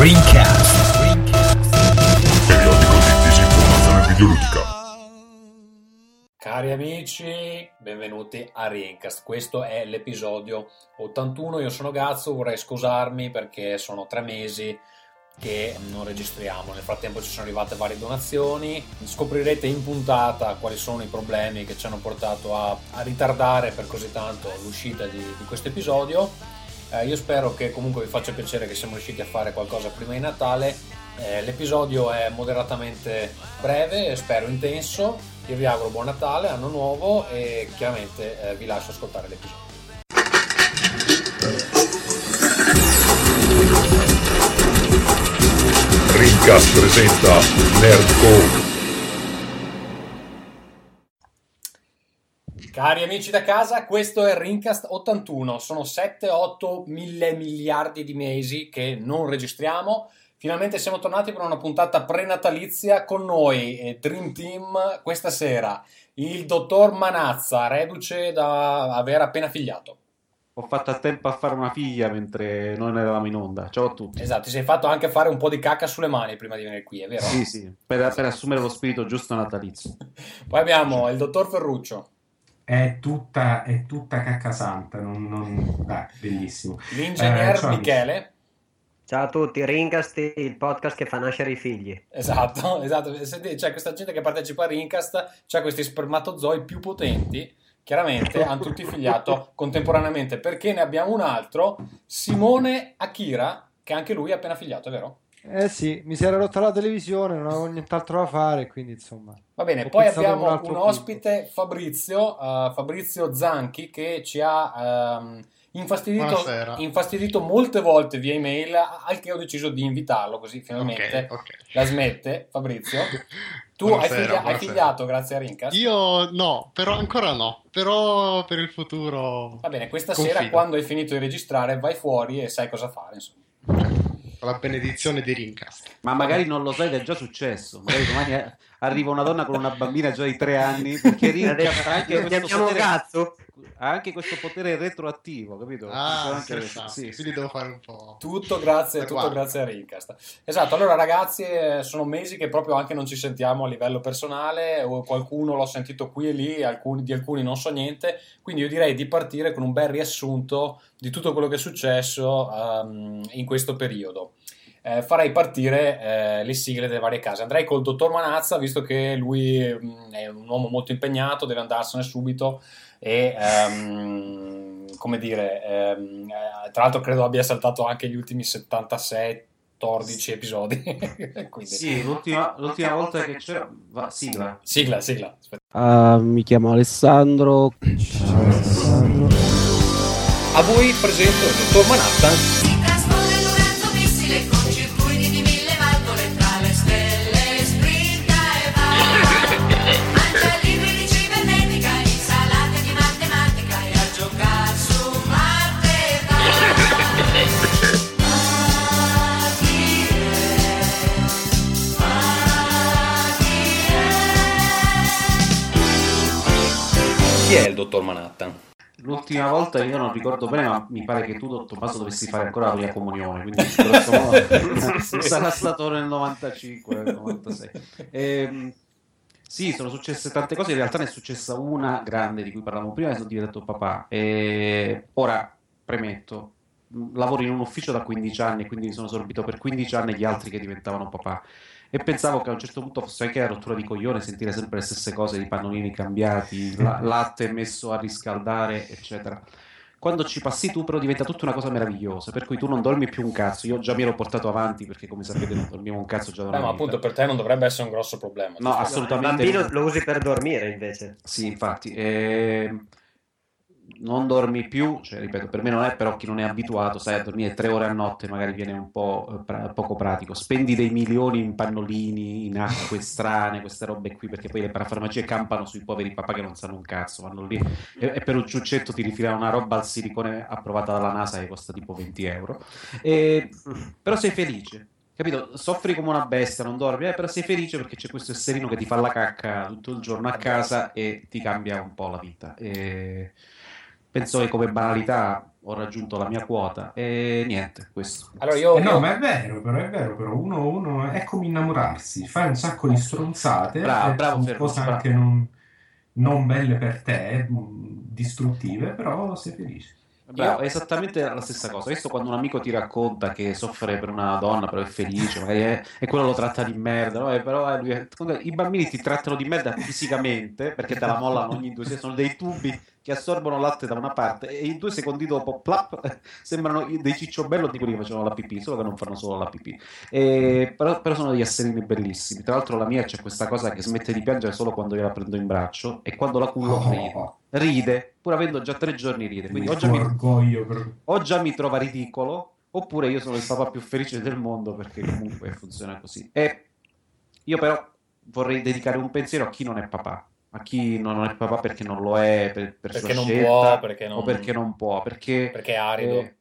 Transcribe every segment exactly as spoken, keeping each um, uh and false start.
Rincast. Periodico di disinformazione videoludica. Cari amici, benvenuti a Rincast. Questo è l'episodio ottantuno. Io sono Gazzo, vorrei scusarmi perché sono tre mesi che non registriamo. Nel frattempo ci sono arrivate varie donazioni. Scoprirete in puntata quali sono i problemi che ci hanno portato a, a ritardare per così tanto l'uscita di, di questo episodio. Eh, io spero che comunque vi faccia piacere che siamo riusciti a fare qualcosa prima di Natale. Eh, l'episodio è moderatamente breve e spero intenso. Io vi auguro buon Natale, anno nuovo e chiaramente eh, vi lascio ascoltare l'episodio. Rincast presenta Nerdcore. Cari amici da casa, questo è il Rincast ottantuno. Sono sette otto mille miliardi di mesi che non registriamo. Finalmente siamo tornati per una puntata prenatalizia con noi, eh, Dream Team, questa sera. Il dottor Manazza, reduce da aver appena figliato. Ho fatto a tempo a fare una figlia mentre non eravamo in onda. Ciao a tutti. Esatto, ti sei fatto anche fare un po' di cacca sulle mani prima di venire qui, è vero? Sì, sì, per, per assumere lo spirito giusto natalizio. Poi abbiamo il dottor Ferruccio. È tutta, è tutta cacca santa, non, non... Dai, bellissimo. L'ingegner Eh, ciao, Michele. Ciao a tutti, Rincast, il podcast che fa nascere i figli. Esatto, esatto. Senti, c'è questa gente che partecipa a Rincast, c'ha questi spermatozoi più potenti, chiaramente hanno tutti figliato contemporaneamente, perché ne abbiamo un altro, Simone Akira, che anche lui ha appena figliato, è vero? Eh sì, mi si era rotta la televisione, non avevo nient'altro da fare, quindi insomma. Va bene, ho poi pensato abbiamo a un un, altro ospite, Fabrizio, uh, Fabrizio Zanchi, che ci ha um, infastidito, infastidito molte volte via email, al che ho deciso di invitarlo, così finalmente Ok, ok. la smette, Fabrizio. Tu Buonasera, hai, figlia- hai buonasera. figliato grazie a Rincast? Io no, però ancora no. Però per il futuro. Va bene, questa confido. sera quando hai finito di registrare vai fuori e sai cosa fare, insomma. Con la benedizione di Rincast. Ma magari non lo sai ed è già successo. Magari domani eh, arriva una donna con una bambina già di tre anni, perché Rincast ha anche questo Chiamiamo potere, Gazzo? ha anche questo potere retroattivo, capito? Ah, Anche- interessante. sì, sì. Quindi devo fare un po'. Tutto grazie, Ma tutto guarda. grazie a Rincast. Esatto, allora ragazzi, eh, sono mesi che proprio anche non ci sentiamo a livello personale, o qualcuno l'ho sentito qui e lì, alcuni, di alcuni non so niente, quindi io direi di partire con un bel riassunto di tutto quello che è successo um, in questo periodo. Eh, farei partire eh, le sigle delle varie case. Andrei col dottor Manazza, visto che lui mh, è un uomo molto impegnato, deve andarsene subito e ehm, come dire, ehm, eh, tra l'altro credo abbia saltato anche gli ultimi settantasei quattordici episodi. Quindi... Sì, l'ultima, l'ultima volta che c'era... Va, sigla. Sigla, sigla. Aspetta. Uh, mi chiamo Alessandro. Ciao Alessandro. A voi presento il dottor Manhattan. Si trasforma in un razzo missile con circuiti di mille valvole tra le stelle, sprinta e va. Mangia libri di cibernetica, insalate di matematica e a giocare su Marte va. Ma chi è? Ma chi è? Chi è il dottor Manhattan? L'ultima volta io non ricordo bene, ma mi pare che tu, dottor Tommaso, dovessi fare ancora la prima comunione, quindi grosso modo sarà stato nel novantacinque, nel novantasei. Ehm, sì, sono successe tante cose, in realtà ne è successa una grande di cui parlavamo prima e sono diventato papà. E ora, premetto, lavoro in un ufficio da quindici anni, quindi mi sono sorbito per quindici anni gli altri che diventavano papà. E pensavo che a un certo punto fosse anche la rottura di coglione sentire sempre le stesse cose, i pannolini cambiati, la- latte messo a riscaldare, eccetera. Quando ci passi tu però diventa tutta una cosa meravigliosa, per cui tu non dormi più un cazzo. Io già mi ero portato avanti perché, come sapete, non dormivo un cazzo già da Beh, una ma vita. appunto per te non dovrebbe essere un grosso problema. No, Il assolutamente. bambino lo usi per dormire invece. Sì, infatti, ehm, non dormi più, cioè ripeto, per me non è, però chi non è abituato, sai, a dormire tre ore a notte magari viene un po' eh, pra- poco pratico. Spendi dei milioni in pannolini, in acque strane, queste robe qui, perché poi le parafarmacie campano sui poveri papà che non sanno un cazzo, vanno lì e, e per un ciuccetto ti rifilano una roba al silicone approvata dalla NASA che costa tipo venti euro. E, però sei felice. Capito? Soffri come una bestia, non dormi, eh, però sei felice perché c'è questo esserino che ti fa la cacca tutto il giorno a casa e ti cambia un po' la vita. E... penso che come banalità ho raggiunto la mia quota e niente, questo. Allora io, Eh no, io- ma è vero, però è vero, però uno, uno è come innamorarsi, fai un sacco di stronzate, Bravo, e bravo, sono Ferruccio, cose bravo. anche non, non belle per te, mh, distruttive, però sei felice. Bravo, è esattamente la stessa cosa. Visto quando un amico ti racconta che soffre per una donna, però è felice, magari è, e quello lo tratta di merda, no? E però eh, lui è- i bambini ti trattano di merda fisicamente perché te la mollano ogni due secondi. Sono dei tubi che assorbono latte da una parte e in due secondi dopo, plap, sembrano i- dei cicciobello di quelli che facevano la pipì, solo che non fanno solo la pipì. E- però, però sono degli esserini bellissimi. Tra l'altro la mia c'è questa cosa che smette di piangere solo quando io la prendo in braccio e quando la cullo ride. Oh, Ride, pur avendo già tre giorni ride. Quindi il o già tuo mi, orgoglio per... o già mi trova ridicolo, oppure io sono il papà più felice del mondo perché comunque funziona così. E io però vorrei dedicare un pensiero a chi non è papà, a chi non è papà perché non lo è, per, per perché sua non scelta, può, perché non, o perché non può, perché... perché è arido. eh,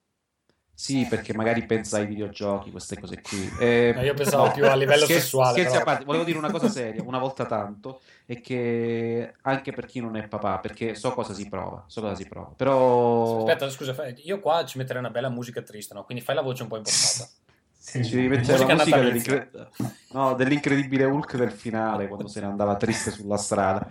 sì, perché magari pensa ai videogiochi, queste cose qui. Eh, No, io pensavo più a livello scherzi- sessuale, Scherzi però. a parte, volevo dire una cosa seria, una volta tanto, e che anche per chi non è papà, perché so cosa si prova, so cosa si prova, però... Aspetta, scusa, fai- io qua ci metterei una bella musica triste, no? Quindi fai la voce un po' impostata. Sì, Ci devi mettere Musica la musica natalizia. dell'incre- no, dell'incredibile Hulk del finale quando se ne andava triste sulla strada.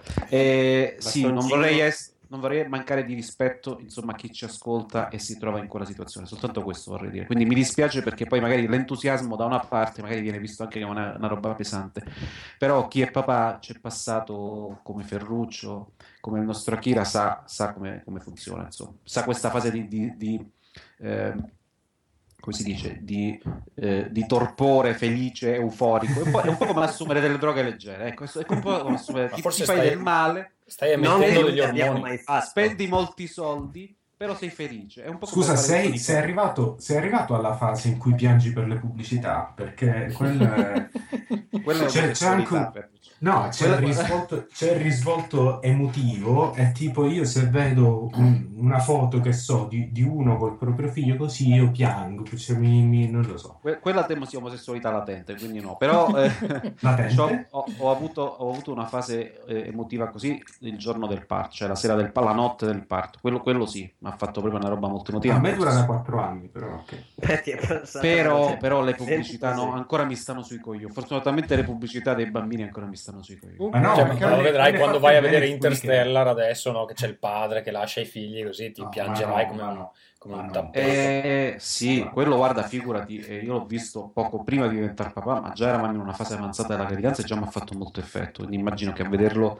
E sì, non Bastoncino. vorrei, ess- non vorrei mancare di rispetto, insomma, a chi ci ascolta e si trova in quella situazione. Soltanto questo vorrei dire. Quindi mi dispiace perché poi magari l'entusiasmo da una parte magari viene visto anche come una, una roba pesante. Però chi è papà c'è passato come Ferruccio, come il nostro Akira, sa, sa come, come funziona, insomma. Sa questa fase di... di, di, eh, come si dice, di, eh, di torpore felice, euforico. È un po', è un po' come assumere delle droghe leggere, ecco, è un po' come assumere, Ma ti, forse ti fai stai- del male, Stai Non emettendo che degli noi abbiamo ormoni. mai fatto. spendi molti soldi, però sei felice. È un po' come Scusa, fare sei, il sei arrivato, sei arrivato alla fase in cui piangi per le pubblicità, perché quella è... Quello è c'è, c'è anche omosessualità, un... Ferruccio. No, c'è il, Quello- risvolto, c'è il risvolto emotivo, è tipo io se vedo un- una foto, che so, di, di uno col proprio figlio così, io piango, cioè mi, mi- non lo so. Que- quella temo sia omosessualità latente, quindi no. Però eh, Latente? c'ho- ho, ho avuto, ho avuto una fase eh, emotiva così il giorno del parto, cioè la sera del parto, la notte del parto. Quello, quello sì, mi ha fatto proprio una roba molto emotiva. A me dura da quattro anni, però ok. Beh, ti è passata Però, veloce. però le Senti pubblicità no, così. ancora mi stanno sui coglioni. Fortunatamente le pubblicità dei bambini ancora mi stanno sui coglioni. Ma no, Cioè, perché ma lo le- vedrai le quando fatte vai a bene vedere quelli che- Interstellar adesso, no? Che c'è il padre che lascia i figli così, ti No, piangerai ma no, come ma un, no, come ma un no. tappeto. Eh, sì, quello guarda, figurati, eh, io l'ho visto poco prima di diventare papà, ma già eravamo in una fase avanzata della gravidanza e già mi ha fatto molto effetto, quindi immagino che a vederlo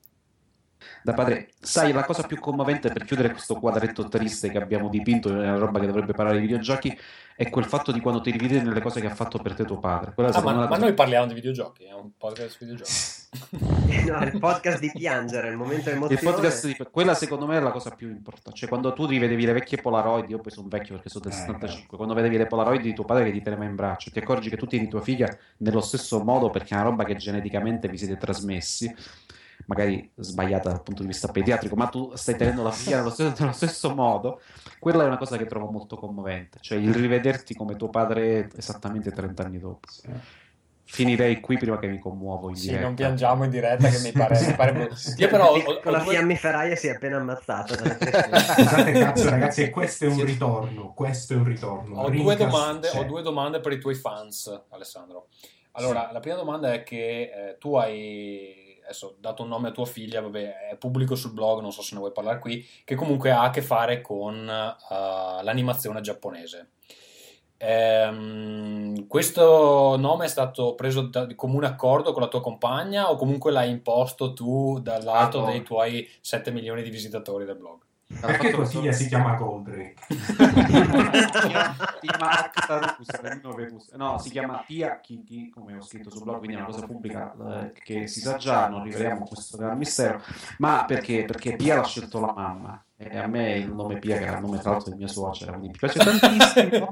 da padre, sai, la cosa più commovente per chiudere questo quadretto triste che abbiamo dipinto nella roba che dovrebbe parlare di videogiochi è quel fatto di quando ti rivedi nelle cose che ha fatto per te tuo padre. Quella Ah, secondo ma, me è ma la noi cosa- parliamo di videogiochi, è un podcast di videogiochi. No, il podcast di piangere, il momento Il emozione. podcast di... quella secondo me è la cosa più importante, cioè quando tu rivedevi le vecchie Polaroid, io poi sono vecchio perché sono del Eh, settantacinque, quando vedevi le Polaroid di tuo padre che ti teneva in braccio, ti accorgi che tu tieni tua figlia nello stesso modo perché è una roba che geneticamente vi siete trasmessi, magari sbagliata dal punto di vista pediatrico, ma tu stai tenendo la figlia nello stesso, nello stesso modo, quella è una cosa che trovo molto commovente, cioè il rivederti come tuo padre esattamente trenta anni dopo. Finirei qui prima che mi commuovo in Sì, diretta. non piangiamo in diretta che mi pare, mi pare brutto. Io però ho, ho Con la due- fiammiferaia si è appena ammazzato dalle pressioni. Scusate cazzo ragazzi, e questo è un ritorno, questo è un ritorno. Ho due, Rincast domande, c'è. ho due domande per i tuoi fans, Alessandro. Allora, la prima domanda è che eh, tu hai adesso dato un nome a tua figlia, vabbè, è pubblico sul blog, non so se ne vuoi parlare qui, che comunque ha a che fare con uh, l'animazione giapponese. Ehm, questo nome è stato preso da, di comune accordo con la tua compagna o comunque l'hai imposto tu dal lato Allora. dei tuoi sette milioni di visitatori del blog? Perché tua figlia si chiama Goldrake? si chiama Actarus, Venus. No, si chiama Tia Kiki, come ho scritto sul blog, quindi è una cosa pubblica eh, che si sa già, non riveliamo questo gran mistero, ma perché? Perché Pia l'ha scelto la mamma e a me il nome Pia, che era il nome tra l'altro di mia suocera, quindi mi piace tantissimo.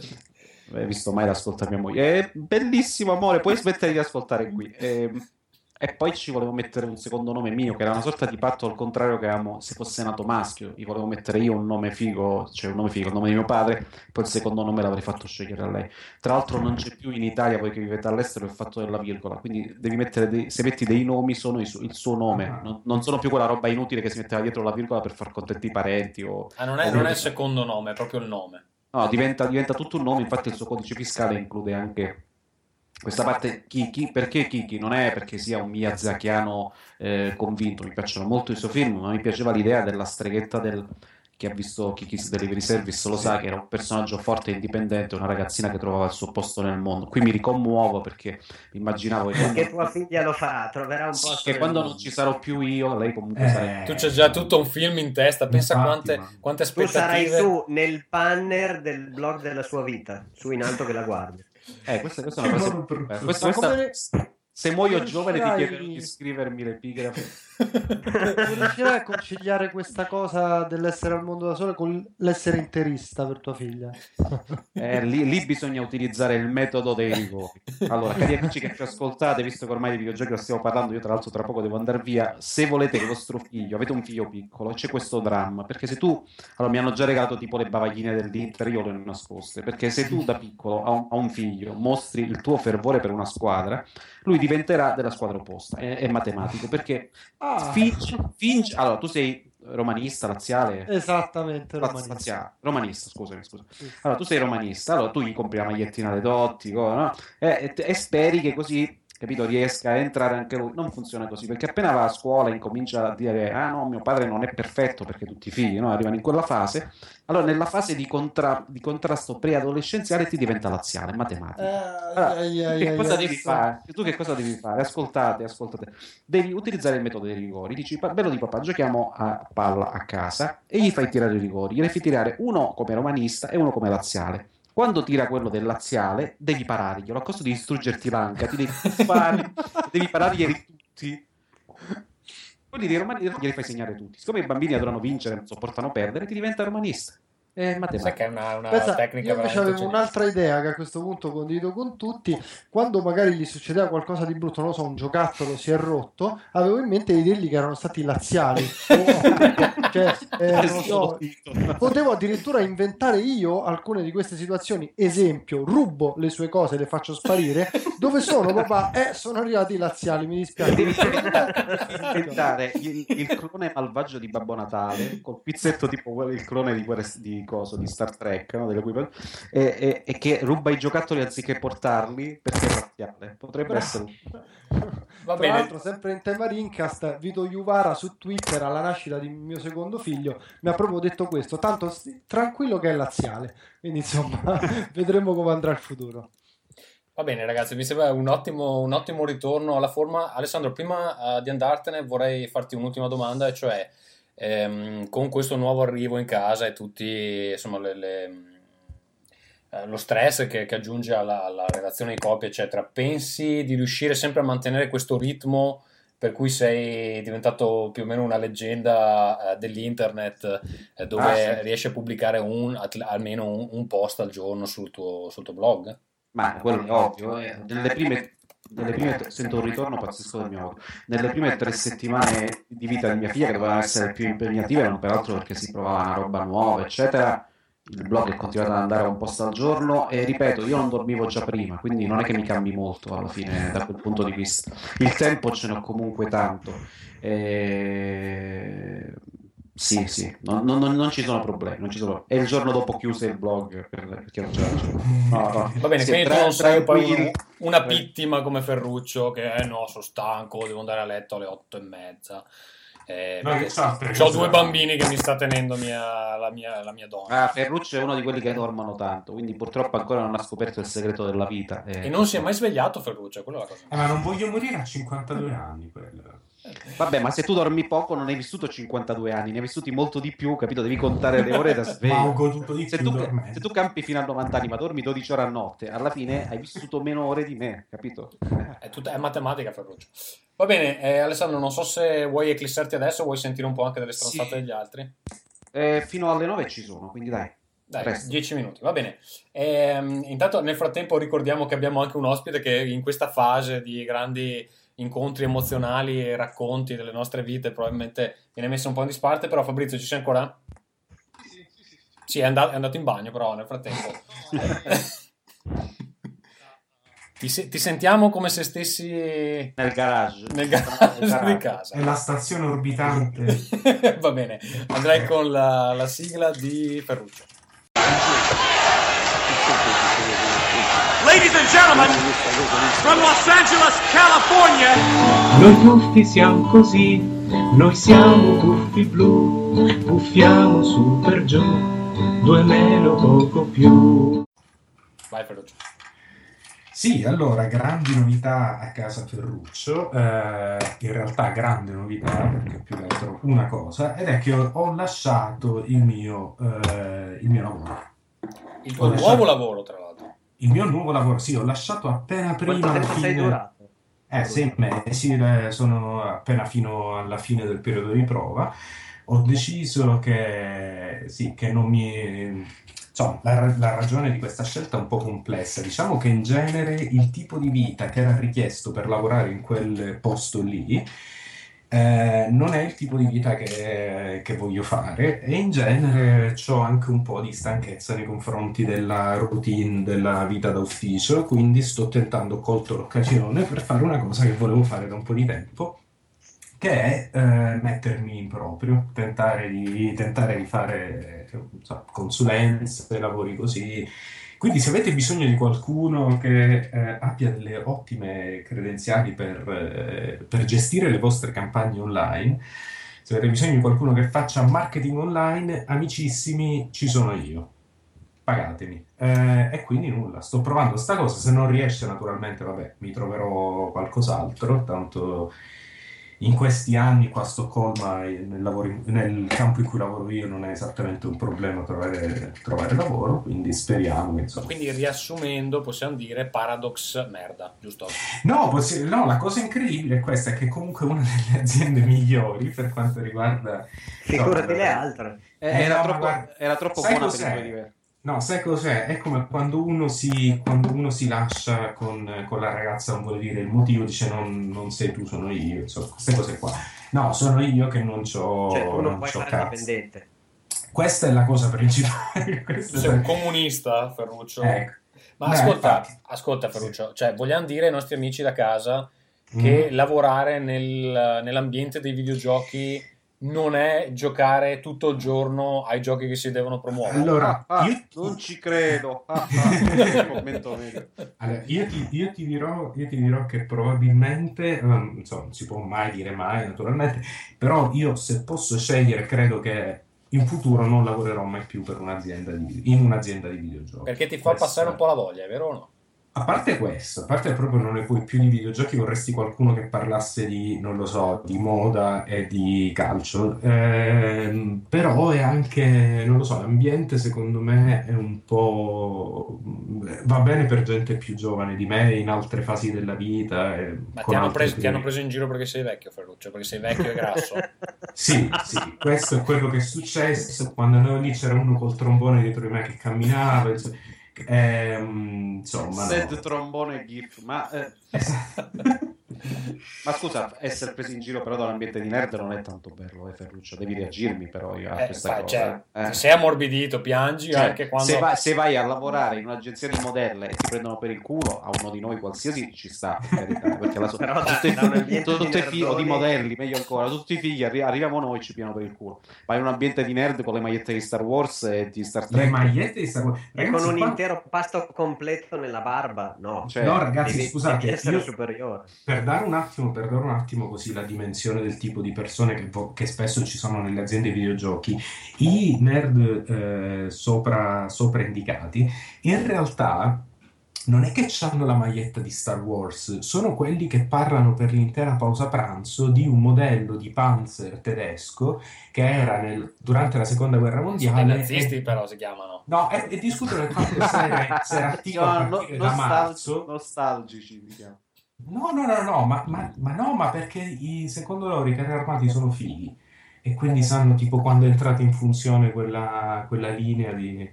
Hai visto mai l'ascolta mia moglie? È bellissimo amore, puoi smettere di ascoltare qui. Eh, E poi ci volevo mettere un secondo nome mio, che era una sorta di patto al contrario che avevamo se fosse nato maschio. Gli volevo mettere io un nome figo, cioè un nome figo, il nome di mio padre, poi il secondo nome l'avrei fatto scegliere a lei. Tra l'altro non c'è più in Italia, voi che vivete all'estero, il fatto della virgola, quindi devi mettere dei, se metti dei nomi sono il suo, il suo nome, non, non sono più quella roba inutile che si metteva dietro la virgola per far contenti i parenti o... Ah, non è, o- non è il secondo nome, è proprio il nome. No, diventa, diventa tutto un nome, infatti il suo codice fiscale include anche questa parte Kiki. Perché Kiki? Non è perché sia un miyazakiano eh, convinto, mi piacciono molto i suoi film, ma mi piaceva l'idea della streghetta del... Chi ha visto Kiki's Delivery Service lo sa che era un personaggio forte e indipendente, una ragazzina che trovava il suo posto nel mondo. Qui mi ricommuovo perché immaginavo che quando, Che tua figlia lo farà, troverà un sì, posto che nel quando mondo. non ci sarò più io, lei comunque Eh, sarà... Tu c'è già tutto un film in testa, pensa Infatti, quante, ma- quante Tu sarai aspettative. su nel banner del blog della sua vita, su in alto che la guardi. Eh, questa, questa è una Che cosa... modo brutto. eh, questa- Ma questa- come- Se muoio come giovane ti riuscirai- chiederò di scrivermi l'epigrafe. Non riuscirai a conciliare questa cosa dell'essere al mondo da sole con l'essere interista per tua figlia? Eh, lì, lì bisogna utilizzare il metodo dei rigori. Allora, cari amici che ci ascoltate, visto che ormai di videogiochi non stiamo parlando, io tra l'altro tra poco devo andare via. Se volete che vostro figlio, avete un figlio piccolo, c'è questo dramma. Perché se tu, allora mi hanno già regalato tipo le bavagline dell'Inter, io le ho nascoste. Perché se tu da piccolo a un, a un figlio mostri il tuo fervore per una squadra, lui diventerà della squadra opposta. È, è matematico. Perché Ah, finge, finge- allora tu sei romanista, laziale. esattamente, Laz- romanista. laziale. Romanista, scusami, scusa. Sì. Allora, tu sei romanista, allora tu gli compri la magliettina alle Totti, co- no? e, e- e speri che così, capito, riesca a entrare anche lui. Non funziona così, perché appena va a scuola e incomincia a dire ah no, mio padre non è perfetto, perché tutti i figli no, arrivano in quella fase, allora nella fase di, contra- di contrasto preadolescenziale ti diventa laziale, matematica. Eh, Allora, ai, tu ai, che ai, cosa adesso- devi fare? Tu che cosa devi fare? Ascoltate, ascoltate. Devi utilizzare il metodo dei rigori. Dici, "Pa- bello di papà, giochiamo a palla a casa e gli fai tirare i rigori. Gliene fai tirare uno come romanista e uno come laziale. Quando tira quello del laziale, devi pararglielo. A costo di distruggerti l'anca, ti devi fare, devi pararglieli tutti. Quelli dei romani glieli fai segnare tutti. Siccome i bambini adorano vincere, non sopportano perdere, ti diventa romanista. È Sai matematica. che è una, una Pensa, tecnica io invece veramente avevo geniale. un'altra idea che a questo punto condivido con tutti. Quando magari gli succedeva qualcosa di brutto, non lo so, un giocattolo si è rotto, avevo in mente di dirgli che erano stati laziali. O- cioè, eh, non lo so, potevo addirittura inventare io alcune di queste situazioni. Esempio, rubo le sue cose, le faccio sparire. Dove sono, papà? Eh, sono arrivati i laziali, mi dispiace. Devi inventare il, il clone malvagio di Babbo Natale col pizzetto tipo quello- il clone di, Guerre- di, coso, di Star Trek, no? Delle cui- e, e- e che ruba i giocattoli anziché portarli perché è razziale. Potrebbe essere Va Tra bene. l'altro, sempre in tema Rincast, Vito Juvara su Twitter alla nascita di mio secondo figlio mi ha proprio detto questo, tanto sti- tranquillo che è laziale, quindi insomma vedremo come andrà il futuro. Va bene ragazzi, mi sembra un ottimo, un ottimo ritorno alla forma. Alessandro, prima eh, di andartene vorrei farti un'ultima domanda, e cioè ehm, con questo nuovo arrivo in casa e tutti, insomma, le- le- eh, lo stress che, che aggiunge alla, alla relazione di coppia, eccetera, pensi di riuscire sempre a mantenere questo ritmo per cui sei diventato più o meno una leggenda eh, dell'internet, eh, dove Ah, sì. riesci a pubblicare un, at- almeno un, un post al giorno sul tuo, sul tuo blog? Ma quello è ovvio. eh. Nelle prime, nelle prime sento un ritorno pazzesco del mio lavoro. Nelle prime tre settimane di vita di mia figlia, che dovevano essere più impegnative, erano peraltro perché si provava una roba nuova, eccetera. Il blog è continuato ad andare a un post al giorno e ripeto, io non dormivo già prima, quindi non è che mi cambi molto alla fine da quel punto di vista. Il tempo ce n'ho comunque tanto. E... Sì, sì, non, non- non- non ci sono problemi, non ci sono... E il giorno dopo chiuse il blog per- perché non ce la facevo. No, no. Va bene, Sì, quindi tu tra- non sei poi tranquilli. un- una pittima come Ferruccio che eh no, sono stanco, devo andare a letto alle otto e mezza. Eh, No, perché io so altre ho cose due da bambini che mi sta tenendo mia- la, mia, la mia donna. Ah, Ferruccio è uno di quelli che dormono tanto, quindi purtroppo ancora non ha scoperto il segreto della vita. eh. E non si è mai svegliato Ferruccio, quella è la cosa. Eh, ma non voglio morire a cinquantadue anni, quello. Vabbè, ma se tu dormi poco non hai vissuto cinquantadue anni, ne hai vissuti molto di più, capito? Devi contare le ore da Ma ho sveglio. goduto di Se più tu, dormendo. se tu campi fino a novanta anni ma dormi dodici ore a notte, alla fine hai vissuto meno ore di me, capito? È, tutta, è matematica Ferruccio. Va bene, eh, Alessandro, non so se vuoi eclissarti adesso o vuoi sentire un po' anche delle stronzate Sì. degli altri. Eh, fino alle nove ci sono, quindi dai. Dai, Presto. dieci minuti, va bene. Ehm, intanto nel frattempo ricordiamo che abbiamo anche un ospite che in questa fase di grandi incontri emozionali e racconti delle nostre vite probabilmente viene messa un po' in disparte, però Fabrizio ci sei ancora? Sì, è andato, è andato in bagno però nel frattempo. Ti, se- ti sentiamo come se stessi Nel garage. nel garage di casa. È la stazione orbitante. Va bene, andrei con la, la sigla di Ferruccio. Ladies and gentlemen, from Los Angeles, California. Noi tuffi siamo così, noi siamo tuffi blu, puffiamo su per giù, due meno poco più. Vai Ferruccio. Sì, allora, grandi novità a casa Ferruccio, eh, in realtà grande novità, perché più che altro una cosa, ed è che ho, ho lasciato il mio, eh, il mio lavoro. Il tuo Ho nuovo lasciato- lavoro, tra l'altro. Il mio nuovo lavoro, sì, ho lasciato appena prima Quanto alla tempo sei fine... durato? Eh, sei mesi, eh, sono appena fino alla fine del periodo di prova. Ho deciso che, sì, che non mi... Insomma, la, la ragione di questa scelta è un po' complessa. Diciamo che in genere il tipo di vita che era richiesto per lavorare in quel posto lì eh, non è il tipo di vita che, che voglio fare, e in genere ho anche un po' di stanchezza nei confronti della routine della vita d'ufficio, quindi sto tentando, ho colto l'occasione per fare una cosa che volevo fare da un po' di tempo, che è eh, mettermi in proprio, tentare di, tentare di fare eh, non so, consulenze, lavori così. Quindi se avete bisogno di qualcuno che eh, abbia delle ottime credenziali per, eh, per gestire le vostre campagne online, se avete bisogno di qualcuno che faccia marketing online, amicissimi, ci sono io. Pagatemi. Eh, e quindi nulla, sto provando sta cosa, se non riesce naturalmente, vabbè, mi troverò qualcos'altro, tanto in questi anni qua a Stoccolma, eh, nel, lavoro- nel campo in cui lavoro io, non è esattamente un problema trovare, trovare lavoro, quindi speriamo che, insomma. Quindi riassumendo possiamo dire Paradox merda, giusto? No, possi- no, la cosa incredibile è questa, è che comunque una delle aziende migliori per quanto riguarda... Figurati no, le altre. Eh, Eh, era, no, ma troppo, guarda, era troppo sai buona per cos'è? i tuoi livelli. No, sai cos'è? È come quando uno si, quando uno si lascia con, con la ragazza, non vuole dire il motivo, dice non, non sei tu, sono io, insomma, queste cose qua. No, sono io che non c'ho, Cioè, tu non non puoi c'ho fare cazzo. dipendente. Questa è la cosa principale. Questa Sei un è- comunista, Ferruccio. Ecco. Ma Beh, ascolta, infatti. ascolta Ferruccio, cioè vogliamo dire ai nostri amici da casa che Mm. lavorare nel- nell'ambiente dei videogiochi non è giocare tutto il giorno ai giochi che si devono promuovere. Allora, Ah, ah, io... non ci credo. Ah, ah, commento meglio. Allora, io ti, io ti dirò, io ti dirò che probabilmente, ehm, insomma, non si può mai dire mai, naturalmente, però io se posso scegliere, credo che in futuro non lavorerò mai più per un'azienda di, in un'azienda di videogiochi. Perché ti fa Questo passare è- un po' la voglia, è vero o no? A parte questo, a parte proprio non ne puoi più di videogiochi, vorresti qualcuno che parlasse di, non lo so, di moda e di calcio. Ehm, però è anche, non lo so, l'ambiente secondo me è un po'... va bene per gente più giovane di me, in altre fasi della vita. E Ma ti con hanno, altre preso, ti hanno priorità. preso in giro perché sei vecchio, Ferruccio, perché sei vecchio e grasso. Sì, sì, questo è quello che è successo quando andavo lì, c'era uno col trombone dietro di me che camminava, insomma, ehm, insomma, no. Sad trombone gif, ma, eh, Esatto. ma scusa, essere preso in giro però da un ambiente di nerd non è tanto bello, eh, Ferruccio, devi reagirmi però io a Eh, questa fai- cosa. cioè, eh. ti sei ammorbidito, piangi Cioè, anche quando... se, vai, se vai a lavorare in un'agenzia di modelle e ti prendono per il culo, a uno di noi qualsiasi ci sta, per carità, perché la so- Però da- tutti, da un ambiente tutti di i figli o di nerdoni- modelli, meglio ancora, tutti i figli arri- arriviamo noi e ci piano per il culo. Vai in un ambiente di nerd con le magliette di Star Wars e di Star Le Trek. magliette di Star Wars. E Ragazzi, con un qua- intero pasto completo nella barba, no. Cioè, No, ragazzi, Devi- scusate, devi essere io- superiore. Per dare un attimo, per dare un attimo così la dimensione del tipo di persone che, vo- che spesso ci sono nelle aziende di videogiochi, i nerd eh, sopra, sopra indicati, in realtà non è che hanno la maglietta di Star Wars, sono quelli che parlano per l'intera pausa pranzo di un modello di Panzer tedesco che era nel- durante la seconda guerra Sono mondiale. dei nazisti e- però si chiamano. No, e, e discutono del fatto che se era, se era attivo a Siamo no- partire da nostal- marzo. nostalgici, diciamo. No, no, no, no, ma, ma- ma no, ma perché i- secondo loro i carri armati sono fighi e quindi sanno tipo quando è entrata in funzione quella, quella linea di...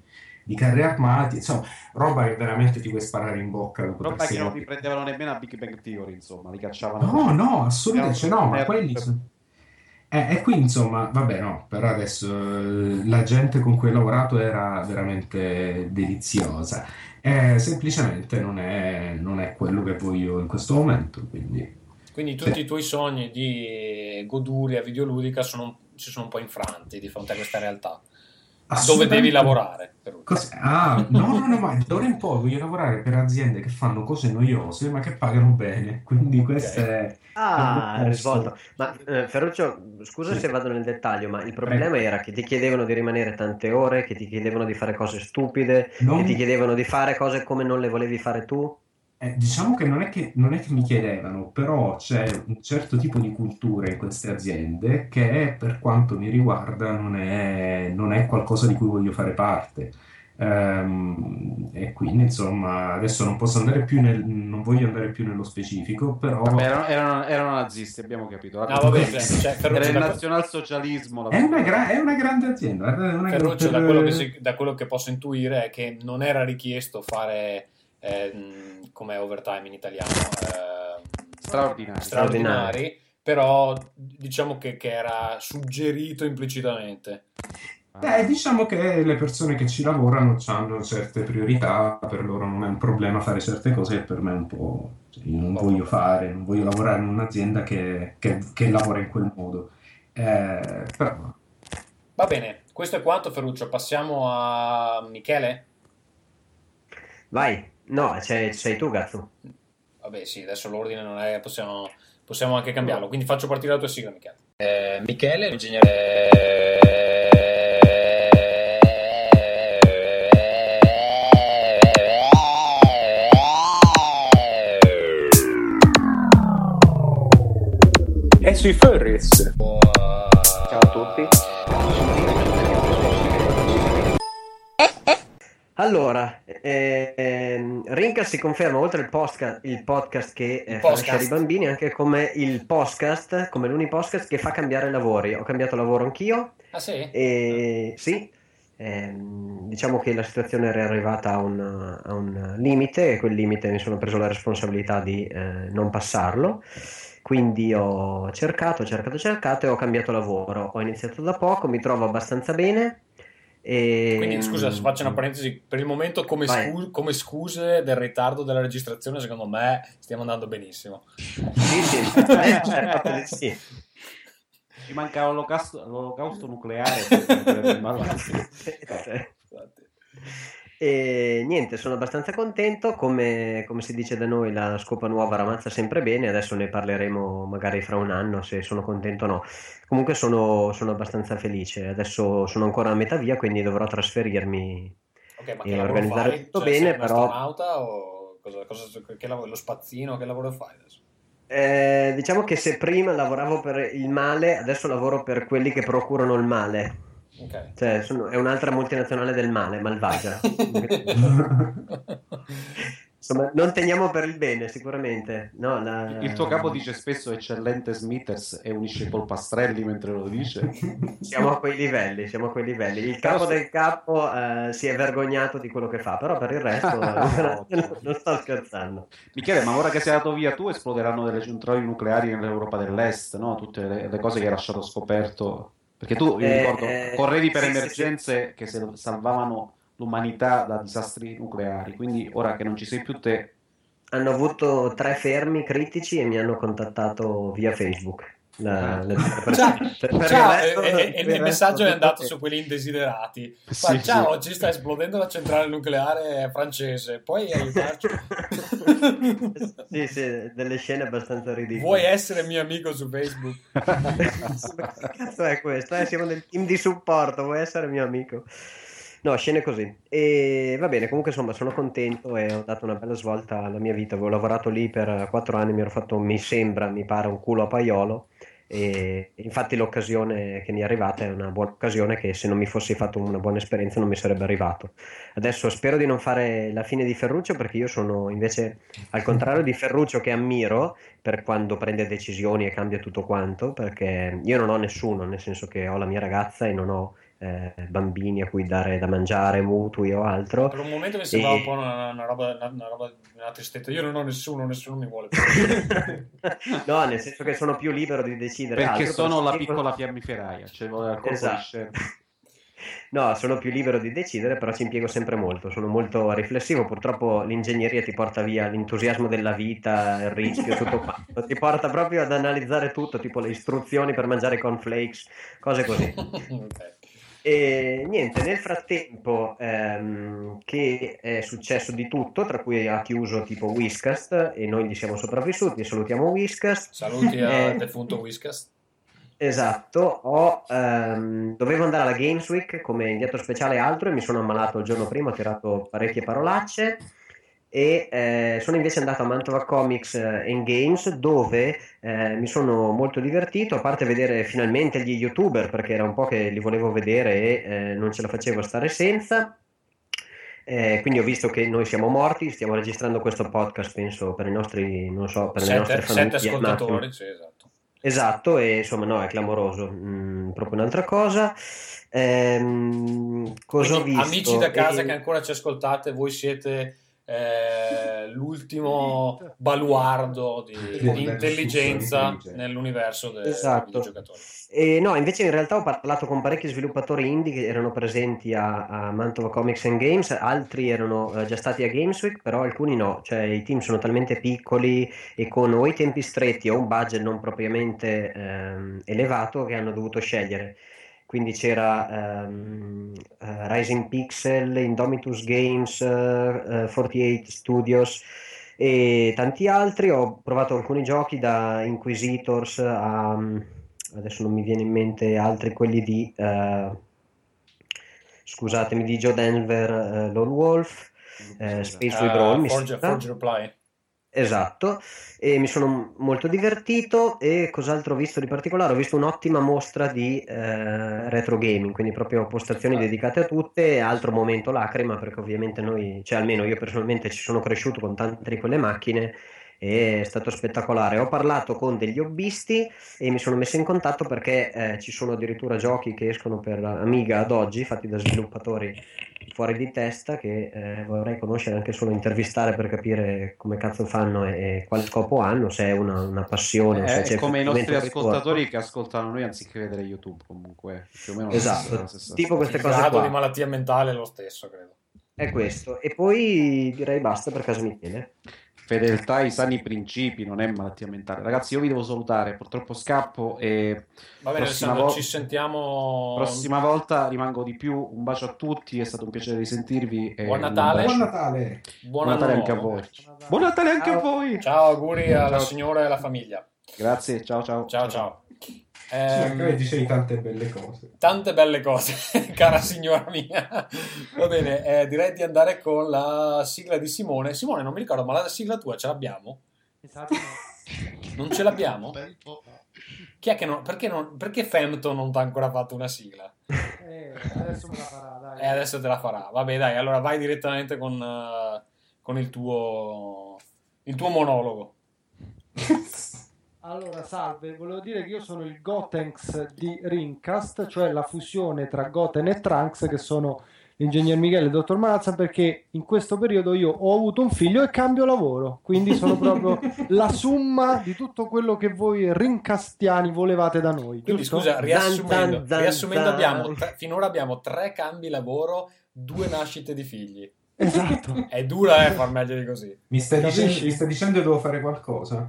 di carri armati, insomma, roba che veramente ti vuoi sparare in bocca dopo tre Roba che non secondi. riprendevano nemmeno a Big Bang Theory, insomma, li cacciavano No, così. no, assolutamente, cioè, no, ma Erano- quelli sono... Eh, e qui insomma, vabbè no, però adesso eh, la gente con cui ho lavorato era veramente deliziosa. Eh, semplicemente non è, non è quello che voglio in questo momento, quindi Quindi sì. tutti i tuoi sogni di goduria videoludica sono, si sono un po' infranti di fronte a questa realtà. Dove Assolutamente. devi lavorare? Ferruccio? Cos- Ah, no, no, no, ma d'ora in poi voglio lavorare per aziende che fanno cose noiose ma che pagano bene, quindi questo Ok. è... Ah, è risvolto. Ma eh, Ferruccio, scusa Sì. se vado nel dettaglio, ma il Prego. problema era che ti chiedevano di rimanere tante ore, che ti chiedevano di fare cose stupide, che Non- ti chiedevano di fare cose come non le volevi fare tu. Eh, diciamo che non è che, non è che mi chiedevano, però c'è un certo tipo di cultura in queste aziende che per quanto mi riguarda non è, non è qualcosa di cui voglio fare parte. Ehm, e quindi insomma adesso non posso andare più nel, non voglio andare più nello specifico, però Vabbè, erano, erano, erano nazisti, abbiamo capito. No, vabbè, cioè, cioè, Ferruccio, Era il da- nazionalsocialismo. la- è una, gra- è una grande azienda. guarda, è una Ferruccio, per- da quello che, si- da quello che posso intuire è che non era richiesto fare ehm, come overtime in italiano ehm, Straordinari. straordinari, però diciamo che, che era suggerito implicitamente. Eh, diciamo che le persone che ci lavorano hanno certe priorità, per loro non è un problema fare certe cose, che per me è un po'... cioè, io non voglio fare, non voglio lavorare in un'azienda che, che- che lavora in quel modo. Eh, però... Va bene, questo è quanto, Ferruccio. Passiamo a Michele? Vai, no, sei, sei tu, Gazzo. Vabbè, sì, adesso l'ordine non è, possiamo, possiamo anche cambiarlo. Quindi faccio partire la tua sigla, Michele. Eh, Michele, l'ingegnere. E sui furries. Ciao a tutti. Allora, eh, ehm, Rincast si conferma oltre il podcast, il podcast che eh, Il fa podcast. nascere i bambini, anche come il podcast, come l'unico podcast che fa cambiare lavori. Ho cambiato lavoro anch'io Ah, sì? e sì, ehm, diciamo che la situazione era arrivata a un, a un limite e quel limite mi sono preso la responsabilità di eh, non passarlo. Quindi ho cercato, cercato, cercato e ho cambiato lavoro. Ho iniziato da poco, mi trovo abbastanza bene. E... Quindi scusa, faccio una parentesi. Per il momento, come, Vai. scu- come scuse del ritardo della registrazione, secondo me stiamo andando benissimo. Sì, sì, eh, cioè, proprio di sì. Ci manca l'olocausto, l'olocausto nucleare. per- Eh, E niente, sono abbastanza contento. Come, come si dice da noi, la scopa nuova ramazza sempre bene. Adesso ne parleremo magari fra un anno se sono contento o no. Comunque sono, sono abbastanza felice. Adesso sono ancora a metà via, quindi dovrò trasferirmi Ok, ma che e lavoro organizzare fai? tutto Cioè, sei bene, un però astronauta o cosa, cosa- che lavoro, lo spazzino? Che lavoro fai adesso? eh, diciamo che se prima lavoravo per il male, adesso lavoro per quelli che procurano il male. Ok. Cioè, sono- è un'altra multinazionale del male, malvagia. Insomma, non teniamo per il bene, sicuramente. No, la- Il tuo capo dice spesso eccellente Smithers e unisce i polpastrelli mentre lo dice. Siamo a quei livelli, siamo a quei livelli. Il capo del capo eh, si è vergognato di quello che fa, però per il resto eh, non sto scherzando. Michele, ma ora che sei andato via tu esploderanno delle centrali nucleari nell'Europa dell'Est, no? Tutte le, le cose che hai lasciato scoperto. Perché tu, io Eh, ricordo, eh, correvi per sì, sì, emergenze che se- salvavano l'umanità da disastri nucleari. Quindi ora che non ci sei più te, Hanno avuto tre fermi critici e mi hanno contattato via Facebook. La- le- per- Ciao, per il ciao, resto- e, e- e per il il resto messaggio è tutto andato ok. su quelli indesiderati. Fa, Sì, ciao, sì. oggi sta esplodendo la centrale nucleare francese, puoi aiutarci? Sì, sì, delle scene abbastanza ridicole. Vuoi essere mio amico su Facebook? Che cazzo è questo? Eh, siamo nel team di supporto, vuoi essere mio amico? No, scene così. E va bene, comunque insomma sono contento e ho dato una bella svolta alla mia vita. Avevo lavorato lì per quattro anni, mi ero fatto, mi sembra, mi pare un culo a paiolo. E infatti l'occasione che mi è arrivata è una buona occasione che se non mi fossi fatto una buona esperienza non mi sarebbe arrivato. Adesso spero di non fare la fine di Ferruccio, perché io sono invece al contrario di Ferruccio, che ammiro per quando prende decisioni e cambia tutto quanto, perché io non ho nessuno, nel senso che ho la mia ragazza e non ho eh, bambini a cui dare da mangiare, mutui o altro. Per un momento mi sembrava E- un po' una, una roba, una, una roba, una tristezza. Io non ho nessuno, nessuno mi vuole. No, nel senso che sono più libero di decidere Perché altro, sono però la sì, piccola fiammiferaia, cioè vuole al colpo di Esatto. scena. No, sono più libero di decidere, però ci impiego sempre molto, sono molto riflessivo, purtroppo l'ingegneria ti porta via l'entusiasmo della vita, il rischio, tutto quanto, ti porta proprio ad analizzare tutto, tipo le istruzioni per mangiare i cornflakes, cose così. Ok. E niente, nel frattempo ehm, che è successo di tutto, tra cui ha chiuso tipo Whiscast e noi gli siamo sopravvissuti, salutiamo Whiscast. Saluti al Eh, defunto Whiskas. Esatto, ho, ehm, dovevo andare alla Games Week come inviato speciale e altro e mi sono ammalato il giorno prima, ho tirato parecchie parolacce e eh, sono invece andato a Mantova Comics eh, and Games dove eh, mi sono molto divertito, a parte vedere finalmente gli YouTuber perché era un po' che li volevo vedere e eh, non ce la facevo stare senza. Eh, quindi ho visto che noi siamo morti, stiamo registrando questo podcast, penso, per i nostri, non so, per le nostre Sette, famiglie. sette al massimo. ascoltatori, sì, esatto. Esatto, e insomma no, è clamoroso, mm, proprio un'altra cosa. Ehm, cosa Quindi, ho visto? amici da casa Eh, che ancora ci ascoltate, voi siete eh, l'ultimo baluardo di, Del- di del intelligenza succo di nell'universo dei Esatto. videogiocatori. E no, invece in realtà ho parlato con parecchi sviluppatori indie che erano presenti a, a Mantova Comics and Games, altri erano eh, già stati a Games Week, però alcuni no, cioè i team sono talmente piccoli e con o i tempi stretti o un budget non propriamente ehm, elevato che hanno dovuto scegliere. Quindi c'era ehm, eh, Rising Pixel, Indomitus Games, eh, eh, quarantotto Studios e tanti altri. Ho provato alcuni giochi da Inquisitors a adesso non mi viene in mente altri, quelli di eh, scusatemi, di Joe Denver, eh, Lone Wolf, eh, Space Uh, Reroll, mi Forge, sembra. Forge Reply. Esatto, e mi sono molto divertito. E cos'altro ho visto di particolare? Ho visto un'ottima mostra di eh, retro gaming, quindi proprio postazioni dedicate a tutte, altro momento lacrima perché ovviamente noi, cioè almeno io personalmente ci sono cresciuto con tante di quelle macchine e è stato spettacolare. Ho parlato con degli hobbisti e mi sono messo in contatto perché eh, ci sono addirittura giochi che escono per Amiga ad oggi, fatti da sviluppatori fuori di testa che eh, vorrei conoscere, anche solo intervistare per capire come cazzo fanno e, e quale scopo hanno, se è una, una passione o se È c'è come i nostri effettivamente un ritorno. ascoltatori che ascoltano noi anziché vedere YouTube, comunque più o meno la Esatto, stessa- la stessa tipo queste Il cose grado qua. di malattia mentale è lo stesso, credo. È questo. E poi direi basta per caso mi tiene. fedeltà ai sani principi, non è malattia mentale. Ragazzi, io vi devo salutare, purtroppo scappo e Va bene, prossima, Alessandro, vo- ci sentiamo. prossima volta rimango di più. Un bacio a tutti, è stato un piacere risentirvi. e Buon un Natale. bacio. Buon Natale. Buon Buon anno Natale anche a nuovo. voi. Buon Natale anche a voi. Ciao, auguri alla Ciao. signora e alla famiglia. Grazie, ciao ciao. Ciao, ciao. Sì, anche a me Ehm, dicevi tante belle cose. tante belle cose, cara signora mia. Va bene, eh, direi di andare con la sigla di Simone. Simone, non mi ricordo, ma la sigla tua ce l'abbiamo? Esatto, no. Non ce l'abbiamo? Bel po'. Chi è che non, perché, non, perché Femto non ti ha ancora fatto una sigla? Eh, adesso me la farà, dai. E adesso te la farà. Vabbè, dai, allora vai direttamente con, eh, con il tuo il tuo monologo. Allora, salve, volevo dire che io sono il Gotenks di Rincast, cioè la fusione tra Goten e Trunks, che sono l'ingegner Michele e il dottor Manazza, perché in questo periodo io ho avuto un figlio e cambio lavoro, quindi sono proprio la summa di tutto quello che voi rincastiani volevate da noi. Quindi giusto? scusa, riassumendo, Zan, zan, riassumendo zan. abbiamo, tre- finora abbiamo tre cambi lavoro, due nascite di figli. Esatto. È dura, eh, far meglio di così. Mi stai, Capisci? dicendo, mi stai dicendo che devo fare qualcosa?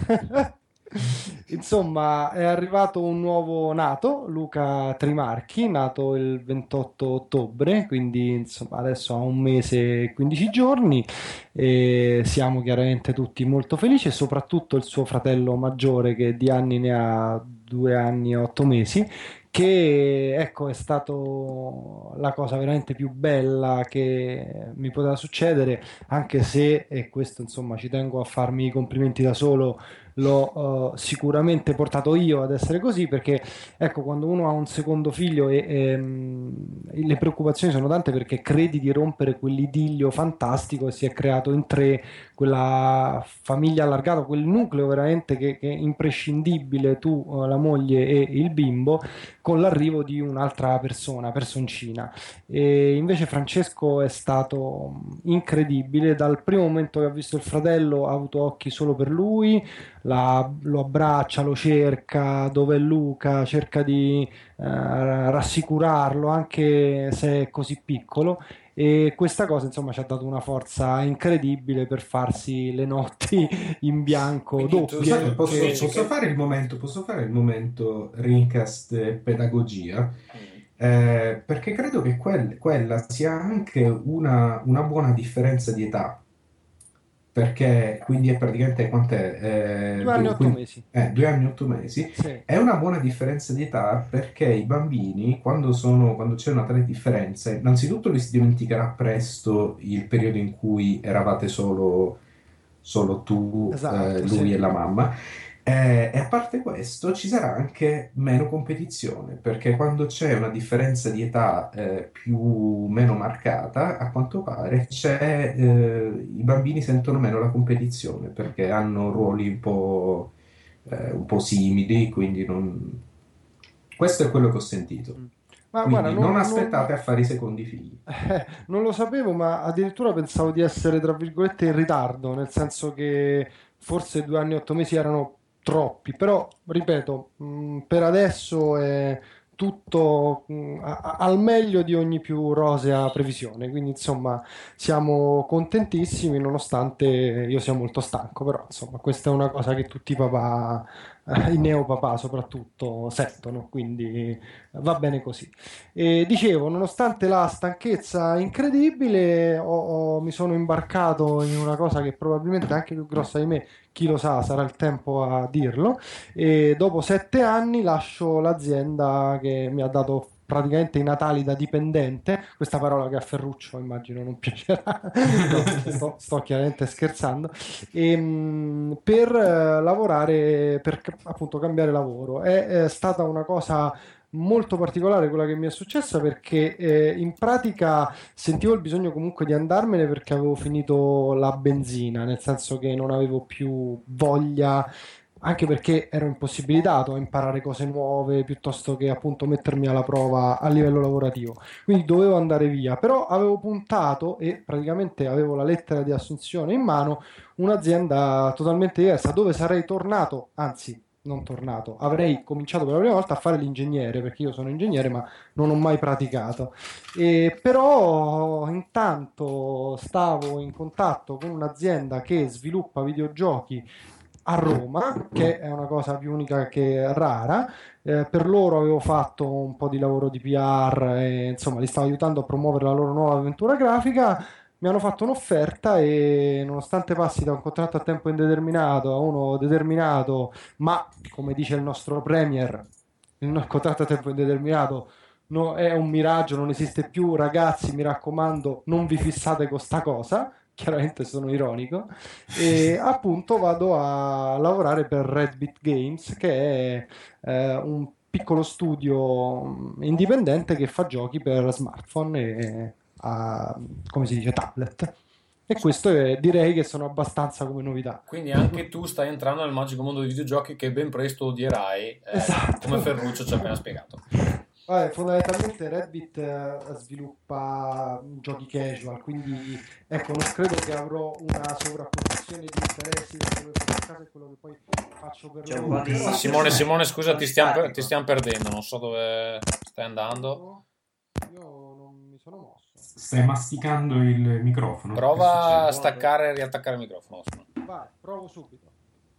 Insomma, è arrivato un nuovo nato, Luca Trimarchi, nato il ventotto ottobre, quindi insomma adesso ha un mese e quindici giorni e siamo chiaramente tutti molto felici, e soprattutto il suo fratello maggiore che di anni ne ha due anni e otto mesi, che ecco è stato la cosa veramente più bella che mi poteva succedere, anche se, e questo insomma ci tengo a farmi i complimenti da solo, l'ho uh, sicuramente portato io ad essere così, perché ecco, quando uno ha un secondo figlio e, e mh, le preoccupazioni sono tante, perché credi di rompere quell'idillio fantastico che si è creato in tre, quella famiglia allargata, quel nucleo veramente che, che è imprescindibile, tu, uh, la moglie e il bimbo, con l'arrivo di un'altra persona, personcina. E invece Francesco è stato incredibile. Dal primo momento che ha visto il fratello ha avuto occhi solo per lui, la- lo abbraccia, lo cerca, dove è Luca, cerca di eh, rassicurarlo anche se è così piccolo, e questa cosa insomma ci ha dato una forza incredibile per farsi le notti in bianco Quindi tu- doppie. Scusate, posso, che- posso fare il momento, posso fare il momento Rincast pedagogia? Eh, perché credo che quel- quella sia anche una, una buona differenza di età. Perché quindi è praticamente quant'è? Eh, Due anni e due, otto quindi- mesi. eh, due anni e otto mesi. Sì. È una buona differenza di età perché i bambini, quando sono, quando c'è una tale differenza, innanzitutto lui si dimenticherà presto il periodo in cui eravate solo, solo tu, Esatto, eh, lui sì. e la mamma. Eh, e a parte questo ci sarà anche meno competizione, perché quando c'è una differenza di età eh, più meno marcata, a quanto pare c'è, eh, i bambini sentono meno la competizione perché hanno ruoli un po', eh, un po' simili, quindi non... questo è quello che ho sentito. Ma Quindi guarda, non non- aspettate non- a fare i secondi figli. Eh, non lo sapevo, ma addirittura pensavo di essere, tra virgolette, in ritardo, nel senso che forse due anni e otto mesi erano troppi, però, ripeto, mh, per adesso è tutto mh, a- a- al meglio di ogni più rosea previsione, quindi insomma siamo contentissimi, nonostante io sia molto stanco, però insomma questa è una cosa che tutti i papà, eh, i neopapà soprattutto, sentono, quindi va bene così. E dicevo, nonostante la stanchezza incredibile, ho- ho- mi sono imbarcato in una cosa che probabilmente è anche più grossa di me, chi lo sa, sarà il tempo a dirlo. E dopo sette anni lascio l'azienda che mi ha dato praticamente i natali da dipendente, questa parola che a Ferruccio immagino non piacerà. No, sto, sto chiaramente scherzando, e, mh, per eh, lavorare, per ca- appunto cambiare lavoro. È, è stata una cosa molto particolare quella che mi è successa, perché eh, in pratica sentivo il bisogno comunque di andarmene perché avevo finito la benzina, nel senso che non avevo più voglia, anche perché ero impossibilitato a imparare cose nuove piuttosto che appunto mettermi alla prova a livello lavorativo. Quindi dovevo andare via, però avevo puntato e praticamente avevo la lettera di assunzione in mano, un'azienda totalmente diversa dove sarei tornato, anzi non tornato, avrei cominciato per la prima volta a fare l'ingegnere, perché io sono ingegnere ma non ho mai praticato. E però intanto stavo in contatto con un'azienda che sviluppa videogiochi a Roma, che è una cosa più unica che rara. Eh, per loro avevo fatto un po' di lavoro di P R e insomma li stavo aiutando a promuovere la loro nuova avventura grafica. Mi hanno fatto un'offerta e nonostante passi da un contratto a tempo indeterminato a uno determinato, ma come dice il nostro Premier, il no- contratto a tempo indeterminato no- è un miraggio, non esiste più, ragazzi, mi raccomando, non vi fissate con sta cosa. Chiaramente sono ironico, e appunto vado a lavorare per Red Beat Games, che è eh, un piccolo studio mh, indipendente che fa giochi per smartphone e a, come si dice, tablet. E questo è, direi che sono abbastanza come novità. Quindi anche tu stai entrando nel magico mondo dei videogiochi che ben presto odierai, eh, Esatto. come Ferruccio ci ha appena spiegato. Vabbè, fondamentalmente Reddit eh, sviluppa giochi casual, quindi ecco, non credo che avrò una sovrapposizione di interessi tra quello che faccio a casa e quello che poi faccio per C'è un loro. po' di- Simone, Simone, scusa, ti stiamo, Simpatico. ti stiamo perdendo, non so dove stai andando. Io non mi sono mosso. Stai masticando il microfono. Prova Che a succede? staccare e riattaccare il microfono. Osmo. Vai, provo subito.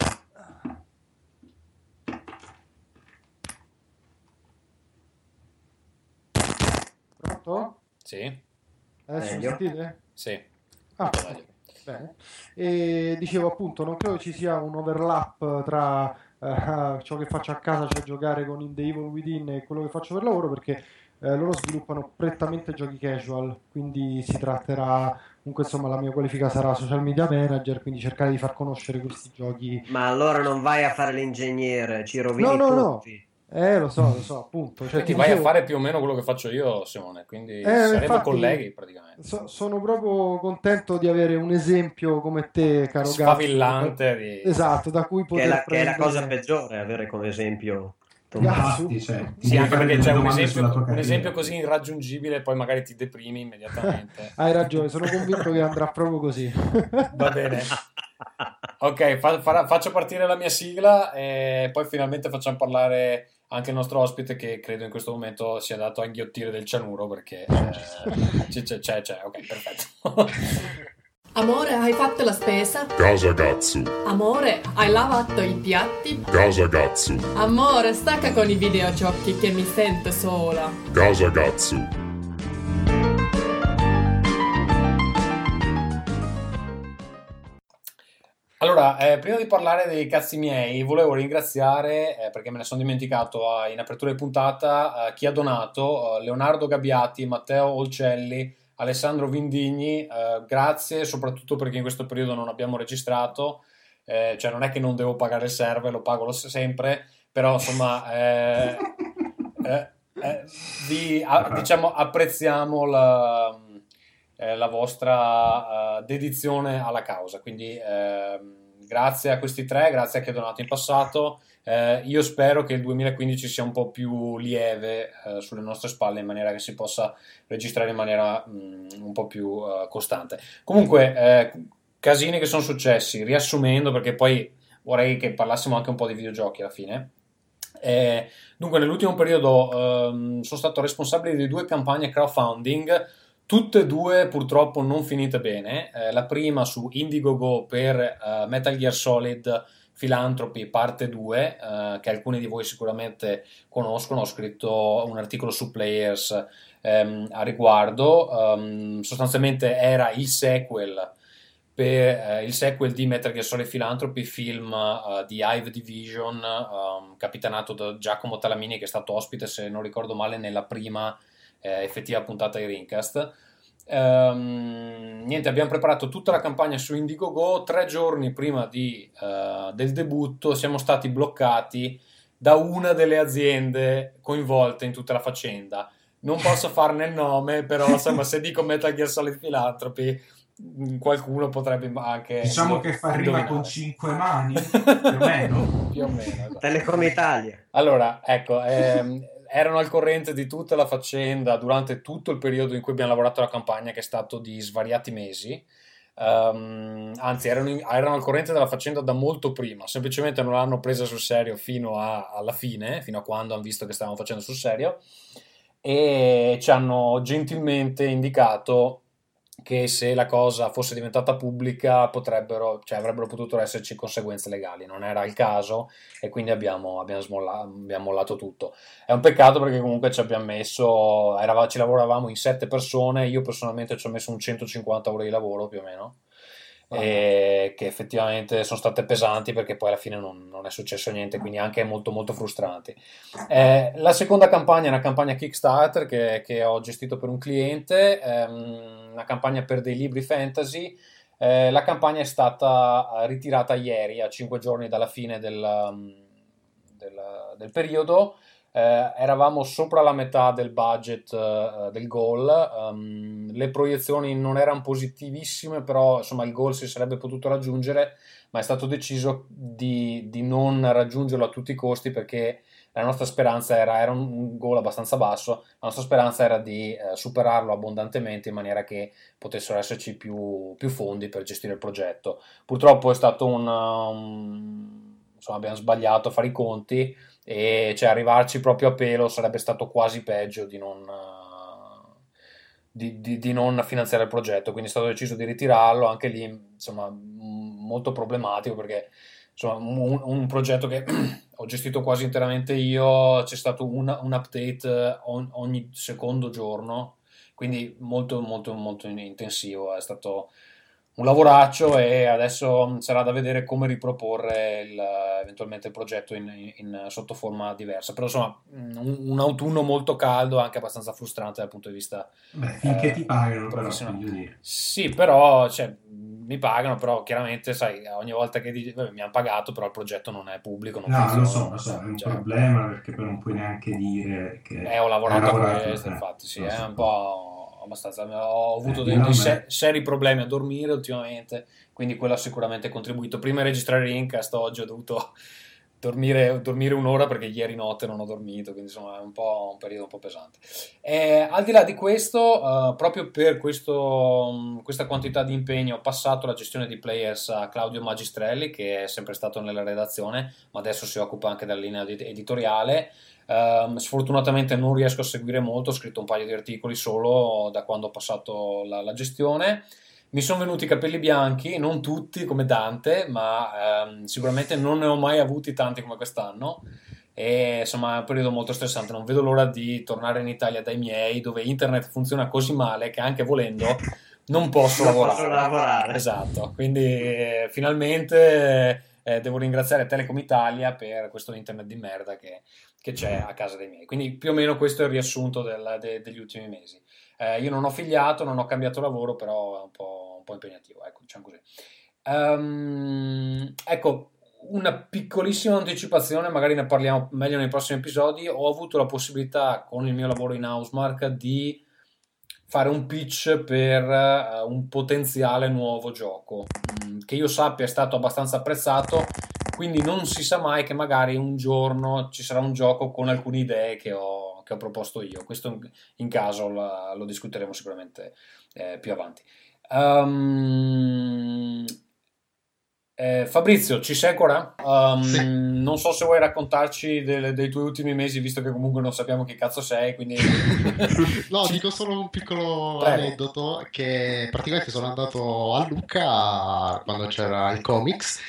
Pronto? Sì? Adesso mi Meglio. sentite? Sì. Ah, Molto meglio. bene. E dicevo appunto, non credo ci sia un overlap tra eh, ciò che faccio a casa, cioè giocare con In The Evil Within e quello che faccio per lavoro, perché eh, loro sviluppano prettamente giochi casual, quindi si tratterà, comunque insomma la mia qualifica sarà social media manager, quindi cercare di far conoscere questi giochi. Ma allora non vai a fare l'ingegnere, ci No, rovini no, no, tutti. eh lo so, lo so, appunto. Cioè, Quindi ti vai a dicevo- fare più o meno quello che faccio io, Simone, quindi Eh, saremo infatti, colleghi praticamente. so- sono proprio contento di avere un esempio come te, caro Gazzo. Sfavillante di... Esatto, da cui Che è poter la, che è la prendere... cosa peggiore, avere come esempio Tommaso. Infatti, cioè, ti Sì, devi anche fare perché delle c'è un domande esempio, sulla tua un carriera. esempio così irraggiungibile e poi magari ti deprimi immediatamente. Hai ragione, sono convinto che andrà proprio così. Va bene. Ok, fa- farà- faccio partire la mia sigla e poi finalmente facciamo parlare anche il nostro ospite che credo in questo momento sia dato a inghiottire del cianuro perché eh, c'è, c'è, c'è, c'è. Ok, perfetto. Amore, hai fatto la spesa? Casa Gatsu, Amore, hai lavato i piatti? Casa Gatsu, Amore, stacca con i videogiochi che mi sento sola. Casa Gatsu. Allora, eh, prima di parlare dei cazzi miei, volevo ringraziare, eh, perché me ne sono dimenticato eh, in apertura di puntata, eh, chi ha donato, eh, Leonardo Gabbiati, Matteo Olcelli, Alessandro Vindigni, eh, grazie soprattutto perché in questo periodo non abbiamo registrato, eh, cioè non è che non devo pagare il server, lo pago lo s- sempre, però insomma eh, eh, eh, vi, a- diciamo, apprezziamo la, eh, la vostra eh, dedizione alla causa, quindi ehm, grazie a questi tre, grazie a chi ha donato in passato. Eh, io spero che il duemilaquindici sia un po' più lieve eh, sulle nostre spalle in maniera che si possa registrare in maniera mh, un po' più eh, costante. Comunque, eh, casini che sono successi, riassumendo perché poi vorrei che parlassimo anche un po' di videogiochi alla fine. Eh, dunque, nell'ultimo periodo ehm, sono stato responsabile di due campagne crowdfunding, tutte e due purtroppo non finite bene. Eh, la prima su Indiegogo per eh, Metal Gear Solid Philanthropy parte due, eh, che alcuni di voi sicuramente conoscono. Ho scritto un articolo su Players ehm, a riguardo. Um, sostanzialmente era il sequel per eh, il sequel di Metal Gear Solid Philanthropy, film uh, di Hive Division, um, capitanato da Giacomo Talamini, che è stato ospite, se non ricordo male, nella prima eh, effettiva puntata di Rincast. Um, niente, abbiamo preparato tutta la campagna su Indiegogo. Tre giorni prima di, uh, del debutto siamo stati bloccati da una delle aziende coinvolte in tutta la faccenda. Non posso farne il nome, però insomma, se dico Metal Gear Solid Philanthropy, qualcuno potrebbe anche Diciamo che fa rima indovinare. con cinque mani, più o meno. Più o meno, esatto. Telecom Italia. Allora, ecco, ehm, erano al corrente di tutta la faccenda durante tutto il periodo in cui abbiamo lavorato alla campagna, che è stato di svariati mesi. Um, anzi, erano, in- erano al corrente della faccenda da molto prima, semplicemente non l'hanno presa sul serio fino a- alla fine, fino a quando hanno visto che stavamo facendo sul serio, e ci hanno gentilmente indicato che se la cosa fosse diventata pubblica potrebbero, cioè avrebbero potuto esserci conseguenze legali. Non era il caso e quindi abbiamo, abbiamo, smolla- abbiamo mollato tutto. È un peccato perché comunque ci abbiamo messo, erava- ci lavoravamo in sette persone, io personalmente ci ho messo un centocinquanta ore di lavoro più o meno, e che effettivamente sono state pesanti perché poi alla fine non, non è successo niente, quindi anche molto molto frustranti. Eh, la seconda campagna è una campagna Kickstarter che, che ho gestito per un cliente, ehm, una campagna per dei libri fantasy. Eh, la campagna è stata eh, ritirata ieri, a cinque giorni dalla fine del, um, del, del periodo. Eh, eravamo sopra la metà del budget eh, del goal. Um, le proiezioni non erano positivissime, però insomma il goal si sarebbe potuto raggiungere, ma è stato deciso di, di non raggiungerlo a tutti i costi perché la nostra speranza era, era un, un goal abbastanza basso, la nostra speranza era di eh, superarlo abbondantemente in maniera che potessero esserci più, più fondi per gestire il progetto. Purtroppo è stato un, um, insomma abbiamo sbagliato a fare i conti e cioè arrivarci proprio a pelo sarebbe stato quasi peggio di non, uh, di, di, di non finanziare il progetto, quindi è stato deciso di ritirarlo. Anche lì insomma m- molto problematico perché insomma un, un progetto che ho gestito quasi interamente io, c'è stato un, un update on, ogni secondo giorno, quindi molto molto molto intensivo. È stato un lavoraccio, e adesso sarà da vedere come riproporre il, eventualmente il progetto in, in sotto forma diversa. Però insomma un, un autunno molto caldo, anche abbastanza frustrante dal punto di vista Beh, finché eh, ti pagano, però, professionale. voglio dire. Sì, però cioè, mi pagano, però chiaramente sai, ogni volta che dici, vabbè, mi hanno pagato, però il progetto non è pubblico, non No, funziona, lo so, lo so, è un cioè, problema, perché poi non puoi neanche dire che eh, ho lavorato, hai lavorato, a questo, eh, infatti sì, lo è so. un po' abbastanza, ho avuto Eh, dei, dillo dei a me. se- seri problemi a dormire ultimamente, quindi quello ha sicuramente contribuito. Prima di registrare Rincast oggi ho dovuto dormire, dormire un'ora perché ieri notte non ho dormito, quindi insomma è un po' un periodo un po' pesante. E, al di là di questo, eh, proprio per questo, mh, questa quantità di impegno, ho passato la gestione di Players a Claudio Magistrelli, che è sempre stato nella redazione, ma adesso si occupa anche della linea ed- editoriale. Um, sfortunatamente non riesco a seguire molto, ho scritto un paio di articoli solo da quando ho passato la, la gestione. Mi sono venuti i capelli bianchi, non tutti come Dante, ma ehm, sicuramente non ne ho mai avuti tanti come quest'anno. E insomma è un periodo molto stressante. Non vedo l'ora di tornare in Italia dai miei, dove internet funziona così male che anche volendo non posso Non lavorare. posso lavorare. Esatto, quindi eh, finalmente eh, devo ringraziare Telecom Italia per questo internet di merda che, che c'è a casa dei miei. Quindi più o meno questo è il riassunto del- de- degli ultimi mesi. Eh, io non ho figliato, non ho cambiato lavoro, però è un po', un po' impegnativo, ecco, diciamo così. Ehm, ecco, una piccolissima anticipazione, magari ne parliamo meglio nei prossimi episodi. Ho avuto la possibilità con il mio lavoro in Housemarque di fare un pitch per eh, un potenziale nuovo gioco, mm, che io sappia è stato abbastanza apprezzato, quindi non si sa mai che magari un giorno ci sarà un gioco con alcune idee che ho, che ho proposto io. Questo in, in caso la- lo discuteremo sicuramente eh, più avanti. Ehm, eh, Fabrizio, ci sei ancora? Um, Sì. Non so se vuoi raccontarci delle- dei tuoi ultimi mesi, visto che comunque non sappiamo chi cazzo sei, quindi... No, Ci- dico solo un piccolo Prego. aneddoto che praticamente sono andato a Lucca quando c'era il comics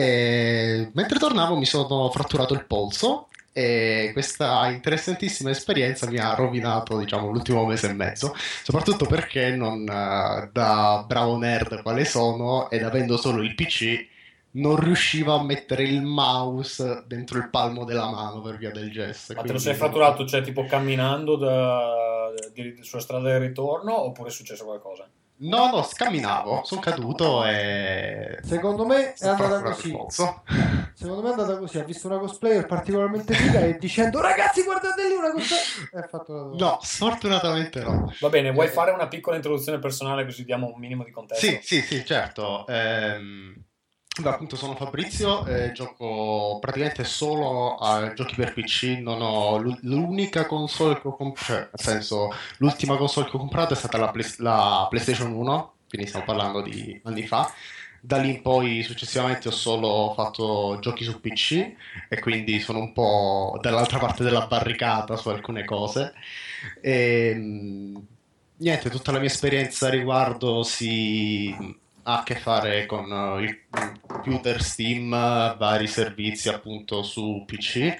e mentre tornavo mi sono fratturato il polso e questa interessantissima esperienza mi ha rovinato, diciamo, l'ultimo mese e mezzo, soprattutto perché non, eh, da bravo nerd quale sono ed avendo solo il P C non riuscivo a mettere il mouse dentro il palmo della mano per via del gesto. Ma te lo quindi- sei fratturato, cioè tipo camminando da, di- sulla strada del ritorno, oppure è successo qualcosa? No, no, scamminavo, sono caduto e... Secondo me è Ho andata fratturato così. il polso. Secondo me è andata così. Ha visto una cosplayer particolarmente figa e dicendo ragazzi guardate lì una cosplayer e ha fatto la No, sfortunatamente no. Va bene, vuoi fare una piccola introduzione personale così diamo un minimo di contesto? Sì, sì, sì, certo. Ehm, beh, appunto sono Fabrizio, eh, gioco praticamente solo a giochi per P C, non ho l'u- l'unica console che ho comprato, cioè, nel senso, l'ultima console che ho comprato è stata la, Play- la PlayStation uno, quindi stiamo parlando di anni fa. Da lì in poi successivamente ho solo fatto giochi su P C e quindi sono un po' dall'altra parte della barricata su alcune cose. E, mh, niente, tutta la mia esperienza a riguardo si ha a che fare con eh, il computer, Steam, eh, vari servizi appunto su P C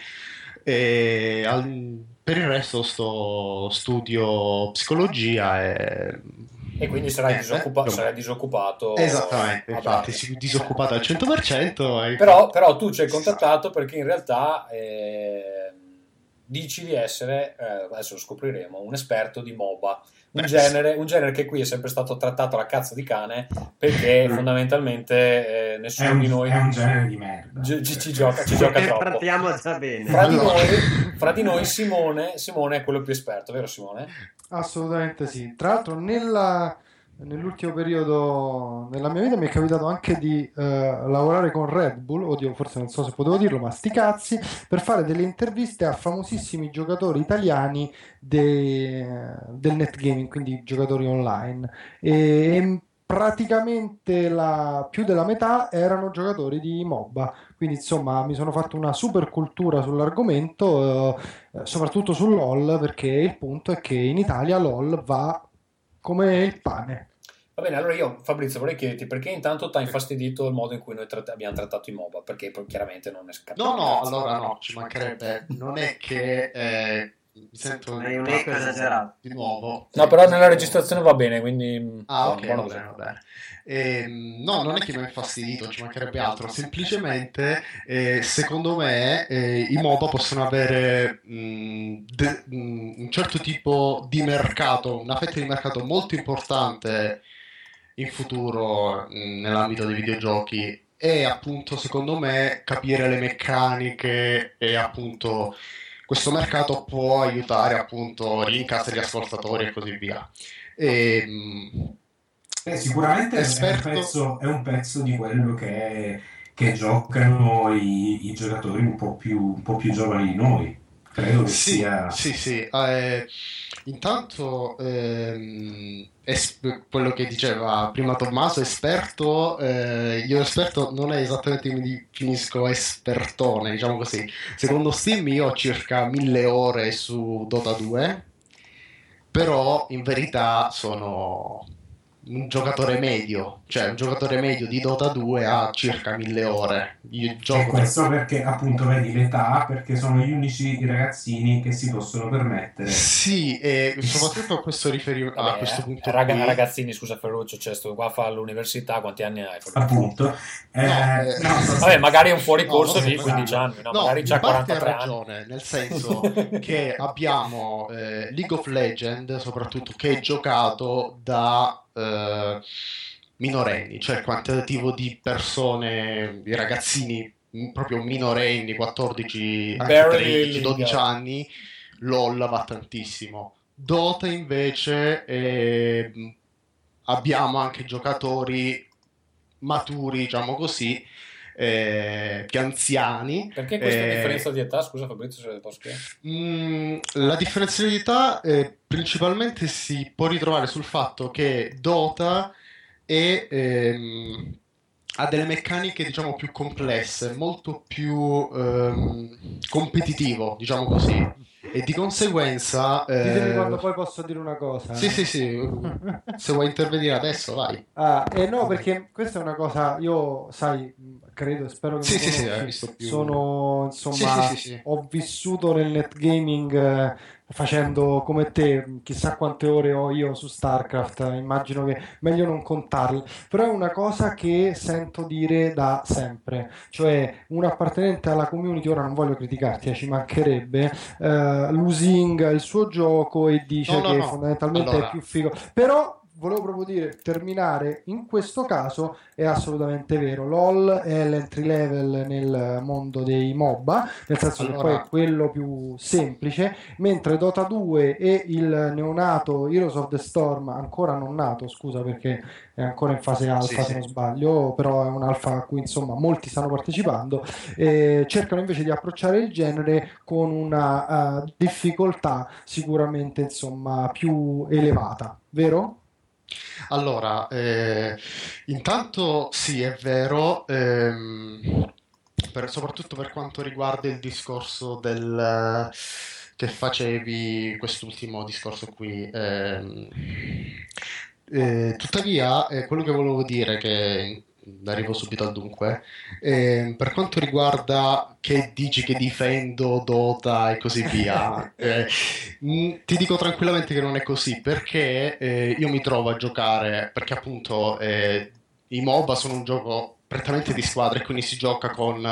e al- per il resto sto studio psicologia e E quindi sarai, Eh, disoccupa- beh, sarai disoccupato. esattamente, a infatti, breve. si- disoccupato al cento per cento e- Però, però tu ci hai contattato perché in realtà eh, dici di essere, eh, adesso lo scopriremo, un esperto di MOBA. Un Beh, genere, un genere che qui è sempre stato trattato alla cazzo di cane perché fondamentalmente eh, È nessuno un, di noi è un genere di merda. gi- ci, ci gioca, ci gioca E troppo. partiamo già bene. Fra di, Allora. noi, fra di noi Simone, Simone è quello più esperto, vero Simone? Assolutamente sì. Tra l'altro, nella- nell'ultimo periodo della mia vita mi è capitato anche di eh, lavorare con Red Bull. Oddio, forse non so se potevo dirlo, ma sti cazzi, per fare delle interviste a famosissimi giocatori italiani de- del netgaming, quindi giocatori online. E, e praticamente la, più della metà erano giocatori di MOBA. Quindi, insomma, mi sono fatto una super cultura sull'argomento, eh, soprattutto su LOL, perché il punto è che in Italia LOL va come il pane. Va bene, allora io Fabrizio vorrei chiederti perché intanto ti ha infastidito il modo in cui noi tratt- abbiamo trattato i MOBA, perché poi chiaramente non è scappato. No, no, allora no, ci mancherebbe. Non è che eh, mi sento Hai un eco esagerato. di nuovo. No, però nella registrazione va bene, quindi... Ah, ok, buono va così. bene, va bene. Ehm, no, non è che mi ha infastidito, ci mancherebbe altro, semplicemente eh, secondo me eh, i MOBA possono avere mh, de- mh, un certo tipo di mercato, una fetta di mercato molto importante in futuro mh, nell'ambito dei videogiochi e appunto secondo me capire le meccaniche e appunto questo mercato può aiutare appunto Rincast, gli ascoltatori e così via. E, mh, Eh, sicuramente Esperto- è, un pezzo, è un pezzo di quello che, che giocano i, i giocatori un po' più, un po' più giovani di noi. Credo che Sì, sia... sì, sì. Eh, intanto ehm, es- quello che diceva prima Tommaso, esperto, eh, io esperto non è esattamente che mi definisco espertone, diciamo così. Secondo Steam io ho circa mille ore su Dota due, però in verità sono un giocatore medio, cioè un giocatore medio di Dota due ha circa mille ore. Io E gioco questo perché appunto vedi l'età, perché sono gli unici ragazzini che si possono permettere. Sì, e soprattutto a questo riferimento, a Vabbè, questo eh, punto raga- qui. ragazzini, scusa Ferruccio, cioè sto qua fa l'università, quanti anni hai? Ferruccio? Appunto. Eh, No, eh, no, so- Vabbè, magari è un fuori No, corso no, di no, quindici anni, no? No, Magari in c'ha parte ha quarantatré anni. ragione, nel senso che abbiamo eh, League of Legends, soprattutto, che è giocato da eh, minorenni, cioè il quantitativo di persone, di ragazzini m, proprio minorenni, quattordici, anche Barely tredici, dodici legal. anni, LOL va tantissimo. Dota invece eh, abbiamo anche giocatori maturi, diciamo così, eh, più anziani. Perché questa eh, differenza di età? Scusa Fabrizio, se posso chiedere. Mm, la differenza di età eh, principalmente si può ritrovare sul fatto che Dota è, ehm, ha delle meccaniche diciamo più complesse, molto più ehm, competitivo, diciamo così, e di conseguenza Ditemi eh, quando poi posso dire una cosa. sì sì sì, se vuoi intervenire adesso vai. Ah, eh no, perché questa è una cosa, io sai, credo, spero che Sì mi sì sì, conosci, hai visto più. sono, insomma, Sì, sì, sì, sì. ho vissuto nel netgaming eh, facendo come te, chissà quante ore ho io su StarCraft, eh, immagino che meglio non contarle, però è una cosa che sento dire da sempre, cioè un appartenente alla community, ora non voglio criticarti, eh, ci mancherebbe, eh, Lusing il suo gioco e dice No, no, che no. fondamentalmente Allora. è più figo, però volevo proprio dire, terminare in questo caso è assolutamente vero. LOL è l'entry level nel mondo dei MOBA, nel senso che Allora. poi è quello più semplice, mentre Dota due e il neonato Heroes of the Storm, ancora non nato, scusa perché è ancora in fase alfa Sì, se sì. non sbaglio, però è un'alfa a cui insomma molti stanno partecipando, eh, cercano invece di approcciare il genere con una eh, difficoltà sicuramente insomma più elevata, vero? Allora, eh, intanto sì, è vero, ehm, per- soprattutto per quanto riguarda il discorso del che facevi, quest'ultimo discorso qui. ehm, eh, tuttavia, eh, quello che volevo dire, che arrivo subito al dunque, eh, per quanto riguarda che dici che difendo Dota e così via, eh, mh, ti dico tranquillamente che non è così, perché eh, io mi trovo a giocare, perché appunto eh, i MOBA sono un gioco prettamente di squadra e quindi si gioca con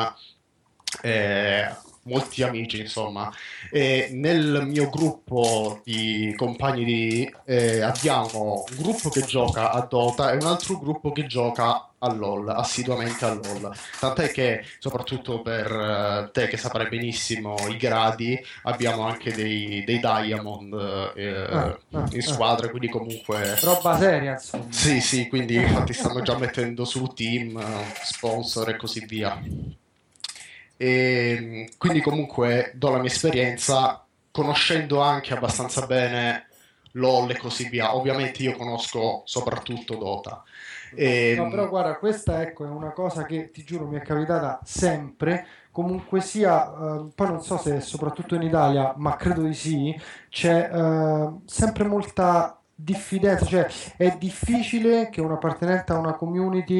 eh, molti amici, insomma. E nel mio gruppo di compagni di, eh, abbiamo un gruppo che gioca a Dota e un altro gruppo che gioca a LOL, assiduamente a LOL. Tant'è che, soprattutto per eh, te che saprai benissimo i gradi, abbiamo anche dei, dei Diamond eh, Ah, ah, in ah. squadra, quindi comunque... Roba seria, insomma. Sì, sì, quindi infatti stanno già mettendo sul team, eh, sponsor e così via. E quindi comunque do la mia esperienza conoscendo anche abbastanza bene LOL e così via. Ovviamente io conosco soprattutto Dota. E, No, però guarda, questa ecco è una cosa che ti giuro mi è capitata sempre, comunque sia, eh, poi non so se soprattutto in Italia, ma credo di sì, c'è eh, sempre molta diffidenza, cioè è difficile che un appartenente a una community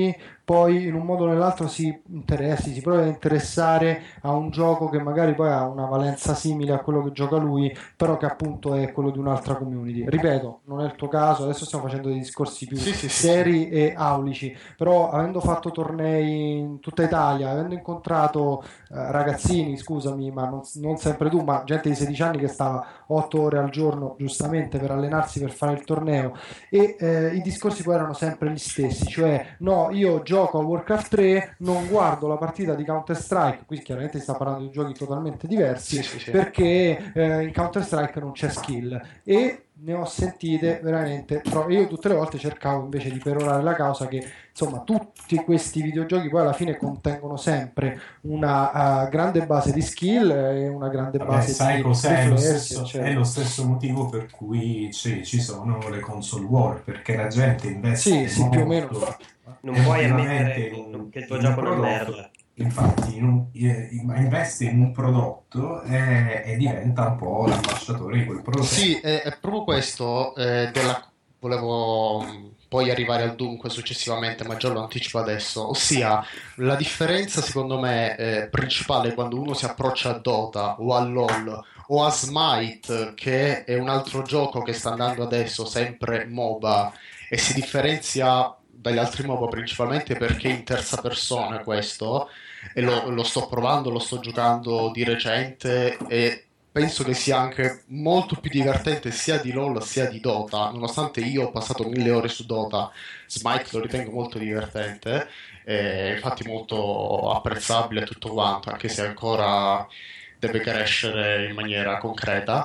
poi in un modo o nell'altro si interessi, si provi a interessare a un gioco che magari poi ha una valenza simile a quello che gioca lui, però che appunto è quello di un'altra community. Ripeto, non è il tuo caso, adesso stiamo facendo dei discorsi più Sì, sì, sì, seri sì. e aulici, però avendo fatto tornei in tutta Italia, avendo incontrato eh, ragazzini, scusami, ma non, non sempre tu, ma gente di sedici anni che stava otto ore al giorno giustamente per allenarsi per fare il torneo, e eh, i discorsi poi erano sempre gli stessi, cioè no, io gioco a Warcraft tre, non guardo la partita di Counter Strike, qui chiaramente si sta parlando di giochi totalmente diversi, Sì, sì, sì. perché eh, in Counter Strike non c'è skill, e ne ho sentite veramente tro- io tutte le volte cercavo invece di perorare la causa che insomma tutti questi videogiochi poi alla fine contengono sempre una uh, grande base di skill e una grande Vabbè, base sai di cos'è? È lo, riflessi, stesso, eccetera. è lo stesso motivo per cui ci, ci sono le console war, perché la gente investe Sì, sì, più o meno. molto Non puoi emotivamente ammettere in, che il tuo in gioco un è una prodotto. merda. Infatti, in un- eh, investe in un prodotto e, e diventa un po' l'ambasciatore di quel prodotto. Sì, è, è proprio questo eh, della... volevo mh, poi arrivare al dunque successivamente, ma già lo anticipo adesso, ossia la differenza secondo me eh, principale quando uno si approccia a Dota o a LoL o a Smite, che è un altro gioco che sta andando adesso, sempre MOBA, e si differenzia dagli altri MOBA principalmente perché è in terza persona questo, e lo, lo sto provando, lo sto giocando di recente e penso che sia anche molto più divertente sia di LoL sia di Dota, nonostante io ho passato mille ore su Dota. Smite lo ritengo molto divertente, eh, infatti molto apprezzabile tutto quanto, anche se ancora deve crescere in maniera concreta.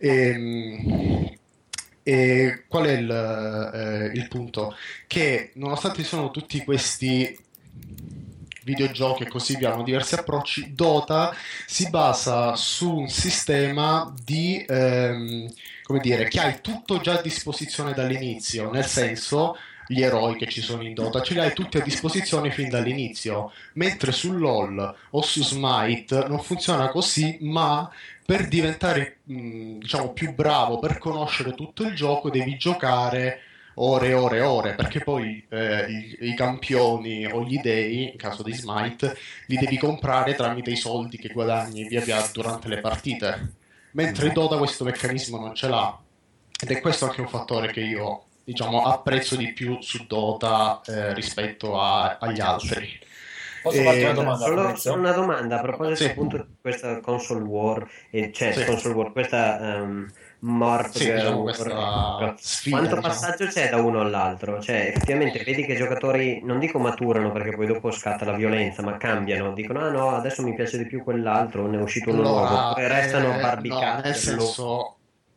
E, e qual è il, eh, il punto? Che nonostante ci sono tutti questi videogiochi e così via, hanno diversi approcci, Dota si basa su un sistema di, ehm, come dire, che hai tutto già a disposizione dall'inizio, nel senso, gli eroi che ci sono in Dota ce li hai tutti a disposizione fin dall'inizio, mentre su LoL o su Smite non funziona così, ma per diventare mh, diciamo più bravo, per conoscere tutto il gioco devi giocare ore e ore e ore, perché poi eh, i, i campioni o gli dei, in caso di Smite, li devi comprare tramite i soldi che guadagni via via durante le partite, mentre Dota questo meccanismo non ce l'ha, ed è questo anche un fattore che io diciamo apprezzo di più su Dota eh, rispetto a- agli altri. Posso E- farti una domanda, Solo, Fabrizio? solo una domanda a proposito Sì. appunto di questa console war, e cioè Sì. console war, questa um, morph Sì, girl diciamo war. questa sfida, Quanto diciamo. passaggio c'è da uno all'altro? Cioè, effettivamente vedi che i giocatori, non dico maturano perché poi dopo scatta la violenza, ma cambiano, dicono ah no, adesso mi piace di più quell'altro, ne è uscito uno nuovo, Allora, oppure restano eh, barbicati. no, nel al senso,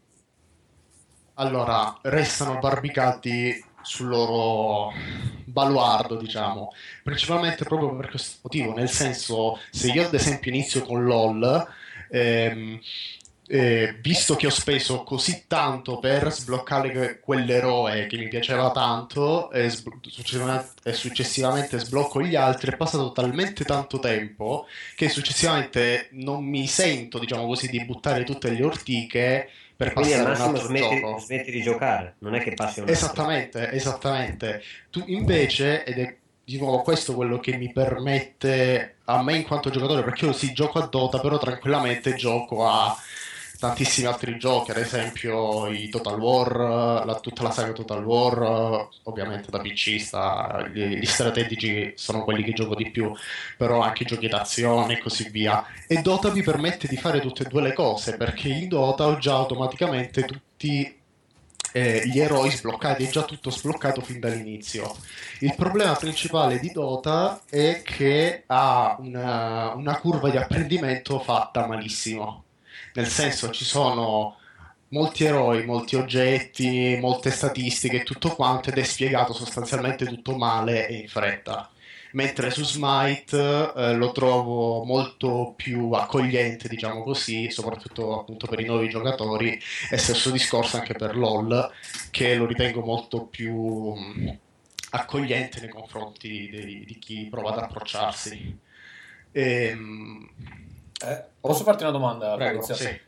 allora, restano barbicati sul loro baluardo, diciamo, principalmente proprio per questo motivo, nel senso, se io ad esempio inizio con LoL, ehm, eh, visto che ho speso così tanto per sbloccare que- quell'eroe che mi piaceva tanto e, sblo- successivamente, e successivamente sblocco gli altri, è passato talmente tanto tempo che successivamente non mi sento, diciamo così, di buttare tutte le ortiche per Quindi al passare a un massimo altro smetti, gioco. smetti di giocare, non è che passi a un altro. Esattamente, esattamente. Tu invece, ed è di nuovo questo quello che mi permette a me in quanto giocatore, perché io sì gioco a Dota, però tranquillamente gioco a tantissimi altri giochi, ad esempio i Total War, la- tutta la saga Total War, ovviamente da P C sta, gli, gli strategici sono quelli che gioco di più, però anche i giochi d'azione e così via. E Dota mi permette di fare tutte e due le cose, perché in Dota ho già automaticamente tutti eh, gli eroi sbloccati, è già tutto sbloccato fin dall'inizio. Il problema principale di Dota è che ha una, una curva di apprendimento fatta malissimo. Nel senso, ci sono molti eroi, molti oggetti, molte statistiche e tutto quanto, ed è spiegato sostanzialmente tutto male e in fretta. Mentre su Smite eh, lo trovo molto più accogliente, diciamo così, soprattutto appunto per i nuovi giocatori, e stesso discorso anche per LoL, che lo ritengo molto più mh, accogliente nei confronti di, di chi prova ad approcciarsi. Ehm, Eh, posso farti una domanda, Prego, Fabrizio? sì.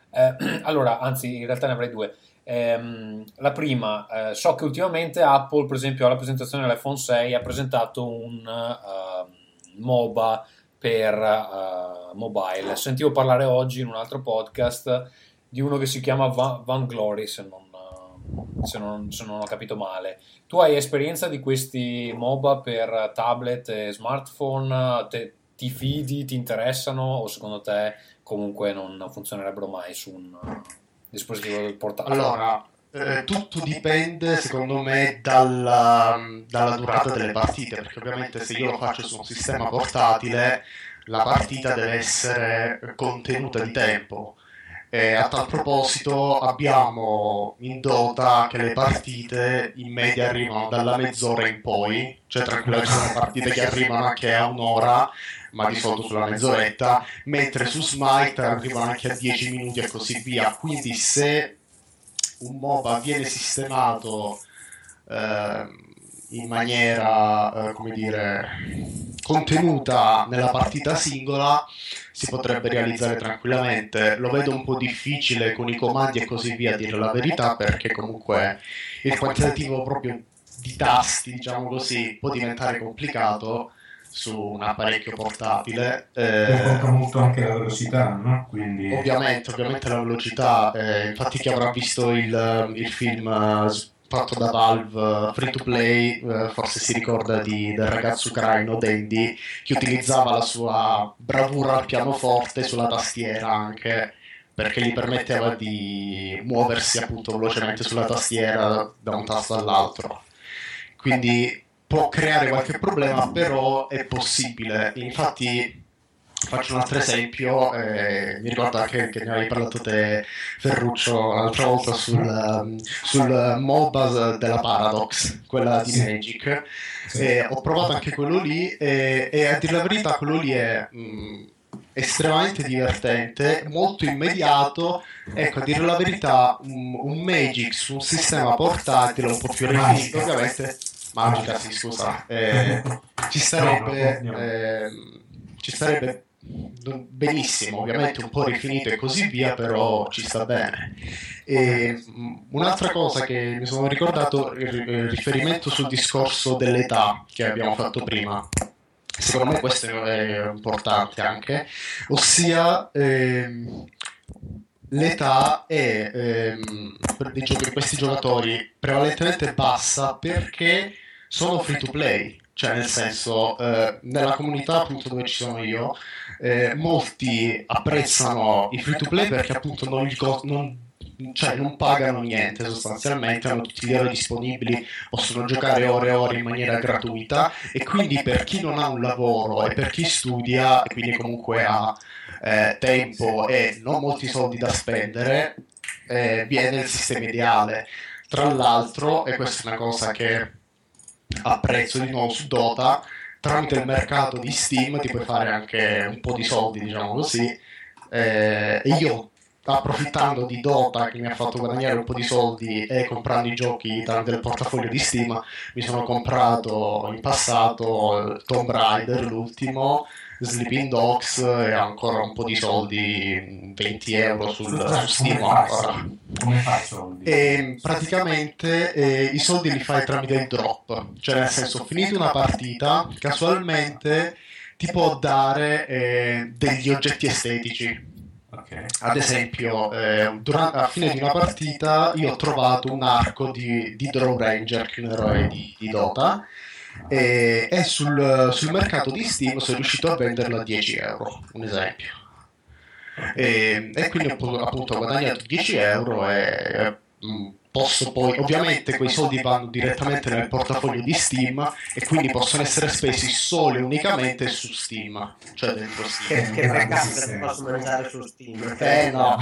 Eh, allora, anzi, in realtà ne avrei due. Ehm, la prima, eh, so che ultimamente Apple, per esempio, alla presentazione dell'iPhone sei ha presentato un uh, MOBA per uh, mobile. Sentivo parlare oggi in un altro podcast di uno che si chiama Va- Vanglory, se non, uh, se, non, se non ho capito male. Tu hai esperienza di questi MOBA per tablet e smartphone? Te, ti fidi, ti interessano, o secondo te comunque non funzionerebbero mai su un uh, dispositivo del portatile? Allora, eh, tutto dipende secondo me dalla, dalla durata delle partite, perché ovviamente se io lo faccio su un sistema portatile la partita deve essere contenuta di tempo. E a tal proposito abbiamo in Dota che le partite in media arrivano dalla mezz'ora in poi, cioè tranquillamente sono partite che arrivano anche a un'ora, ma di solito sulla mezz'oretta, mentre su Smite arrivano anche a dieci minuti e così via. Quindi se un MOBA viene sistemato eh, in maniera, eh, come dire, contenuta nella partita singola, si potrebbe realizzare tranquillamente. Lo vedo un po' difficile con i comandi e così via, a dire la verità, perché comunque il quantitativo proprio di tasti, diciamo così, può diventare complicato su un apparecchio portatile. Eh, conta molto anche la velocità, no? Quindi... Ovviamente, ovviamente la velocità, eh, infatti chi avrà visto il, il film uh, fatto da Valve, uh, free to play, uh, forse si ricorda di, del ragazzo ucraino Dandy, che utilizzava la sua bravura al pianoforte sulla tastiera anche, perché gli permetteva di muoversi appunto velocemente sulla tastiera da un tasto all'altro. Quindi può creare qualche problema, però è possibile. Infatti faccio un altro esempio, eh, mi ricordo anche che ne avevi parlato te, Ferruccio, l'altra volta sul, sul MOBA della Paradox, quella di Magic. Eh, ho provato anche quello lì e, e a dire la verità quello lì è mh, estremamente divertente, molto immediato. Ecco, a dire la verità un, un Magic su un sistema portatile un po' più rifinito, ovviamente Magica, sì, scusa, eh, ci starebbe eh, ci starebbe benissimo, ovviamente un po' rifinito e così via, però ci sta bene. E un'altra cosa che mi sono ricordato, il riferimento sul discorso dell'età che abbiamo fatto prima, secondo me questo è importante anche, ossia ehm, l'età è ehm, per dei giochi, questi giocatori prevalentemente bassa, perché sono free to play, cioè nel senso eh, nella comunità appunto dove ci sono io eh, molti apprezzano i free to play perché appunto non, gli co- non, cioè, non pagano niente sostanzialmente, hanno tutti gli euro disponibili, possono giocare ore e ore in maniera gratuita, e quindi per chi non ha un lavoro e per chi studia e quindi comunque ha eh, tempo e non molti soldi da spendere, eh, viene il sistema ideale. Tra l'altro, e questa è una cosa che apprezzo di nuovo su Dota, tramite il mercato di Steam ti puoi fare anche un po' di soldi, diciamo così, eh, e io, approfittando di Dota che mi ha fatto guadagnare un po' di soldi e comprando i giochi tramite il portafoglio di Steam, mi sono comprato in passato Tomb Raider, l'ultimo, Sleeping Dogs e ancora un po' di soldi, venti euro sul, su Steam ancora. Come fai soldi? E praticamente eh, i soldi li fai tramite il drop, cioè nel senso, finito una partita, casualmente ti può dare eh, degli oggetti estetici. Okay. Ad esempio, eh, durante, alla fine di una partita io ho trovato un arco di, di Draw Ranger, che è un eroe di, di Dota, e, e sul, sul mercato di Steam sono riuscito a venderlo a dieci euro, un esempio. E, e quindi ho appunto guadagnato dieci euro e mh, posso poi, ovviamente quei soldi vanno direttamente nel portafoglio di Steam e quindi possono essere spesi solo e unicamente su Steam, cioè dentro Steam. Che, che peccato che non posso mangiare su Steam. Eh no.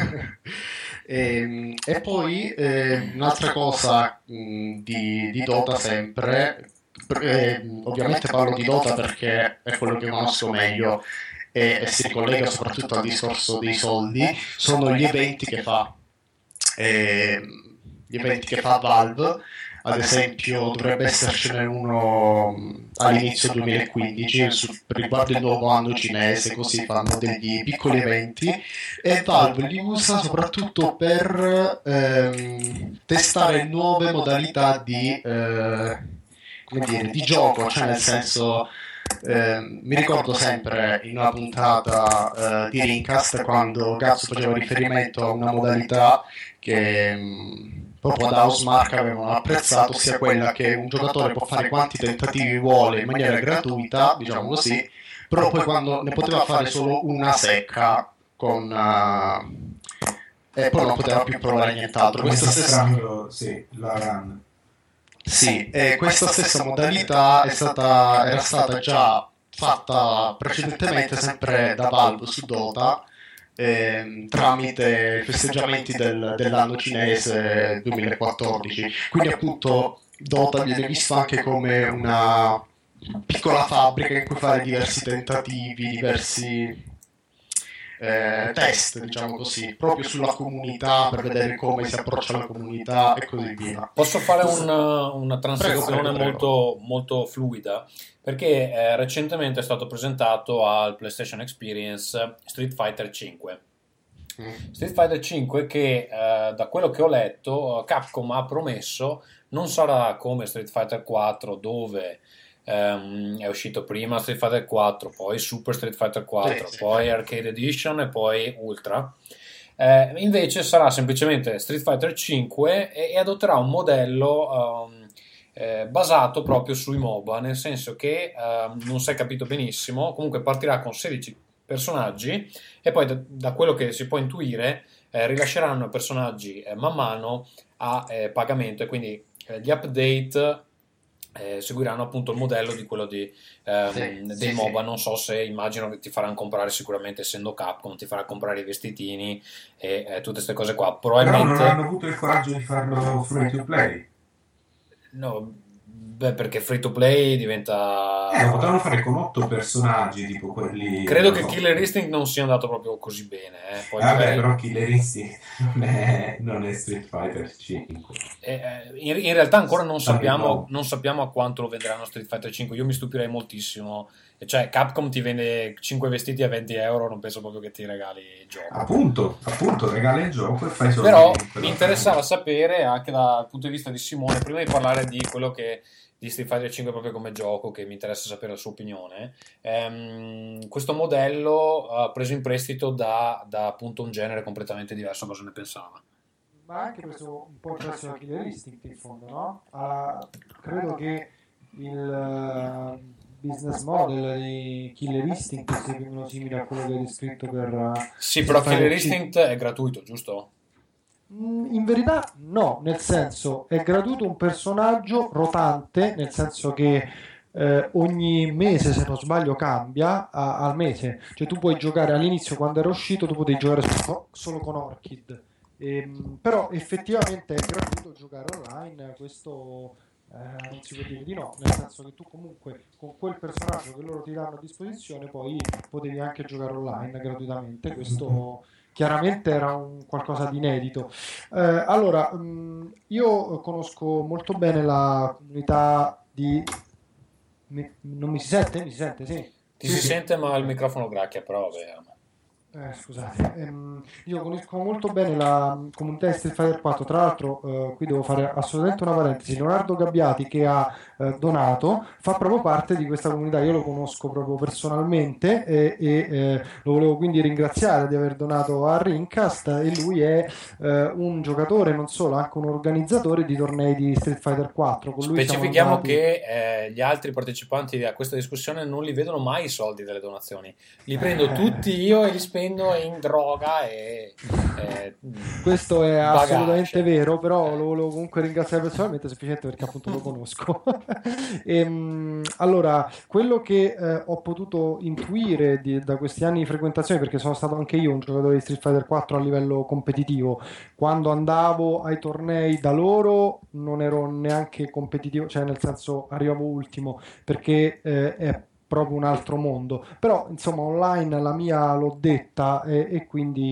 e, e poi eh, un'altra cosa mh, di, di Dota sempre, eh, ovviamente parlo di Dota perché è quello che conosco meglio e, e si ricollega soprattutto al discorso dei soldi, sono gli eventi che fa. Eh, gli eventi che fa Valve, ad esempio dovrebbe essercene uno mh, all'inizio duemilaquindici su, riguardo il nuovo anno cinese, così fanno degli piccoli eventi e Valve li usa soprattutto per ehm, testare nuove modalità di, eh, come dire, di gioco, cioè nel senso eh, mi ricordo sempre in una puntata eh, di Rincast quando Gazzo faceva riferimento a una modalità che mh, proprio da Housemarque avevano apprezzato, sia quella che un giocatore può fare quanti tentativi vuole in maniera gratuita, diciamo così, però poi quando ne poteva fare solo una secca con uh, e poi non poteva più provare nient'altro. Questa stessa Strano, sì, la run. sì, e questa stessa modalità è stata, era stata già fatta precedentemente sempre da Valve su Dota, ehm, tramite i festeggiamenti del- dell'anno cinese duemilaquattordici. Quindi appunto Dota viene visto anche come una piccola fabbrica in cui fare diversi tentativi, diversi eh, test, diciamo così, proprio sulla comunità per vedere come si approccia la comunità e così via. Posso fare una, una transizione Prego, prego, prego. molto, molto fluida? Perché eh, recentemente è stato presentato al PlayStation Experience Street Fighter cinque. Mm. Street Fighter cinque che eh, da quello che ho letto Capcom ha promesso non sarà come Street Fighter quattro dove ehm, è uscito prima Street Fighter quattro, poi Super Street Fighter quattro, Sì, sì. poi Arcade Edition e poi Ultra. Eh, invece sarà semplicemente Street Fighter cinque e, e adotterà un modello ehm, eh, basato proprio sui MOBA, nel senso che ehm, non si è capito benissimo, comunque partirà con sedici personaggi e poi da, da quello che si può intuire eh, rilasceranno personaggi eh, man mano a eh, pagamento e quindi eh, gli update eh, seguiranno appunto il modello di quello di, ehm, Sì, dei sì, MOBA. sì. Non so se immagino che ti faranno comprare, sicuramente essendo Capcom ti farà comprare i vestitini e eh, tutte queste cose qua. Però non Probabilmente hanno avuto il coraggio di farlo free to play. no, beh, perché free to play diventa Eh, lo potevano fare con otto personaggi, tipo quelli... credo che no. Killer Instinct non sia andato proprio così bene, eh. Poi Vabbè, magari- però Killer Instinct non è, non è Street Fighter cinque. Eh, eh, in, in realtà ancora non Sarebbe sappiamo, no. non sappiamo a quanto lo venderanno Street Fighter cinque. Io mi stupirei moltissimo. E cioè, Capcom ti vende cinque vestiti a venti euro, non penso proprio che ti regali il gioco. Appunto, appunto, regala il gioco e fai solo... Però quello mi che- interessava sapere, anche dal punto di vista di Simone, prima di parlare di quello che di Street Fighter cinque proprio come gioco, che mi interessa sapere la sua opinione, ehm, questo modello ha preso in prestito da, da appunto un genere completamente diverso. Cosa ne pensava? Ma ha anche preso un po' il prezzo da Killer Instinct in fondo, no? Ah, credo che il eh, business model di Killer Instinct sia più o meno simile a quello che hai descritto per... eh, Sì, però Street Killer Fighter Instinct è gratuito, giusto? Mm, In verità no, nel senso è gratuito un personaggio rotante, nel senso che eh, ogni mese, se non sbaglio, cambia a- al mese. Cioè tu puoi giocare all'inizio, quando era uscito, tu potevi giocare solo, solo con Orchid. Ehm, però effettivamente è gratuito giocare online, questo eh, non si può dire di no, nel senso che tu comunque con quel personaggio che loro ti danno a disposizione poi potevi anche giocare online gratuitamente, questo chiaramente era un qualcosa di inedito. Eh, allora, mh, io conosco molto bene la comunità di... mi- non mi si sente? Mi si sente, sì. Ti Sì, si sì. sente ma il microfono gracchia, però vabbè. Eh, scusate, ehm, io conosco molto bene la mm, comunità di Street Fighter quattro. Tra l'altro, eh, qui devo fare assolutamente una parentesi. Leonardo Gabbiati, che ha eh, donato, fa proprio parte di questa comunità. Io lo conosco proprio personalmente e, e, eh, lo volevo quindi ringraziare di aver donato a Rincast. E lui è eh, un giocatore, non solo, anche un organizzatore di tornei di Street Fighter quattro. Con lui siamo Specifichiamo andati- che eh, gli altri partecipanti a questa discussione non li vedono mai i soldi delle donazioni, li prendo tutti io e li spendo in droga e eh, Questo è bagagge. assolutamente vero, però lo volevo comunque ringraziare personalmente, semplicemente perché appunto lo conosco. Ehm, allora, quello che eh, ho potuto intuire di- da questi anni di frequentazione, perché sono stato anche io un giocatore di Street Fighter quattro a livello competitivo, quando andavo ai tornei da loro non ero neanche competitivo, cioè nel senso arrivavo ultimo, perché eh, è proprio un altro mondo. Però insomma online la mia l'ho detta e, e quindi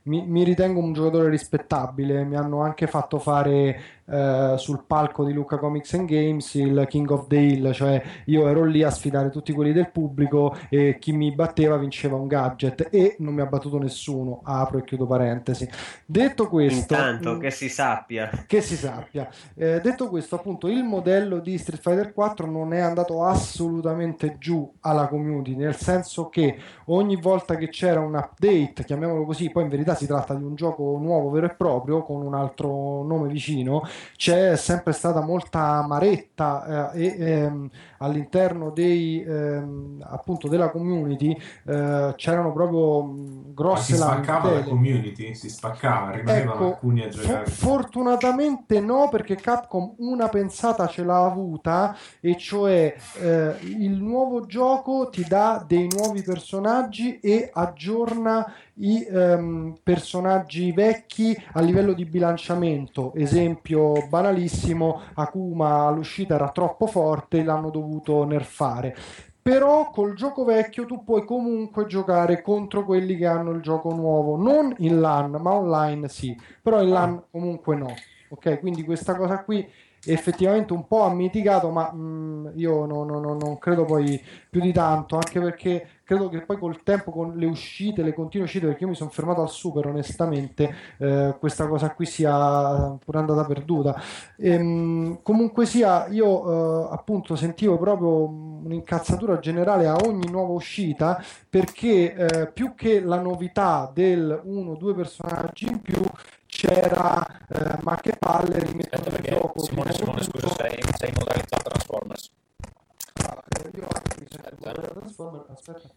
mi, mi ritengo un giocatore rispettabile, mi hanno anche fatto fare eh, sul palco di Lucca Comics and Games il King of the Hill, cioè io ero lì a sfidare tutti quelli del pubblico e chi mi batteva vinceva un gadget e non mi ha battuto nessuno, apro e chiudo parentesi. Detto questo, Intanto mh, che si sappia. che si sappia, eh, detto questo, appunto, il modello di Street Fighter quattro non è andato assolutamente giù alla community, nel senso che ogni volta che c'era un update, chiamiamolo così, poi in verità si tratta di un gioco nuovo vero e proprio con un altro nome vicino, c'è sempre stata molta amaretta eh, e ehm, all'interno dei ehm, appunto della community eh, c'erano proprio mh, grosse Ma si spaccava la lamentele. community? Si spaccava, rimanevano Ecco, alcuni a fo- giocare. fortunatamente no, perché Capcom una pensata ce l'ha avuta, e cioè eh, il nuovo gioco ti dà dei nuovi personaggi e aggiorna i ehm, personaggi vecchi a livello di bilanciamento. Esempio banalissimo, Akuma all'uscita era troppo forte, l'hanno dovuto nerfare. Però col gioco vecchio tu puoi comunque giocare contro quelli che hanno il gioco nuovo, non in LAN, ma online sì, però in LAN comunque no. Ok, quindi questa cosa qui effettivamente un po' ha mitigato, ma mh, io no- no- no- non credo poi più di tanto, anche perché credo che poi col tempo, con le uscite, le continue uscite, perché io mi sono fermato al super onestamente, eh, questa cosa qui sia pure andata perduta. Ehm, comunque sia, io eh, appunto sentivo proprio un'incazzatura generale a ogni nuova uscita, perché eh, più che la novità del uno o due personaggi in più c'era eh, ma che palle rimettono Aspetta, in perché gioco Simone, di Simone, nuovo scusa, sei, sei in modalità Transformers. Ah, eh, io anche mi sento Aspetta. in Transformer. Aspetta,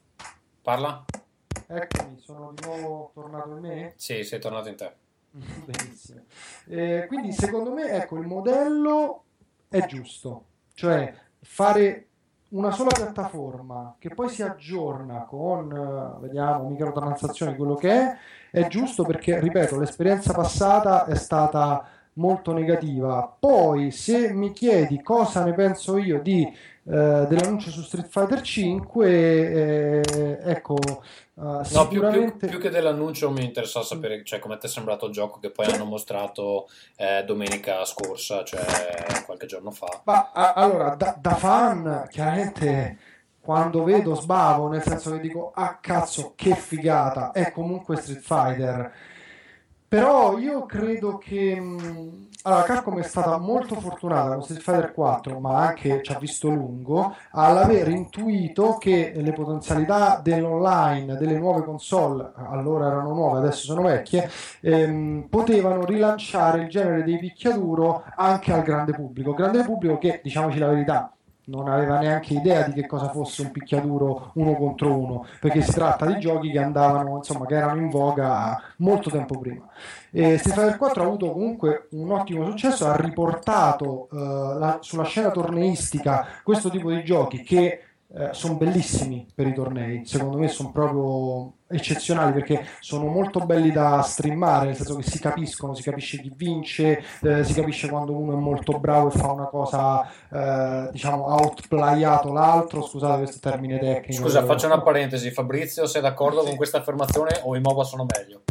Parla? eccomi, sono di nuovo tornato in me. Sì, sei tornato in te. Benissimo. Eh, quindi secondo me, ecco, il modello è giusto, cioè fare una sola piattaforma che poi si aggiorna con, eh, vediamo, microtransazioni, quello che è, è giusto, perché, ripeto, l'esperienza passata è stata molto negativa. Poi, se mi chiedi cosa ne penso io di, eh, dell'annuncio su Street Fighter cinque, eh, ecco, eh, No, più, più- sicuramente... più che dell'annuncio mi interessa sapere, cioè, come ti è sembrato il gioco che poi hanno mostrato eh, domenica scorsa, cioè qualche giorno fa. Ma a- allora, da, da fan, chiaramente quando vedo sbavo, nel senso che dico, ah cazzo, che figata, è comunque Street Fighter. Però io credo che mh, allora, Capcom è stata molto fortunata con Street Fighter quattro, ma anche ci ha visto lungo, all'aver intuito che le potenzialità dell'online, delle nuove console, allora erano nuove, adesso sono vecchie, ehm, potevano rilanciare il genere dei picchiaduro anche al grande pubblico. Grande pubblico che, diciamoci la verità, non aveva neanche idea di che cosa fosse un picchiaduro uno contro uno, perché si tratta di giochi che andavano, insomma, che erano in voga molto tempo prima. E Street Fighter quattro ha avuto comunque un ottimo successo, ha riportato eh, la- sulla scena torneistica questo tipo di giochi che eh, sono bellissimi per i tornei, secondo me sono proprio eccezionali, perché sono molto belli da streamare, nel senso che si capiscono, si capisce chi vince, eh, si capisce quando uno è molto bravo e fa una cosa, eh, diciamo, ha outplayato l'altro. Scusate questo termine tecnico. Scusa, faccio una parentesi. Fabrizio, sei d'accordo con questa affermazione o i MOBA sono meglio?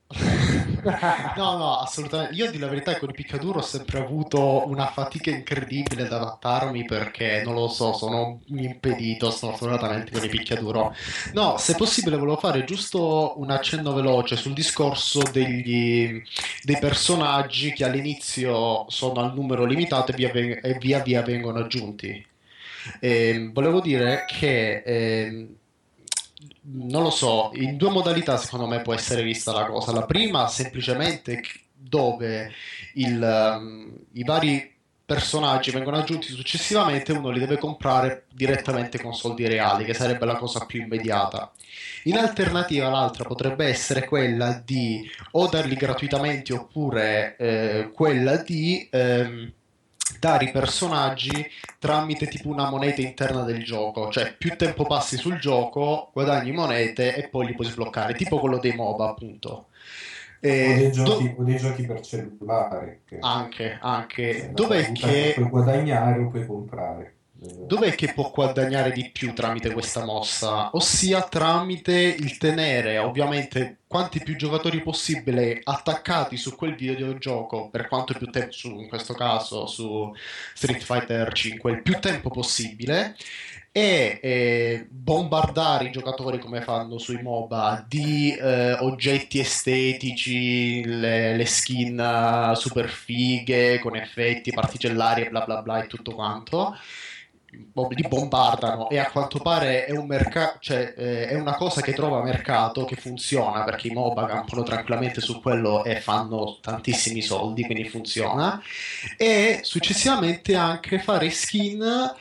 No, no, assolutamente. Io, di la verità, con il picchiaduro ho sempre avuto una fatica incredibile ad adattarmi, perché non lo so, sono un impedito sfortunatamente con il picchiaduro. No, se possibile volevo fare giusto un accenno veloce sul discorso degli, dei personaggi che all'inizio sono al numero limitato e via, ven- e via via vengono aggiunti. E volevo dire che ehm, non lo so, in due modalità secondo me può essere vista la cosa. La prima, semplicemente, c- dove il, um, i vari personaggi vengono aggiunti successivamente, uno li deve comprare direttamente con soldi reali, che sarebbe la cosa più immediata. In alternativa, l'altra potrebbe essere quella di o darli gratuitamente, oppure eh, quella di ehm, dare i personaggi tramite tipo una moneta interna del gioco, cioè più tempo passi sul gioco guadagni monete e poi li puoi sbloccare, tipo quello dei MOBA, appunto. O Eh, dei do- giochi, o dei giochi per cellulare. Che, anche, anche. se Dov'è la valuta che puoi guadagnare o puoi comprare. Dov'è che può guadagnare di più tramite questa mossa? Ossia tramite il tenere ovviamente quanti più giocatori possibile attaccati su quel videogioco per quanto più tempo, su, in questo caso su Street Fighter cinque, il più tempo possibile, e eh, bombardare i giocatori come fanno sui MOBA di eh, oggetti estetici, le, le skin uh, super fighe con effetti particellari e bla bla bla e tutto quanto. Li bombardano, e a quanto pare è un mercato, cioè eh, è una cosa che trova mercato, che funziona, perché i MOBA campano tranquillamente su quello e fanno tantissimi soldi, quindi funziona. E successivamente anche fare skin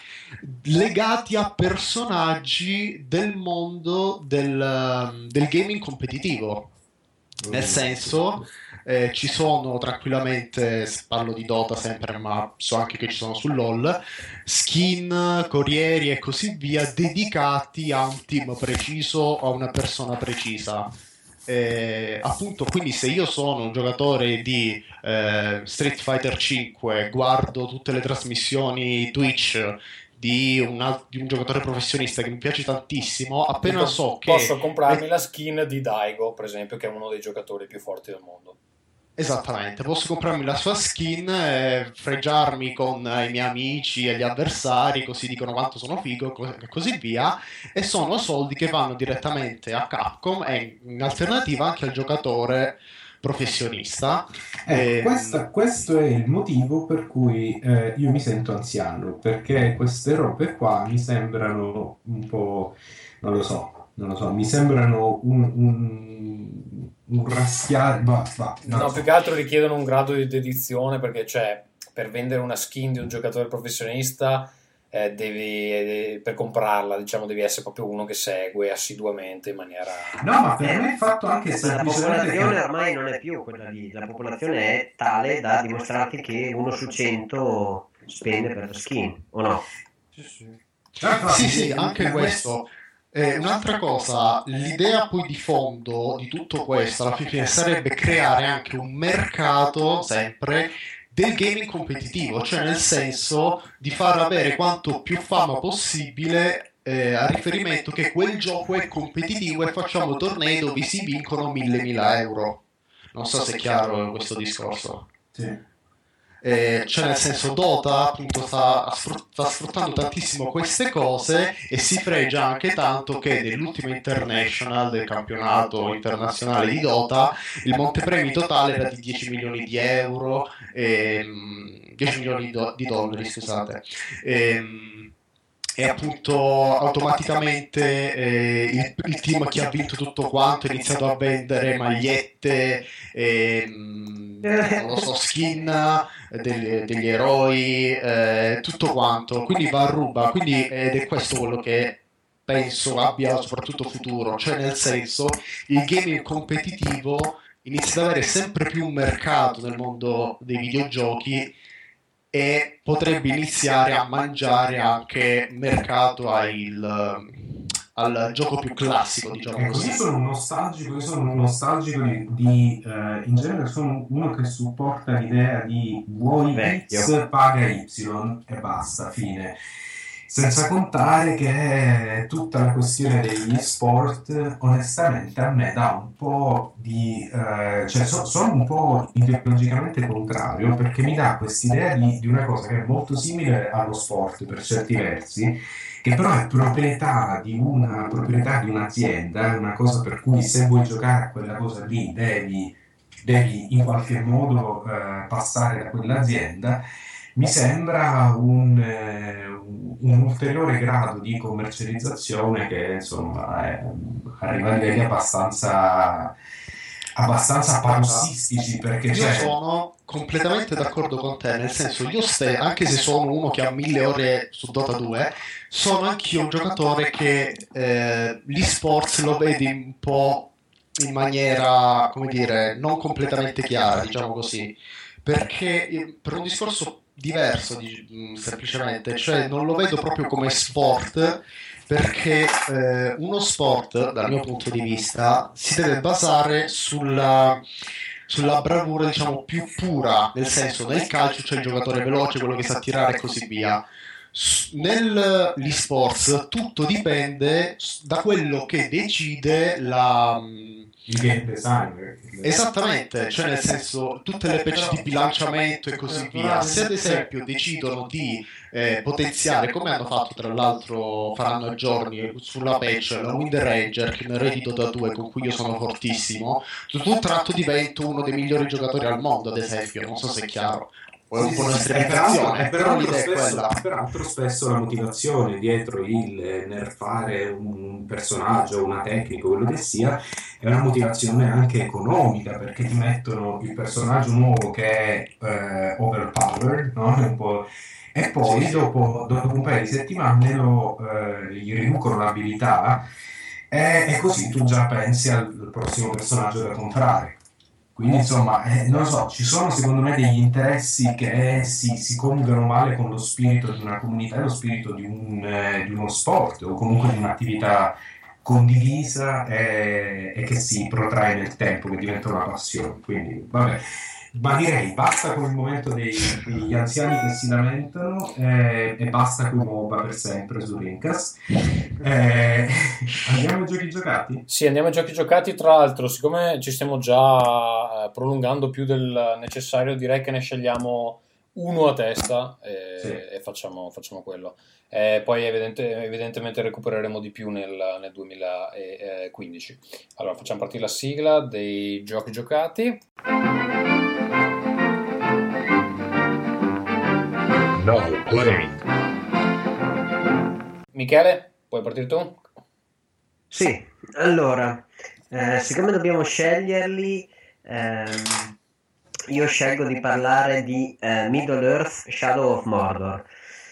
legati a personaggi del mondo del, del gaming competitivo, nel senso eh, ci sono tranquillamente, parlo di Dota sempre, ma so anche che ci sono su LoL, skin, corrieri e così via dedicati a un team preciso o a una persona precisa. Eh, appunto, quindi se io sono un giocatore di eh, Street Fighter cinque, guardo tutte le trasmissioni Twitch di un, alt- di un giocatore professionista che mi piace tantissimo, appena Tipo, so che posso comprarmi la skin di Daigo, per esempio, che è uno dei giocatori più forti del mondo. Esattamente, posso comprarmi la sua skin e fregiarmi con i miei amici e gli avversari, così dicono quanto sono figo e così via, e sono soldi che vanno direttamente a Capcom e in alternativa anche al giocatore professionista. Eh, E- questa- questo è il motivo per cui eh, io mi sento anziano, perché queste robe qua mi sembrano un po', non lo so, non lo so, mi sembrano un, un, un raschiare, bah, bah, non lo No, so. più che altro richiedono un grado di dedizione, perché cioè per vendere una skin di un giocatore professionista eh, devi eh, per comprarla, diciamo, devi essere proprio uno che segue assiduamente in maniera... No, ma per me è fatto anche Ma la semplicemente popolazione che... ormai non è più quella lì, la popolazione è tale da dimostrarti che uno su cento spende per la skin, o no? Sì, sì, anche questo. Eh, un'altra cosa, l'idea poi di fondo di tutto questo alla fine sarebbe creare anche un mercato, sempre, del gaming competitivo, cioè nel senso di far avere quanto più fama possibile eh, a riferimento che quel gioco è competitivo e facciamo tornei dove si vincono mille mila euro. Non so se è chiaro questo discorso. Sì. Eh, cioè nel senso, Dota appunto sta, sfrut- sta sfruttando tantissimo queste cose e si fregia anche tanto che nell'ultimo International del campionato internazionale di Dota il montepremi totale era di dieci milioni di euro, ehm, dieci milioni di, do- di dollari, scusate. Ehm, e appunto automaticamente eh, il, il team che ha vinto tutto quanto ha iniziato a vendere magliette, ehm, non lo so, skin degli, degli eroi, eh, tutto quanto, quindi va a ruba, quindi, ed è questo quello che penso abbia soprattutto futuro, cioè nel senso il gaming competitivo inizia ad avere sempre più un mercato nel mondo dei videogiochi e potrebbe iniziare a mangiare anche mercato al, al gioco più classico, diciamo Ecco, così. io sono un nostalgico, io sono un nostalgico di, di, eh, in genere sono uno che supporta l'idea di vuoi X, paga Y e basta, fine. Senza contare che tutta la questione degli sport, onestamente, a me dà un po' di... eh, cioè so- sono un po' ideologicamente contrario, perché mi dà quest'idea di, di una cosa che è molto simile allo sport per certi versi, che però è proprietà di una proprietà di un'azienda, una cosa per cui se vuoi giocare a quella cosa lì devi, devi in qualche modo eh, passare da quell'azienda. Mi sembra un, eh, un ulteriore grado di commercializzazione che insomma è, arriva a livelli abbastanza abbastanza pausistici, perché Io c'è... sono completamente d'accordo con te, nel senso, io ste, anche se sono uno che ha mille ore su Dota due, sono anch'io un giocatore che eh, gli sports lo vedi un po' in maniera, come dire, non completamente chiara, diciamo così, perché eh, per un discorso diverso, di, mh, semplicemente, cioè non lo vedo proprio come sport, perché eh, uno sport, dal mio punto di vista, si deve basare sulla, sulla bravura, diciamo, più pura, nel senso, nel calcio c'è il giocatore veloce, quello che sa tirare e così via. Negli sports tutto dipende da quello che decide la, il game designer. Esattamente, cioè nel senso tutte le patch di bilanciamento e così via. Se ad esempio decidono di eh, potenziare, come hanno fatto tra l'altro, faranno a giorni sulla patch la Wind Ranger che mi eredito da due, con cui io sono fortissimo, tutto un tratto divento uno dei migliori giocatori al mondo, ad esempio, non so se è chiaro. O è un po' una estremizzazione, però l'idea è quella. Peraltro spesso la motivazione dietro il nerfare un personaggio, una tecnica, quello che sia, è una motivazione anche economica, perché ti mettono il personaggio nuovo che è eh, overpowered, no? Un po'... e poi sì, sì. Dopo, dopo un paio di settimane lo, eh, gli riducono l'abilità e, e così tu già pensi al prossimo personaggio da comprare. Quindi insomma, eh, non lo so, ci sono secondo me degli interessi che si, si coniugano male con lo spirito di una comunità e lo spirito di, un, eh, di uno sport o comunque di un'attività condivisa e, e che si protrae nel tempo, che diventa una passione. Quindi vabbè, ma direi basta con il momento dei, degli anziani che si lamentano eh, e basta con MOBA per sempre su Rincast. Eh, andiamo ai giochi giocati? Sì, andiamo ai giochi giocati. Tra l'altro, siccome ci stiamo già prolungando più del necessario, direi che ne scegliamo uno a testa e, sì. e facciamo, facciamo quello. E poi evidente, evidentemente recupereremo di più nel, nel duemilaquindici. Allora, facciamo partire la sigla dei giochi giocati. Now playing. Michele, puoi partire tu? Sì, allora, eh, siccome dobbiamo sceglierli, ehm, io scelgo di parlare di eh, Middle Earth Shadow of Mordor.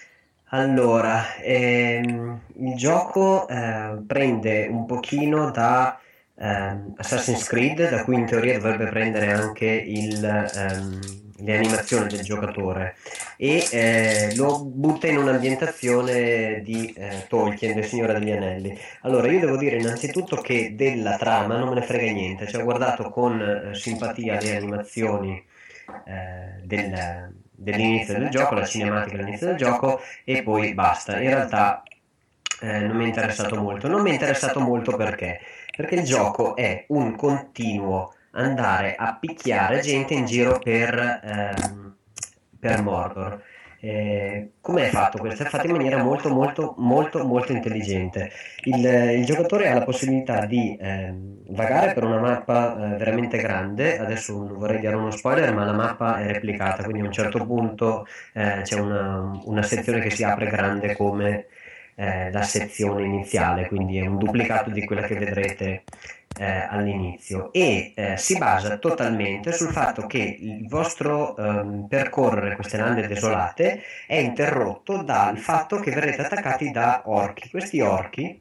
Allora, ehm, il gioco eh, prende un pochino da ehm, Assassin's Creed, da cui in teoria dovrebbe prendere anche il... Ehm, le animazioni del giocatore e eh, lo butta in un'ambientazione di eh, Tolkien, del Signore degli Anelli. Allora io devo dire innanzitutto che della trama non me ne frega niente, cioè ho guardato con eh, simpatia le animazioni eh, del, dell'inizio del gioco, la cinematica all'inizio del gioco e poi basta. In realtà eh, non mi è interessato molto, non mi è interessato molto perché? Perché il gioco è un continuo andare a picchiare gente in giro per, ehm, per Mordor. Eh, come è fatto questo? È fatto in maniera molto molto molto molto intelligente. Il, il giocatore ha la possibilità di ehm, vagare per una mappa eh, veramente grande. Adesso non vorrei dire uno spoiler, ma la mappa è replicata, quindi a un certo punto eh, c'è una, una sezione che si apre grande come eh, la sezione iniziale, quindi è un duplicato di quella che vedrete Eh, all'inizio e eh, si basa totalmente sul fatto che il vostro ehm, percorrere queste lande desolate è interrotto dal fatto che verrete attaccati da orchi. Questi orchi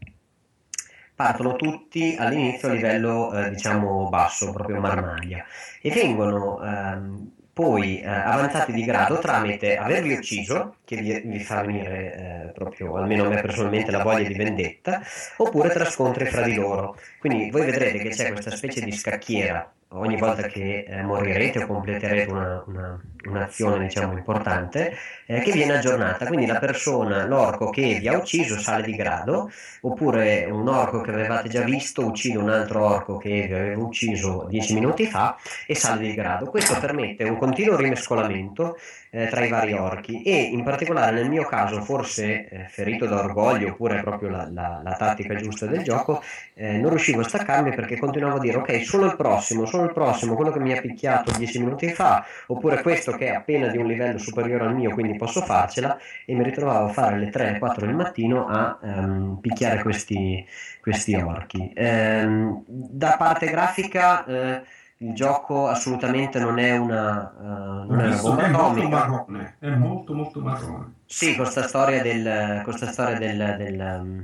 partono tutti all'inizio a livello eh, diciamo basso, proprio marmaglia, e vengono ehm, poi eh, avanzati di grado tramite avervi ucciso, che vi, vi fa venire eh, proprio, almeno a me personalmente, la voglia di vendetta, oppure tra scontri fra di loro. Quindi voi vedrete che c'è questa specie di scacchiera ogni volta che eh, morirete o completerete una, una, un'azione diciamo importante eh, che viene aggiornata. Quindi la persona, l'orco che vi ha ucciso sale di grado, oppure un orco che avevate già visto uccide un altro orco che vi aveva ucciso dieci minuti fa e sale di grado. Questo permette un continuo rimescolamento eh, tra i vari orchi e in particolare nel mio caso, forse eh, ferito da orgoglio oppure proprio la, la, la tattica giusta del gioco, eh, non riuscivo a staccarmi perché continuavo a dire ok, solo il prossimo, solo il prossimo, quello che mi ha picchiato dieci minuti fa, oppure questo che è appena di un livello superiore al mio, quindi posso farcela, e mi ritrovavo a fare alle tre quattro del mattino a um, picchiare questi, questi orchi. Ehm, da parte grafica eh, il gioco assolutamente non è una, uh, non è una bomba atomica. È molto molto marrone. Sì, con questa storia del, con sta storia del, del um,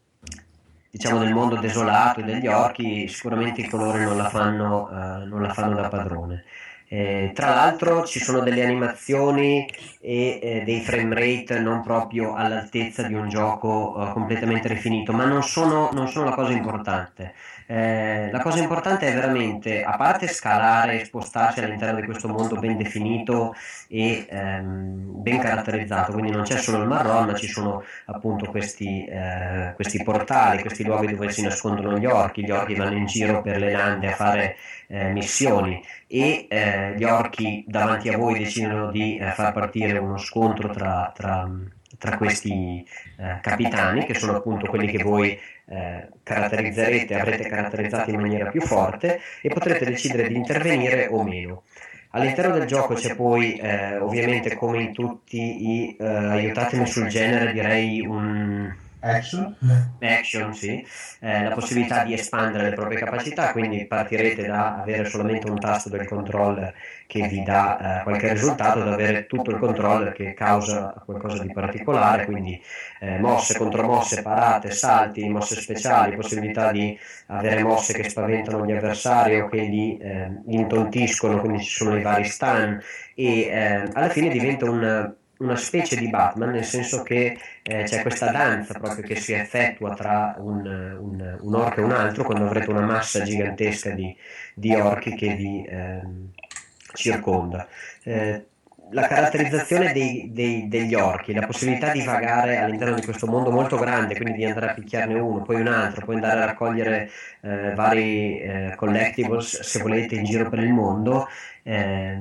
diciamo del mondo desolato e degli orchi, sicuramente i colori non la fanno, uh, non la fanno da padrone. Eh, tra l'altro ci sono delle animazioni e eh, dei frame rate non proprio all'altezza di un gioco uh, completamente rifinito, ma non sono, non sono la cosa importante. Eh, la cosa importante è veramente, a parte scalare e spostarsi all'interno di questo mondo ben definito e ehm, ben caratterizzato, quindi non c'è solo il marron, ma ci sono appunto questi, eh, questi portali, questi luoghi dove si nascondono gli orchi. Gli orchi vanno in giro per le lande a fare eh, missioni e eh, gli orchi davanti a voi decidono di eh, far partire uno scontro tra, tra, tra questi eh, capitani, che sono appunto quelli che voi eh, caratterizzerete, avrete caratterizzato in maniera più forte, e potrete decidere di intervenire o meno. All'interno del gioco c'è poi, eh, ovviamente come in tutti i, eh, aiutatemi sul genere, direi un... Action? Action, sì, eh, la possibilità di espandere le proprie capacità, quindi partirete da avere solamente un tasto del controller che vi dà eh, qualche risultato, ad avere tutto il controller che causa qualcosa di particolare, quindi eh, mosse, contromosse, parate, salti, mosse speciali, possibilità di avere mosse che spaventano gli avversari o che li eh, intontiscono, quindi ci sono i vari stun, e eh, alla fine diventa un... una specie di Batman, nel senso che eh, c'è questa danza proprio che si effettua tra un, un, un orco e un altro, quando avrete una massa gigantesca di, di orchi che vi eh, circonda. Eh, la caratterizzazione dei, dei, degli orchi, la possibilità di vagare all'interno di questo mondo molto grande, quindi di andare a picchiarne uno, poi un altro, poi andare a raccogliere eh, vari eh, collectibles, se volete, in giro per il mondo, eh,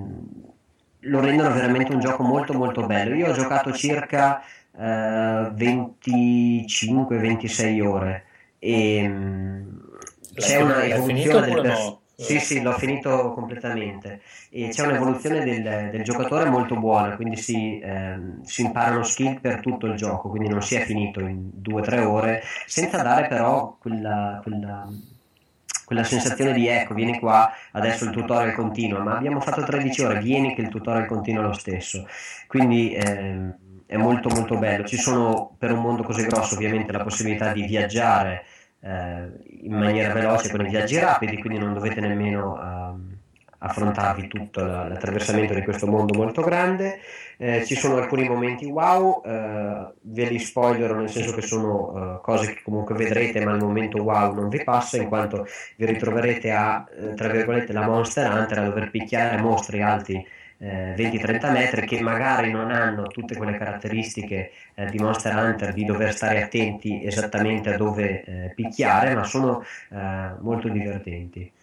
lo rendono veramente un gioco molto molto bello. Io ho giocato circa eh, venticinque ventisei ore e mh, c'è una evoluzione del pers- sì sì l'ho finito completamente, e c'è un'evoluzione del, del giocatore molto buona, quindi si, ehm, si imparano skill per tutto il gioco, quindi non si è finito in due o tre ore, senza dare però quella, quella quella sensazione di ecco, vieni qua, adesso il tutorial continua, ma abbiamo fatto tredici ore, vieni che il tutorial continua lo stesso. Quindi ehm, è molto molto bello. Ci sono, per un mondo così grosso, ovviamente la possibilità di viaggiare eh, in maniera veloce con i viaggi rapidi, quindi non dovete nemmeno eh, affrontarvi tutto la, l'attraversamento di questo mondo molto grande. Eh, ci sono alcuni momenti wow, eh, ve li spoilerò, nel senso che sono eh, cose che comunque vedrete, ma il momento wow non vi passa, in quanto vi ritroverete a, eh, tra virgolette, la Monster Hunter, a dover picchiare mostri alti eh, venti trenta metri, che magari non hanno tutte quelle caratteristiche eh, di Monster Hunter, di dover stare attenti esattamente a dove eh, picchiare, ma sono eh, molto divertenti.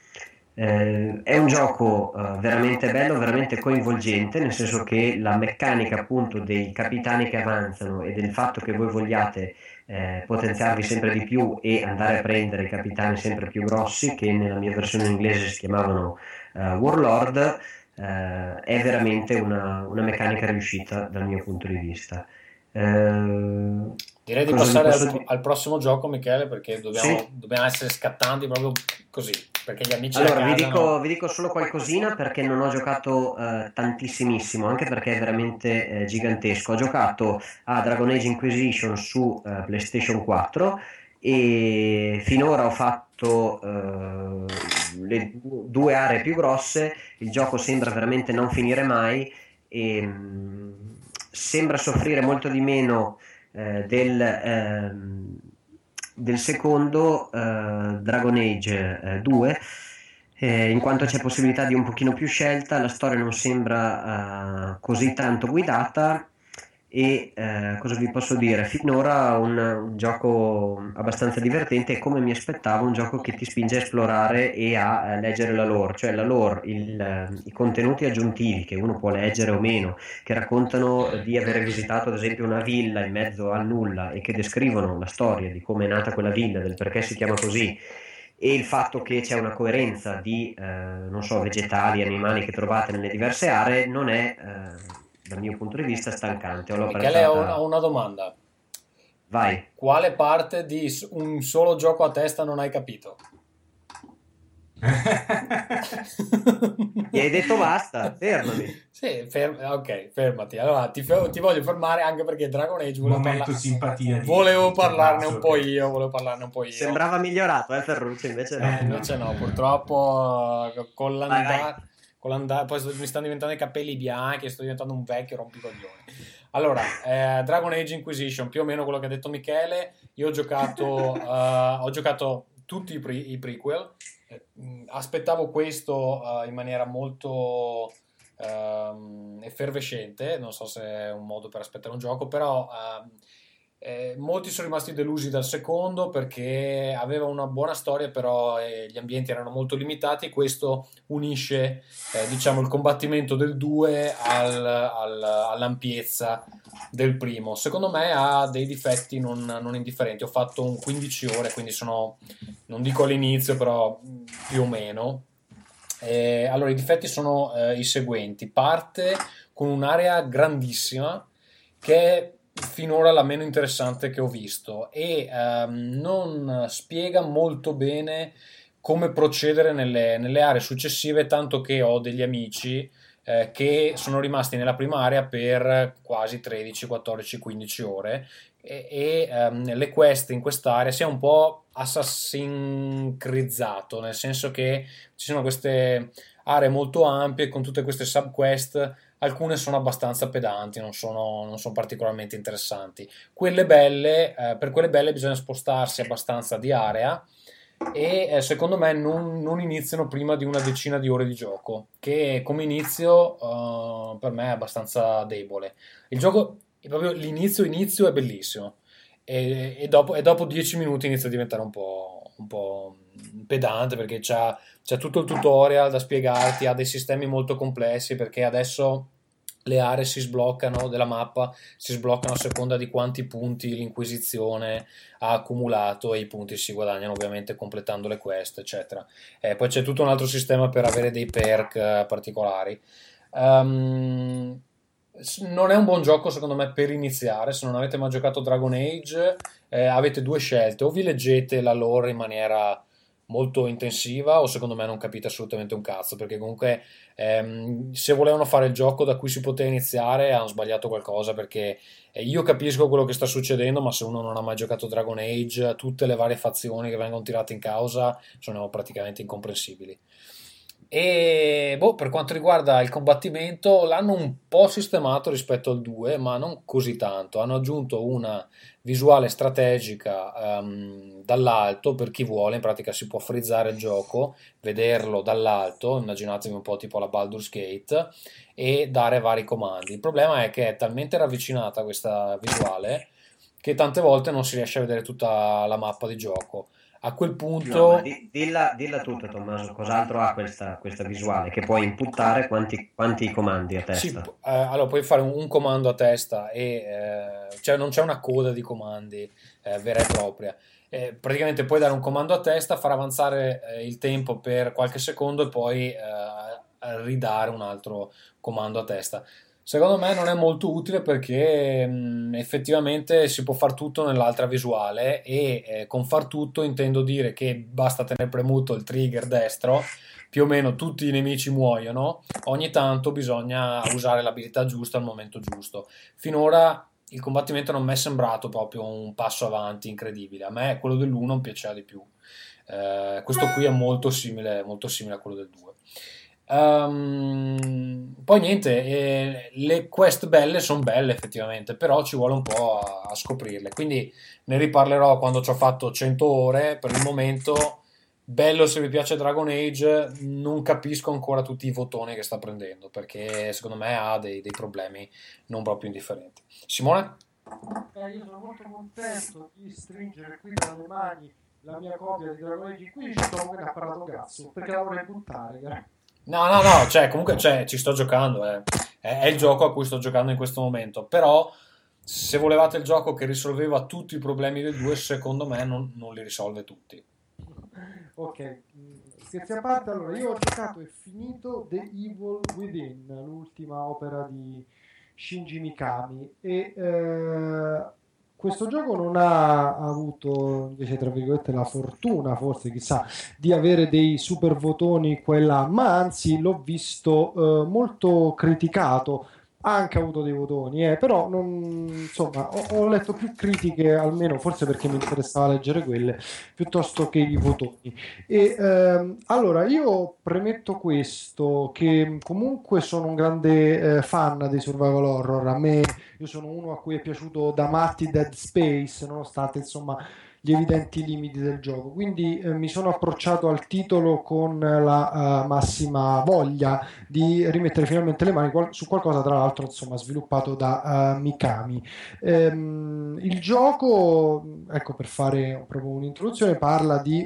Eh, è un gioco eh, veramente bello, veramente coinvolgente, nel senso che la meccanica appunto dei capitani che avanzano e del fatto che voi vogliate eh, potenziarvi sempre di più e andare a prendere i capitani sempre più grossi, che nella mia versione inglese si chiamavano eh, Warlord, eh, è veramente una, una meccanica riuscita dal mio punto di vista. Eh, Direi di passare al, al prossimo gioco, Michele, perché dobbiamo, sì. dobbiamo essere scattanti proprio così, perché gli amici allora vi casa dico, no... vi dico solo qualcosina, perché non ho giocato eh, tantissimissimo, anche perché è veramente eh, gigantesco. Ho giocato a Dragon Age Inquisition su eh, PlayStation quattro e finora ho fatto eh, le due aree più grosse. Il gioco sembra veramente non finire mai e mh, sembra soffrire molto di meno eh, del, eh, del secondo eh, Dragon Age eh, due, eh, in quanto c'è possibilità di un pochino più scelta, la storia non sembra eh, così tanto guidata e eh, cosa vi posso dire, finora un, un gioco abbastanza divertente e, come mi aspettavo, un gioco che ti spinge a esplorare e a eh, leggere la lore, cioè la lore, il, eh, i contenuti aggiuntivi che uno può leggere o meno, che raccontano di aver visitato ad esempio una villa in mezzo al nulla e che descrivono la storia di come è nata quella villa, del perché si chiama così, e il fatto che c'è una coerenza di eh, non so, vegetali, animali che trovate nelle diverse aree, non è eh, dal mio punto di vista stancante. Ho Michele, ho una, una domanda. Vai. Quale parte di un solo gioco a testa non hai capito? Mi hai detto basta, fermami. Sì, ferm- ok, fermati. Allora ti, f- ti voglio fermare, anche perché Dragon Age volevo, momento parla- simpatia di volevo parlarne Tommaso, un po' che- io, volevo parlarne un po' io. Sembrava migliorato, eh, Ferruccio, invece no. Eh, Invece no, purtroppo eh, con Vai, l'andare, vai. con l'andare, poi sto- mi stanno diventando i capelli bianchi, sto diventando un vecchio rompicoglioni. Allora, eh, Dragon Age Inquisition, più o meno quello che ha detto Michele. Io ho giocato, eh, ho giocato tutti i, pre- i prequel. Eh, mh, aspettavo questo uh, in maniera molto um, effervescente, non so se è un modo per aspettare un gioco, però uh, eh, molti sono rimasti delusi dal secondo perché aveva una buona storia, però eh, gli ambienti erano molto limitati. Questo unisce eh, diciamo il combattimento del due al, al, all'ampiezza del primo. Secondo me ha dei difetti non, non indifferenti. Ho fatto un quindici ore, quindi sono, non dico all'inizio, però più o meno. Eh, allora, i difetti sono eh, i seguenti. Parte con un'area grandissima che è finora la meno interessante che ho visto e ehm, non spiega molto bene come procedere nelle, nelle aree successive, tanto che ho degli amici eh, che sono rimasti nella prima area per quasi tredici, quattordici, quindici ore e, e ehm, le quest in quest'area si è un po' assassinizzato, nel senso che ci sono queste aree molto ampie con tutte queste subquest. Alcune sono abbastanza pedanti, non sono, non sono particolarmente interessanti. Quelle belle, eh, per quelle belle bisogna spostarsi abbastanza di area e eh, secondo me non, non iniziano prima di una decina di ore di gioco, che come inizio uh, per me è abbastanza debole. Il gioco, proprio l'inizio inizio è bellissimo e, e, dopo, e dopo dieci minuti inizia a diventare un po', un po' pedante perché c'ha, c'è tutto il tutorial da spiegarti, ha dei sistemi molto complessi perché adesso le aree si sbloccano della mappa, si sbloccano a seconda di quanti punti l'Inquisizione ha accumulato e i punti si guadagnano ovviamente completando le quest, eccetera. Eh, poi c'è tutto un altro sistema per avere dei perk eh, particolari. Um, non è un buon gioco secondo me per iniziare. Se non avete mai giocato Dragon Age eh, avete due scelte: o vi leggete la lore in maniera molto intensiva o secondo me non capite assolutamente un cazzo, perché comunque ehm, se volevano fare il gioco da cui si poteva iniziare hanno sbagliato qualcosa, perché eh, io capisco quello che sta succedendo, ma se uno non ha mai giocato Dragon Age tutte le varie fazioni che vengono tirate in causa sono praticamente incomprensibili. E boh, per quanto riguarda il combattimento l'hanno un po' sistemato rispetto al due, ma non così tanto. Hanno aggiunto una visuale strategica um, dall'alto per chi vuole. In pratica si può frizzare il gioco, vederlo dall'alto, immaginatevi un po' tipo la Baldur's Gate, e dare vari comandi. Il problema è che è talmente ravvicinata questa visuale che tante volte non si riesce a vedere tutta la mappa di gioco. A quel punto no, di, dilla, dilla tutta Tommaso, cos'altro ha questa, questa visuale, che puoi inputtare quanti, quanti comandi a testa. Sì, eh, allora puoi fare un, un comando a testa e eh, cioè non c'è una coda di comandi eh, vera e propria. Eh, praticamente puoi dare un comando a testa, far avanzare eh, il tempo per qualche secondo e poi eh, ridare un altro comando a testa. Secondo me non è molto utile perché mh, effettivamente si può far tutto nell'altra visuale e eh, con far tutto intendo dire che basta tenere premuto il trigger destro, più o meno tutti i nemici muoiono, ogni tanto bisogna usare l'abilità giusta al momento giusto. Finora il combattimento non mi è sembrato proprio un passo avanti incredibile, a me quello dell'uno piaceva di più, eh, questo qui è molto simile, molto simile a quello del due. Um, poi niente, eh, le quest belle sono belle effettivamente, però ci vuole un po' a, a scoprirle, quindi ne riparlerò quando ci ho fatto cento ore. Per il momento bello se vi piace Dragon Age, non capisco ancora tutti i votoni che sta prendendo, perché secondo me ha dei, dei problemi non proprio indifferenti. Simone? Eh, io sono molto contento di stringere qui tra le mani la mia copia di Dragon Age quindici dopo che ne ha parlato cazzo, perché la vorrei buttare, cara. No, no, no, cioè comunque cioè, ci sto giocando, eh. è, è il gioco a cui sto giocando in questo momento, però se volevate il gioco che risolveva tutti i problemi del due, secondo me non, non li risolve tutti. Ok, scherzi a parte, allora io ho giocato e finito The Evil Within, l'ultima opera di Shinji Mikami, e eh, questo gioco non ha avuto invece tra virgolette la fortuna, forse chissà, di avere dei super votoni qua e là, ma anzi l'ho visto eh, molto criticato. Ha anche avuto dei votoni, eh, però non, insomma ho, ho letto più critiche, almeno forse perché mi interessava leggere quelle piuttosto che i votoni. E ehm, allora io premetto questo, che comunque sono un grande eh, fan dei survival horror. A me, io sono uno a cui è piaciuto da matti Dead Space, nonostante insomma gli evidenti limiti del gioco. Quindi eh, mi sono approcciato al titolo con la uh, massima voglia di rimettere finalmente le mani qual- su qualcosa, tra l'altro, insomma, sviluppato da uh, Mikami. Ehm, il gioco, ecco, per fare proprio un'introduzione, parla di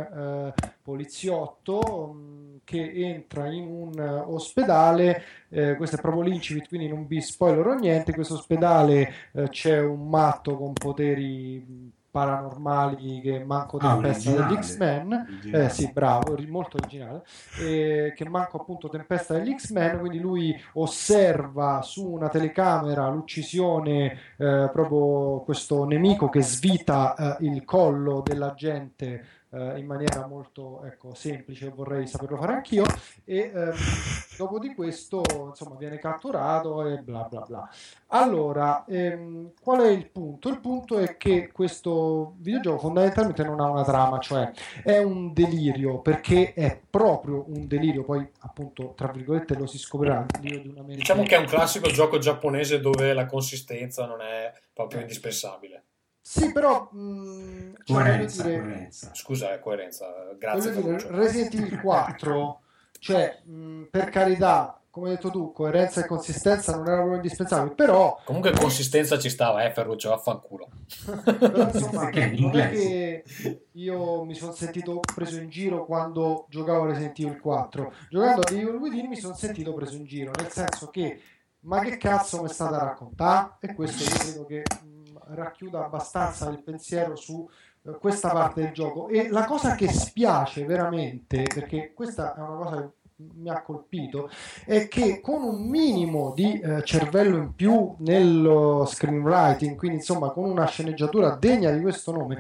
un uh, poliziotto mh, che entra in un uh, ospedale. Eh, questo è proprio l'incipit, quindi non vi spoilerò niente. In questo ospedale eh, c'è un matto con poteri paranormali che manco Ah, tempesta originale. degli X-Men. Originale. Eh sì, bravo, ori- molto originale. Eh, che manco appunto tempesta degli X-Men, quindi lui osserva su una telecamera l'uccisione, eh, proprio questo nemico che svita eh, il collo dell'agente eh, in maniera molto, ecco, semplice, vorrei saperlo fare anch'io, e ehm, dopo di questo, insomma, viene catturato e bla bla bla. Allora, ehm, qual è il punto? Il punto è che questo videogioco fondamentalmente non ha una trama, cioè è un delirio, perché è proprio un delirio, poi appunto, tra virgolette, lo si scoprirà, il delirio di una mente. Diciamo che è un classico gioco giapponese dove la consistenza non è proprio indispensabile. Sì, però mh, cioè, Coerenza, voglio dire, coerenza. Scusa, è coerenza. Grazie. voglio dire, Ferruccio. Resident Evil quattro, cioè, mh, per carità, come hai detto tu, coerenza e consistenza non erano proprio indispensabili, però Comunque consistenza ci stava, eh, Ferruccio, vaffanculo. però insomma, Perché in non è inglese? che io mi sono sentito preso in giro quando giocavo a Resident Evil quattro. Giocando a Evil Within mi sono sentito preso in giro, nel senso che ma che cazzo mi è stata raccontata? E questo io credo che mh, racchiuda abbastanza il pensiero su eh, questa parte del gioco. E la cosa che spiace veramente, perché questa è una cosa che mi ha colpito, è che con un minimo di eh, cervello in più nello screenwriting, quindi insomma con una sceneggiatura degna di questo nome,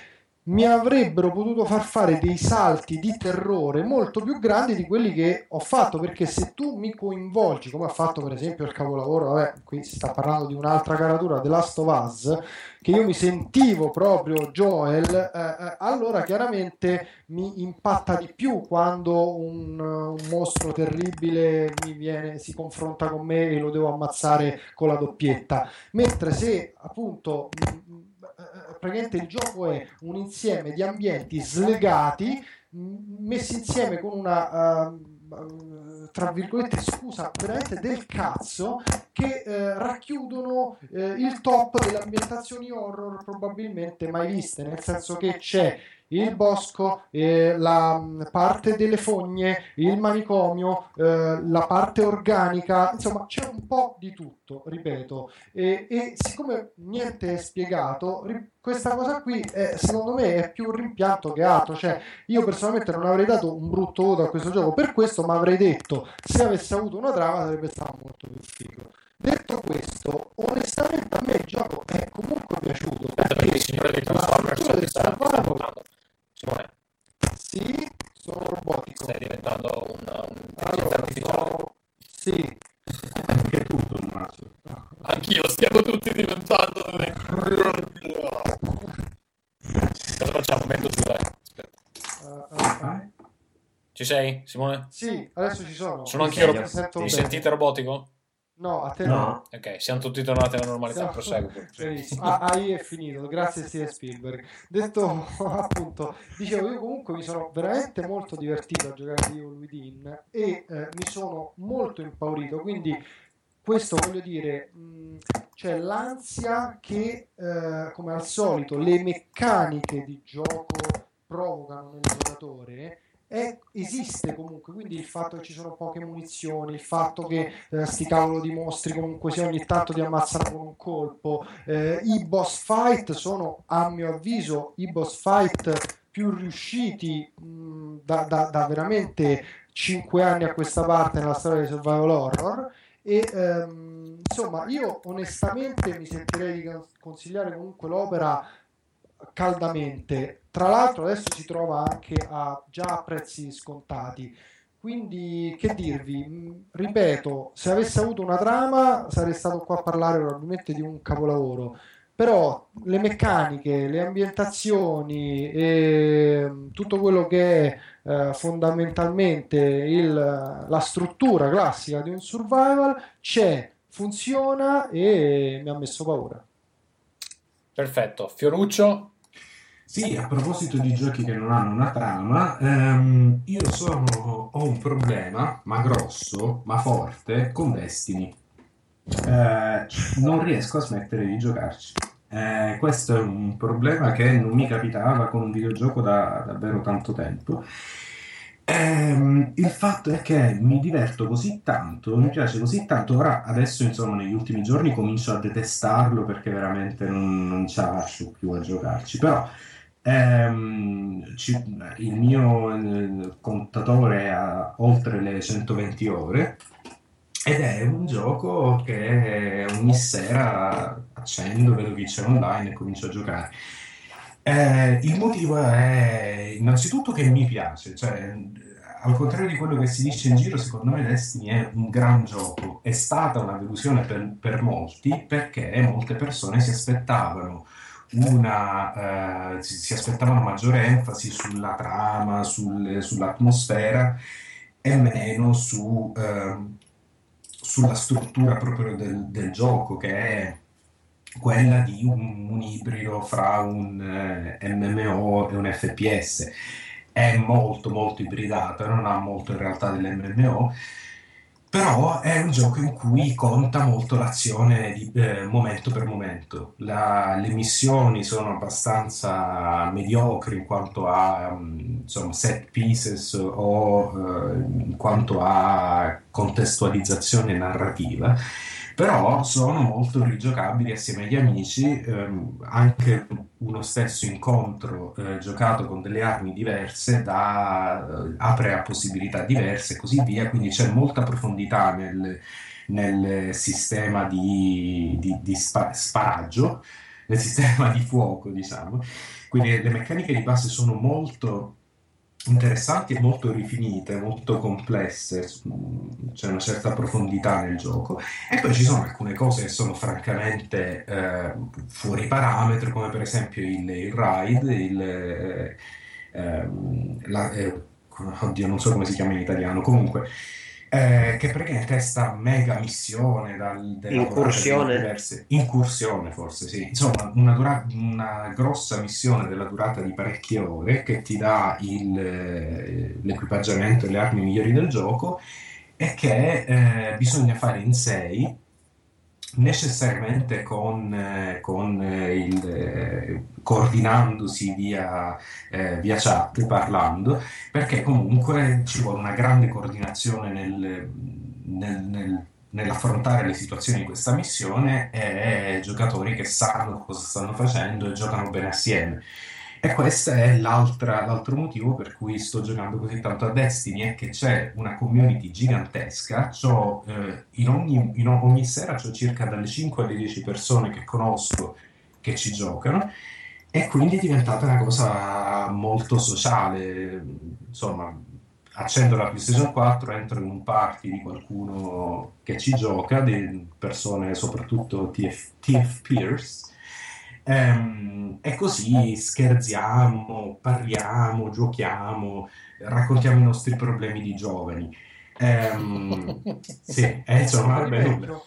mi avrebbero potuto far fare dei salti di terrore molto più grandi di quelli che ho fatto, perché se tu mi coinvolgi, come ha fatto per esempio il capolavoro, vabbè, qui si sta parlando di un'altra caratura, The Last of Us, che io mi sentivo proprio Joel, eh, eh, allora chiaramente mi impatta di più quando un, un mostro terribile mi viene, si confronta con me e lo devo ammazzare con la doppietta, mentre se appunto mh, praticamente il gioco è un insieme di ambienti slegati messi insieme con una uh, tra virgolette scusa veramente del cazzo, che uh, racchiudono uh, il top delle ambientazioni horror probabilmente mai viste, nel senso che c'è il bosco, eh, la parte delle fogne, il manicomio, eh, la parte organica, insomma c'è un po' di tutto, ripeto, e, e siccome niente è spiegato, ri- questa cosa qui è, secondo me è più un rimpianto che altro, cioè io personalmente non avrei dato un brutto voto a questo gioco per questo, ma avrei detto se avesse avuto una trama sarebbe stato molto più figo. Detto questo, onestamente a me il gioco è comunque piaciuto, perché il signore dei la Transformers struttura del sta survival, diventando. Simone, sì, sono robotico. stai diventando un, un Allora, artificiale. sono... sì, Anche tu, Tommaso. Anch'io, stiamo tutti diventando. Cosa facciamo? Metto giù, dai. Aspetta. uh, uh, uh. Ci sei, Simone? Sì, adesso ci sono. Sono Mi anch'io sento- robotico. mi sento Ti bene. sentite robotico? No, a te No. no. Ok, siamo tutti tornati alla normalità. Proseguo. Benissimo. Ah, A I è finito, grazie Steven Spielberg. Detto appunto, dicevo, io comunque mi sono veramente molto divertito a giocare a Evil Within e eh, mi sono molto impaurito, quindi questo voglio dire, mh, c'è l'ansia che eh, come al solito le meccaniche di gioco provocano nel giocatore. È, esiste comunque, quindi il fatto che ci sono poche munizioni, il fatto che eh, sti cavolo di mostri comunque sia ogni tanto ti ammazzano con un colpo, eh, i boss fight sono a mio avviso i boss fight più riusciti mh, da, da, da veramente cinque anni a questa parte nella storia di survival horror. E ehm, insomma io onestamente mi sentirei di consigliare comunque l'opera caldamente. Tra l'altro adesso si trova anche a già a prezzi scontati, quindi che dirvi, mh, ripeto, se avesse avuto una trama sarei stato qua a parlare probabilmente di un capolavoro, però le meccaniche, le ambientazioni e mh, tutto quello che è eh, fondamentalmente il, la struttura classica di un survival c'è, funziona e mi ha messo paura. Perfetto. Fioruccio? Sì, a proposito di giochi che non hanno una trama, ehm, io sono, ho un problema, ma grosso, ma forte, con Destiny. Eh, non riesco a smettere di giocarci. Eh, questo è un problema che non mi capitava con un videogioco da davvero tanto tempo. Ehm, il fatto è che mi diverto così tanto, mi piace così tanto, ora adesso insomma negli ultimi giorni comincio a detestarlo perché veramente non, non ce la faccio più a giocarci, però ehm, ci- il mio eh, contatore ha oltre le centoventi ore ed è un gioco che ogni sera accendo, vedo che c'è online e comincio a giocare. Eh, il motivo è innanzitutto che mi piace, cioè al contrario di quello che si dice in giro, secondo me Destiny è un gran gioco. È stata una delusione per, per molti perché molte persone si aspettavano una, eh, si, si aspettavano maggiore enfasi sulla trama, sul- sull'atmosfera e meno su, ehm, sulla struttura proprio del, del gioco, che è quella di un, un ibrido fra un eh, M M O e un F P S. È molto molto ibridato, non ha molto in realtà dell'M M O, però è un gioco in cui conta molto l'azione di, eh, momento per momento. La- le missioni sono abbastanza mediocri in quanto a mm, insomma, set pieces o eh, in quanto a contestualizzazione narrativa, però sono molto rigiocabili assieme agli amici, ehm, anche uno stesso incontro eh, giocato con delle armi diverse da, eh, apre a possibilità diverse e così via, quindi c'è molta profondità nel, nel sistema di, di- di spa- sparaggio, nel sistema di fuoco, diciamo. Quindi le meccaniche di base sono molto interessanti e molto rifinite, molto complesse, mm, c'è una certa profondità nel gioco. E poi ci sono alcune cose che sono francamente eh, fuori parametro, come per esempio il, il ride, il, eh, ehm, la- eh, oddio, non so come si chiama in italiano, comunque, eh, che praticamente è sta mega missione dal, della durata di Incursione? diverse, incursione forse sì, insomma una, dura- una grossa missione della durata di parecchie ore che ti dà il, eh, l'equipaggiamento e le armi migliori del gioco e che eh, bisogna fare in sei necessariamente con, eh, con eh, il, eh, coordinandosi via, eh, via chat, parlando, perché comunque ci vuole una grande coordinazione nel, nel- nel- nell'affrontare le situazioni di questa missione e giocatori che sanno cosa stanno facendo e giocano bene assieme. E questo è l'altra- l'altro motivo per cui sto giocando così tanto a Destiny, è che c'è una community gigantesca. C'ho, eh, in ogni, in ogni sera c'ho circa dalle cinque alle dieci persone che conosco che ci giocano e quindi è diventata una cosa molto sociale. Insomma, accendo la PlayStation quattro, entro in un party di qualcuno che ci gioca, di persone soprattutto T F, T F peers, ehm, e così scherziamo, parliamo, giochiamo, raccontiamo i nostri problemi di giovani. Ehm, sì, e insomma, è bello.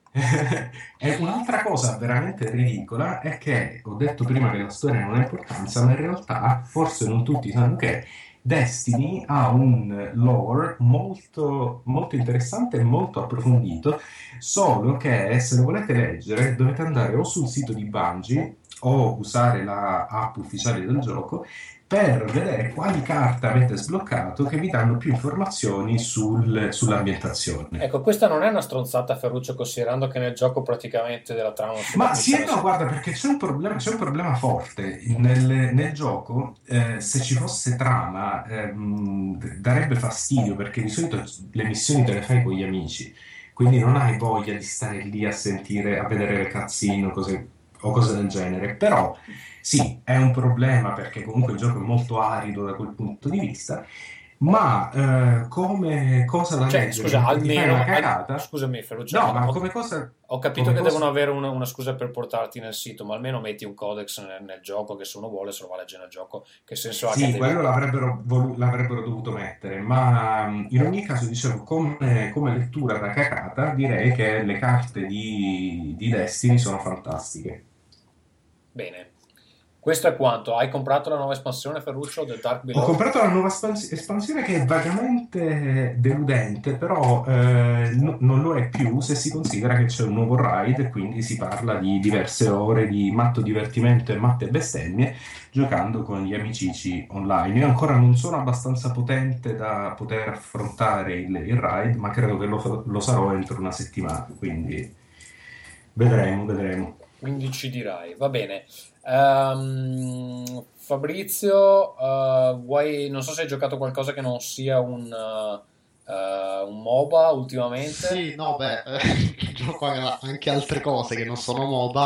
E un'altra cosa veramente ridicola è che ho detto prima che la storia non ha importanza, ma in realtà forse non tutti sanno che Destiny ha un lore molto, molto interessante e molto approfondito, solo che se lo volete leggere dovete andare o sul sito di Bungie o usare la app ufficiale del gioco per vedere quali carte avete sbloccato che vi danno più informazioni sul- sull'ambientazione. Ecco, questa non è una stronzata, Ferruccio, considerando che nel gioco praticamente della trama non si Ma capisce sì e no, nessuno. guarda, perché c'è un problema, c'è un problema forte nel, nel gioco. Eh, se ci fosse trama, ehm, d- darebbe fastidio perché di solito le missioni te le fai con gli amici, quindi non hai voglia di stare lì a sentire, a vedere le cutscene o cose, o cose del genere. Però sì, è un problema perché comunque il gioco è molto arido da quel punto di vista. Ma eh, come cosa da Cioè, leggere scusa, mentre ti fai almeno, una al- cagata? scusami Ferruccio, No, ho, ma ho- come cosa... ho capito come che cosa- devono avere una, una scusa per portarti nel sito, ma almeno metti un codex nel, nel gioco, che se uno vuole se lo va a leggere nel gioco. Che senso ha che Sì, devi- quello l'avrebbero, volu- l'avrebbero dovuto mettere, ma mh, in ogni caso, dicevo, come, come lettura da cacata, direi che le carte di, di Destiny sono fantastiche. Bene. Questo è quanto? Hai comprato la nuova espansione, Ferruccio, del Dark Below? Ho comprato la nuova espans- espansione che è vagamente deludente, però eh, no- non lo è più se si considera che c'è un nuovo raid, e quindi si parla di diverse ore di matto divertimento e matte bestemmie giocando con gli amicici online. Io ancora non sono abbastanza potente da poter affrontare il, il raid, ma credo che lo, lo sarò entro una settimana, quindi vedremo, vedremo. Quindi ci dirai, va bene. Ehm, Fabrizio, eh, vuoi, non so se hai giocato qualcosa che non sia un, eh, eh, un MOBA ultimamente? Sì, no, beh, eh, gioco anche altre cose che non sono MOBA.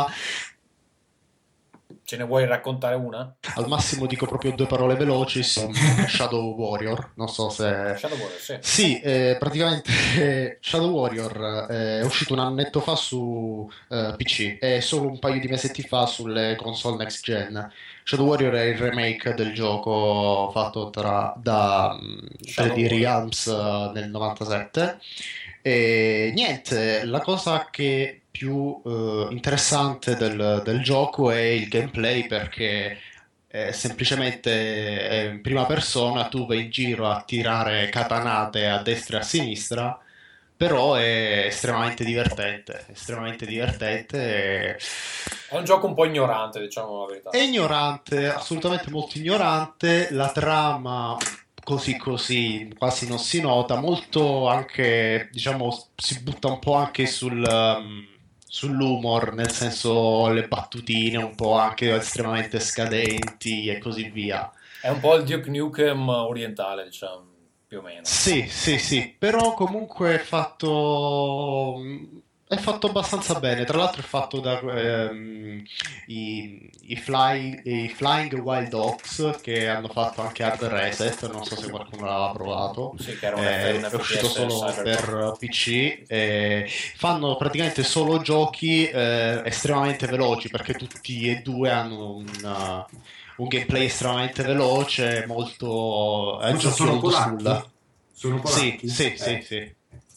Ce ne vuoi raccontare una? Al massimo dico proprio due parole veloci su Shadow Warrior. Non so se... Shadow Warrior, sì. Sì, eh, praticamente eh, Shadow Warrior eh, è uscito un annetto fa su eh, P C e solo un paio di mesetti fa sulle console next gen. Shadow Warrior è il remake del gioco fatto tra, da tre D Realms eh, nel novantasette. E niente, la cosa che più eh, interessante del, del gioco è il gameplay, perché eh, semplicemente è in prima persona, tu vai in giro a tirare katanate a destra e a sinistra, però è estremamente divertente, estremamente divertente. E... È un gioco un po' ignorante, diciamo la verità. È ignorante, assolutamente molto ignorante, la trama così così, quasi non si nota, molto anche, diciamo, si butta un po' anche sul... Um, sull'humor, nel senso le battutine un po' anche estremamente scadenti e così via. È un po' il Duke Nukem orientale, diciamo, più o meno. Sì, sì, sì, però comunque è fatto è fatto abbastanza bene. Tra l'altro è fatto da ehm, i, i, fly, i Flying Wild Ox, che hanno fatto anche Hard Reset, non so se qualcuno l'aveva provato. Sì, che era un eh, F- è uscito solo Cyberpunk. per P C. Eh, fanno praticamente solo giochi eh, estremamente veloci, perché tutti e due hanno un, uh, un gameplay estremamente veloce, molto eh, giochi sono old polacchi? school. Sono Sì, polacchi? sì, Eh. sì, sì.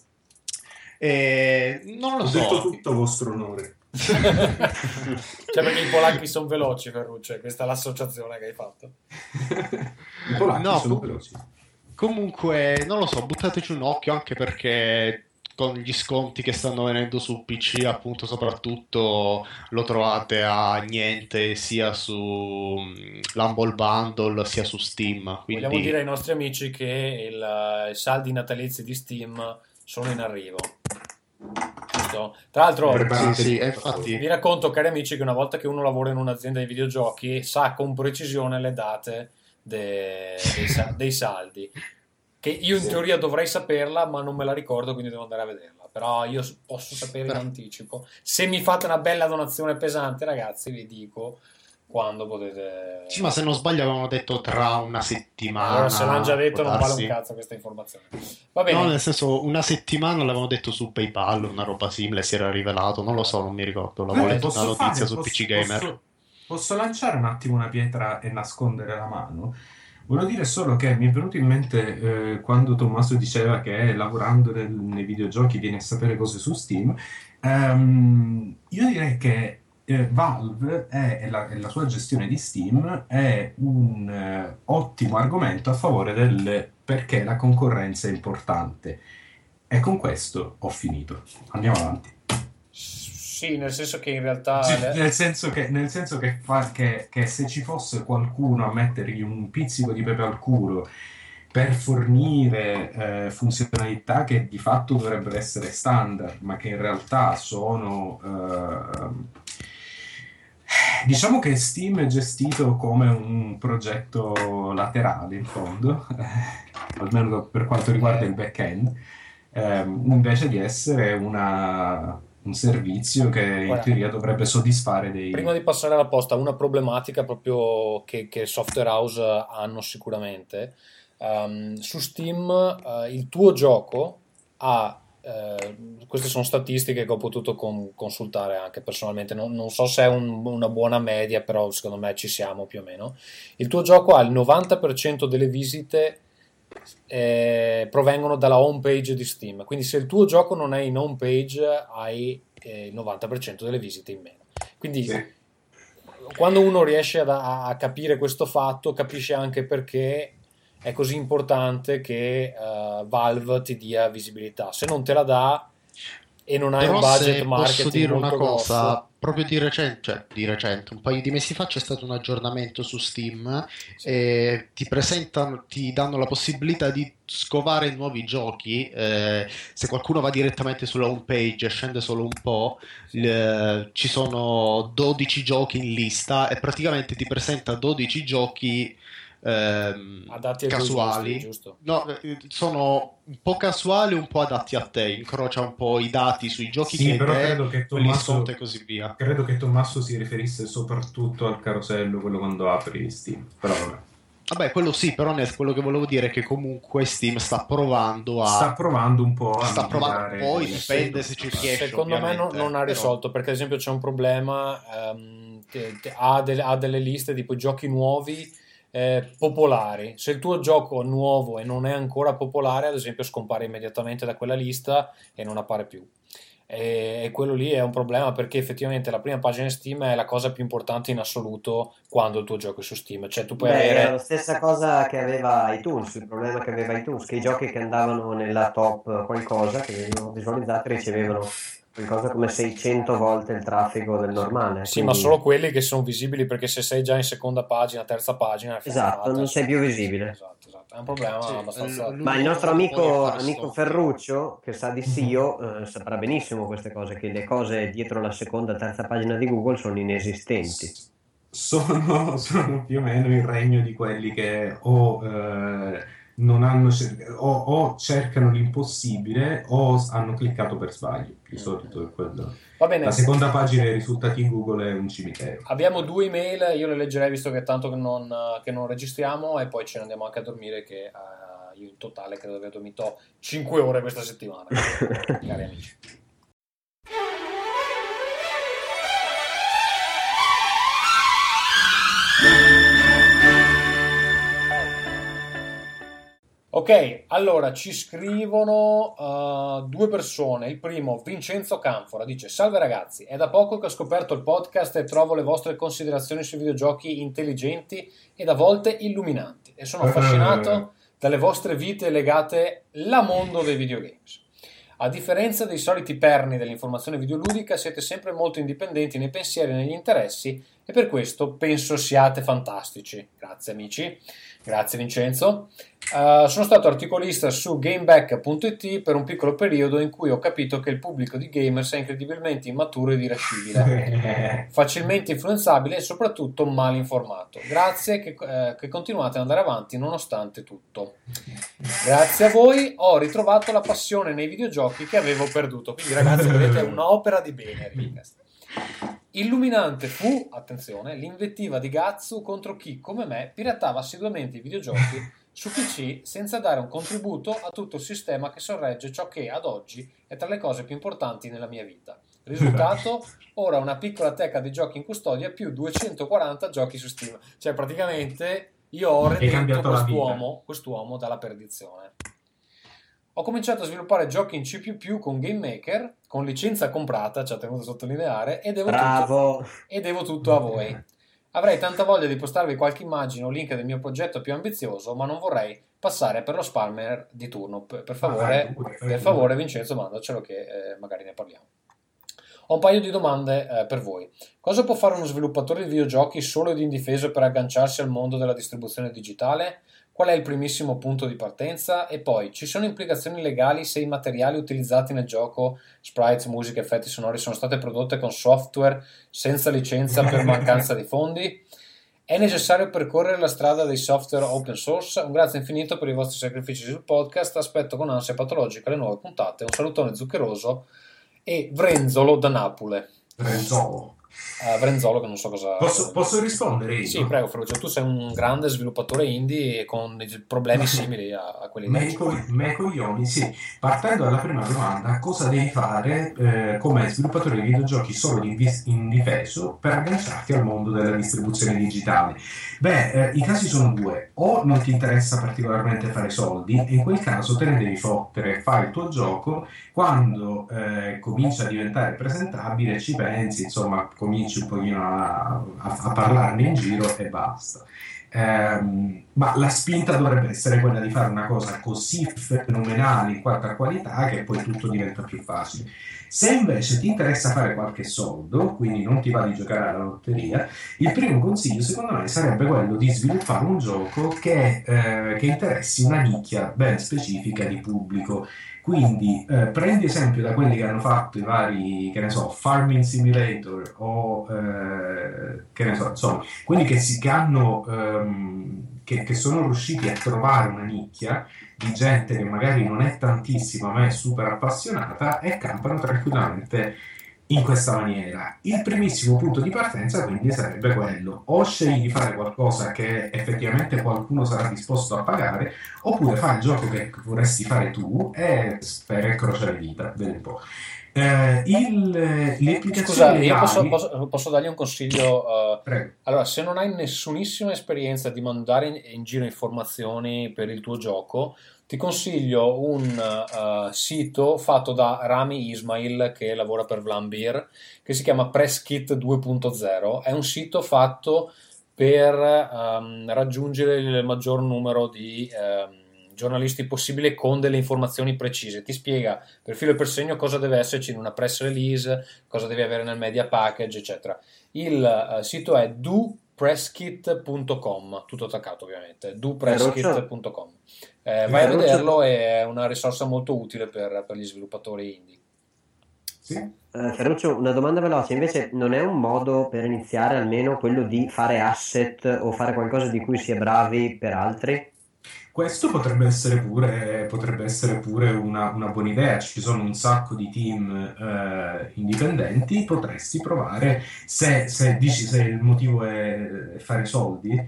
Eh, non lo Ho so. detto tutto a vostro onore. Cioè, perché i polacchi sono veloci, Ferruccio, questa è l'associazione che hai fatto. I polacchi No, sono com- veloci. Comunque, non lo so, buttateci un occhio, anche perché con gli sconti che stanno venendo su P C, appunto, soprattutto lo trovate a niente sia su mm, l'Humble Bundle sia su Steam. Quindi Vogliamo dire ai nostri amici che il, i saldi natalizi di Steam sono in arrivo. Giusto? Tra l'altro, sì, sì, e infatti vi racconto, cari amici, che una volta che uno lavora in un'azienda di videogiochi sa con precisione le date de- dei, sa- dei saldi. Che io in Sì. teoria dovrei saperla, ma non me la ricordo, quindi devo andare a vederla. Però io s- posso sapere in anticipo. Se mi fate una bella donazione pesante, ragazzi, vi dico quando potete. sì, ma se non sbaglio avevano detto tra una settimana. Allora, se l'hanno già detto, può non vale darsi. un cazzo questa informazione. Va bene. No, nel senso, una settimana l'avevano detto su PayPal, una roba simile, si era rivelato, non lo so, non mi ricordo, l'avevo Eh, letto posso una notizia fare- su posso- P C Gamer. Posso, posso lanciare un attimo una pietra e nascondere la mano? Volevo dire solo che mi è venuto in mente eh, quando Tommaso diceva che lavorando nel- nei videogiochi viene a sapere cose su Steam. Ehm, io direi che eh, Valve è- e la, e la sua gestione di Steam è un eh, ottimo argomento a favore del perché la concorrenza è importante. E con questo ho finito. Andiamo avanti. Sì, nel senso che in realtà. Sì, le- nel senso che, nel senso che, fa, che, che se ci fosse qualcuno a mettergli un pizzico di pepe al culo per fornire eh, funzionalità che di fatto dovrebbero essere standard, ma che in realtà sono... eh, diciamo che Steam è gestito come un progetto laterale, in fondo, almeno per quanto riguarda il back-end, ehm, invece di essere una... un servizio che in Guarda, teoria dovrebbe soddisfare dei... prima di passare alla posta, una problematica proprio che, che software house hanno sicuramente. Um, su Steam uh, il tuo gioco ha, uh, queste sono statistiche che ho potuto con- consultare anche personalmente, non, non so se è un- una buona media, però secondo me ci siamo più o meno. Il tuo gioco ha il novanta per cento delle visite eh, provengono dalla home page di Steam, quindi se il tuo gioco non è in home page hai eh, il novanta per cento delle visite in meno. Quindi Sì. quando uno riesce ad, a capire questo fatto, capisce anche perché è così importante che uh, Valve ti dia visibilità. Se non te la dà e non hai Però un budget se marketing posso dire una molto cosa, grosso, proprio di recente, cioè di recente, un paio di mesi fa c'è stato un aggiornamento su Steam e ti presentano, ti danno la possibilità di scovare nuovi giochi. Eh, se qualcuno va direttamente sulla home page e scende solo un po', eh, ci sono dodici giochi in lista e praticamente ti presenta dodici giochi ehm, adatti ai tuoi casuali, gusti, giusto? no, eh, sono un po' casuali, un po' adatti a te, incrocia un po' i dati sui giochi Sì, che però hai te, credo che quelli Tommaso, sotto e così via. credo che Tommaso si riferisse soprattutto al carosello, quello quando apri Steam. Però vabbè. Vabbè, quello sì, però nel, quello che volevo dire è che comunque Steam sta provando a sta provando un po' a sta provando, mitigare poi il- dipende se ci riesce. Secondo me non, ovviamente, non ha però- risolto, perché ad esempio c'è un problema, ehm, te- te- ha, delle, ha delle liste tipo giochi nuovi eh, popolari. Se il tuo gioco è nuovo e non è ancora popolare, ad esempio scompare immediatamente da quella lista e non appare più. E, e quello lì è un problema, perché effettivamente la prima pagina Steam è la cosa più importante in assoluto quando il tuo gioco è su Steam. Cioè tu puoi Beh, era avere... la stessa cosa che aveva iTunes, il problema che aveva iTunes, che i giochi che andavano nella top qualcosa, che venivano visualizzati, ricevevano qualcosa come seicento volte il traffico del normale. Sì, quindi- ma solo quelli che sono visibili, perché se sei già in seconda pagina, terza pagina... è Esatto, fatta. non sei più visibile. Esatto, esatto. È un problema Sì, abbastanza... l- Ma il nostro l'unico modo amico, di fare amico sto- Ferruccio, che sa di S E O, eh, saprà benissimo queste cose, che le cose dietro la seconda, terza pagina di Google sono inesistenti. sono, sono più o meno il regno di quelli che o, eh, non hanno cer- o, o cercano l'impossibile o hanno cliccato per sbaglio. Di solito è quello. Va bene. La seconda pagina dei risultati in Google è un cimitero. Abbiamo due email, io le leggerei visto che è tanto che non, che non registriamo, e poi ce ne andiamo anche a dormire, che eh, io in totale credo che aver dormito cinque ore questa settimana, cari amici. Ok, allora ci scrivono uh, due persone. Il primo, Vincenzo Canfora, dice: salve ragazzi, è da poco che ho scoperto il podcast e trovo le vostre considerazioni sui videogiochi intelligenti ed a volte illuminanti, e sono affascinato dalle vostre vite legate al mondo dei videogames. A differenza dei soliti perni dell'informazione videoludica, siete sempre molto indipendenti nei pensieri e negli interessi, e per questo penso siate fantastici. Grazie amici, grazie Vincenzo. Uh, sono stato articolista su gameback punto it per un piccolo periodo in cui ho capito che il pubblico di gamers è incredibilmente immaturo ed irascibile, facilmente influenzabile e soprattutto mal informato. Grazie che, eh, che continuate ad andare avanti nonostante tutto. Grazie a voi ho ritrovato la passione nei videogiochi che avevo perduto. Quindi ragazzi, vedete, è un'opera di bene, Rincast. Illuminante fu, attenzione, l'invettiva di Gatsu contro chi, come me, piratava assiduamente i videogiochi su P C senza dare un contributo a tutto il sistema che sorregge ciò che ad oggi è tra le cose più importanti nella mia vita. Risultato, ora una piccola teca di giochi in custodia più duecentoquaranta giochi su Steam. Cioè praticamente io ho redento cambiato la vita. quest'uomo, quest'uomo dalla perdizione. Ho cominciato a sviluppare giochi in C più più con Game Maker, con licenza comprata, ci ha tenuto a sottolineare, e devo, Bravo. tutto, e devo tutto a voi. Avrei tanta voglia di postarvi qualche immagine o link del mio progetto più ambizioso, ma non vorrei passare per lo spammer di turno. Per, per favore, per favore Vincenzo, mandacelo che eh, magari ne parliamo. Ho un paio di domande eh, per voi. Cosa può fare uno sviluppatore di videogiochi solo ed indifeso per agganciarsi al mondo della distribuzione digitale? Qual è il primissimo punto di partenza? E poi, ci sono implicazioni legali se i materiali utilizzati nel gioco, sprites, musica, effetti sonori, sono state prodotte con software senza licenza per mancanza di fondi? È necessario percorrere la strada dei software open source? Un grazie infinito per i vostri sacrifici sul podcast, aspetto con ansia patologica le nuove puntate. Un salutone zuccheroso e Vrenzolo da Napoli. Vrenzolo. Uh, Vrenzolo, che non so cosa... Posso, posso rispondere io? Sì, prego Ferruccio, tu sei un grande sviluppatore indie con problemi simili a, a quelli Me, di co- me coglioni, sì. Partendo dalla prima domanda, cosa devi fare eh, come sviluppatore di videogiochi solo invis- indifeso per agganciarti al mondo della distribuzione digitale? Beh, eh, i casi sono due: o non ti interessa particolarmente fare soldi, e in quel caso te ne devi fottere, fai il tuo gioco, quando eh, comincia a diventare presentabile ci pensi, insomma, cominci un pochino a, a, a parlarne in giro e basta. Ehm, ma la spinta dovrebbe essere quella di fare una cosa così fenomenale in quanto a qualità che poi tutto diventa più facile. Se invece ti interessa fare qualche soldo, quindi non ti va di giocare alla lotteria, il primo consiglio secondo me sarebbe quello di sviluppare un gioco che, eh, che interessi una nicchia ben specifica di pubblico. Quindi eh, prendi esempio da quelli che hanno fatto i vari, che ne so, Farming Simulator o eh, che ne so, insomma, quelli che, si, che hanno ehm, che, che sono riusciti a trovare una nicchia di gente che magari non è tantissima ma è super appassionata e campano tranquillamente in questa maniera. Il primissimo punto di partenza quindi sarebbe quello: o scegli di fare qualcosa che effettivamente qualcuno sarà disposto a pagare, oppure fai il gioco che vorresti fare tu e spera e crocia le dita, vedi un po'. Eh, il, le applicazioni Scusa, io legali... posso, posso, posso dargli un consiglio? Uh, Prego. Allora, se non hai nessunissima esperienza di mandare in, in giro informazioni per il tuo gioco, ti consiglio un uh, sito fatto da Rami Ismail, che lavora per Vlambeer, che si chiama PressKit due punto zero. È un sito fatto per um, raggiungere il maggior numero di um, giornalisti possibile con delle informazioni precise. Ti spiega per filo e per segno cosa deve esserci in una press release, cosa devi avere nel media package, eccetera. Il uh, sito è do presskit punto com, tutto attaccato ovviamente, do presskit punto com. Eh, vai a vederlo, è una risorsa molto utile per, per gli sviluppatori indie. Sì. Uh, Ferruccio, una domanda veloce, invece non è un modo per iniziare almeno quello di fare asset o fare qualcosa di cui si è bravi per altri? Questo potrebbe essere pure, potrebbe essere pure una, una buona idea. Ci sono un sacco di team eh, indipendenti, potresti provare, se, se dici se il motivo è fare soldi,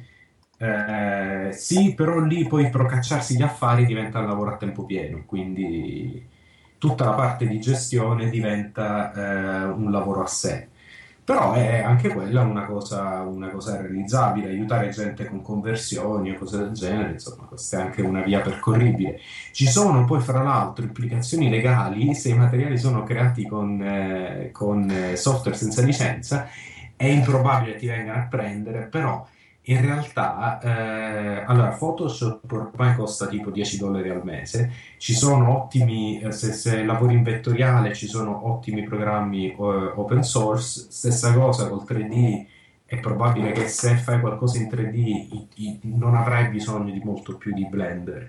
eh, sì, però lì poi procacciarsi gli affari diventa un lavoro a tempo pieno, quindi tutta la parte di gestione diventa eh, un lavoro a sé. Però è anche quella una cosa, una cosa realizzabile, aiutare gente con conversioni o cose del genere, insomma, questa è anche una via percorribile. Ci sono poi, fra l'altro, implicazioni legali se i materiali sono creati con, eh, con eh, software senza licenza. È improbabile ti vengano a prendere, però in realtà, eh, allora, Photoshop ormai costa tipo dieci dollari al mese, ci sono ottimi, eh, se, se lavori in vettoriale, ci sono ottimi programmi eh, open source, stessa cosa col tre D, è probabile che se fai qualcosa in tre D i, i, non avrai bisogno di molto più di Blender,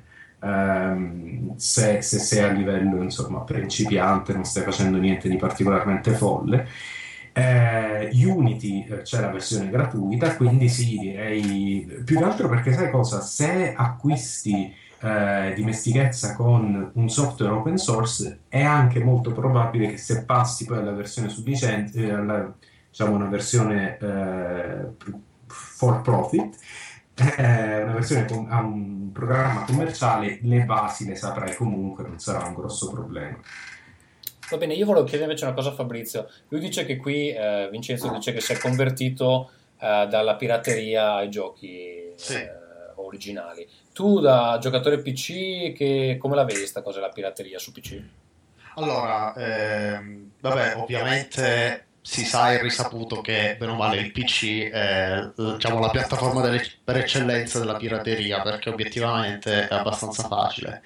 um, se, se sei a livello, insomma, principiante, non stai facendo niente di particolarmente folle. Eh, Unity eh, c'è la versione gratuita, quindi sì, direi più che altro perché sai cosa? Se acquisti eh, dimestichezza con un software open source è anche molto probabile che se passi poi alla versione su licenza, eh, alla, diciamo una versione eh, for profit, eh, una versione con, a un programma commerciale, le basi le saprai comunque, non sarà un grosso problema. Va bene, io volevo chiedere invece una cosa a Fabrizio. Lui dice che qui, eh, Vincenzo dice che si è convertito eh, dalla pirateria ai giochi sì. eh, originali. Tu da giocatore P C, che, come la vedi sta cosa della pirateria su P C? Allora, ehm, vabbè, ovviamente si sa e risaputo che, bene o male, il P C è, diciamo, la piattaforma delle, per eccellenza della pirateria, perché obiettivamente è abbastanza facile.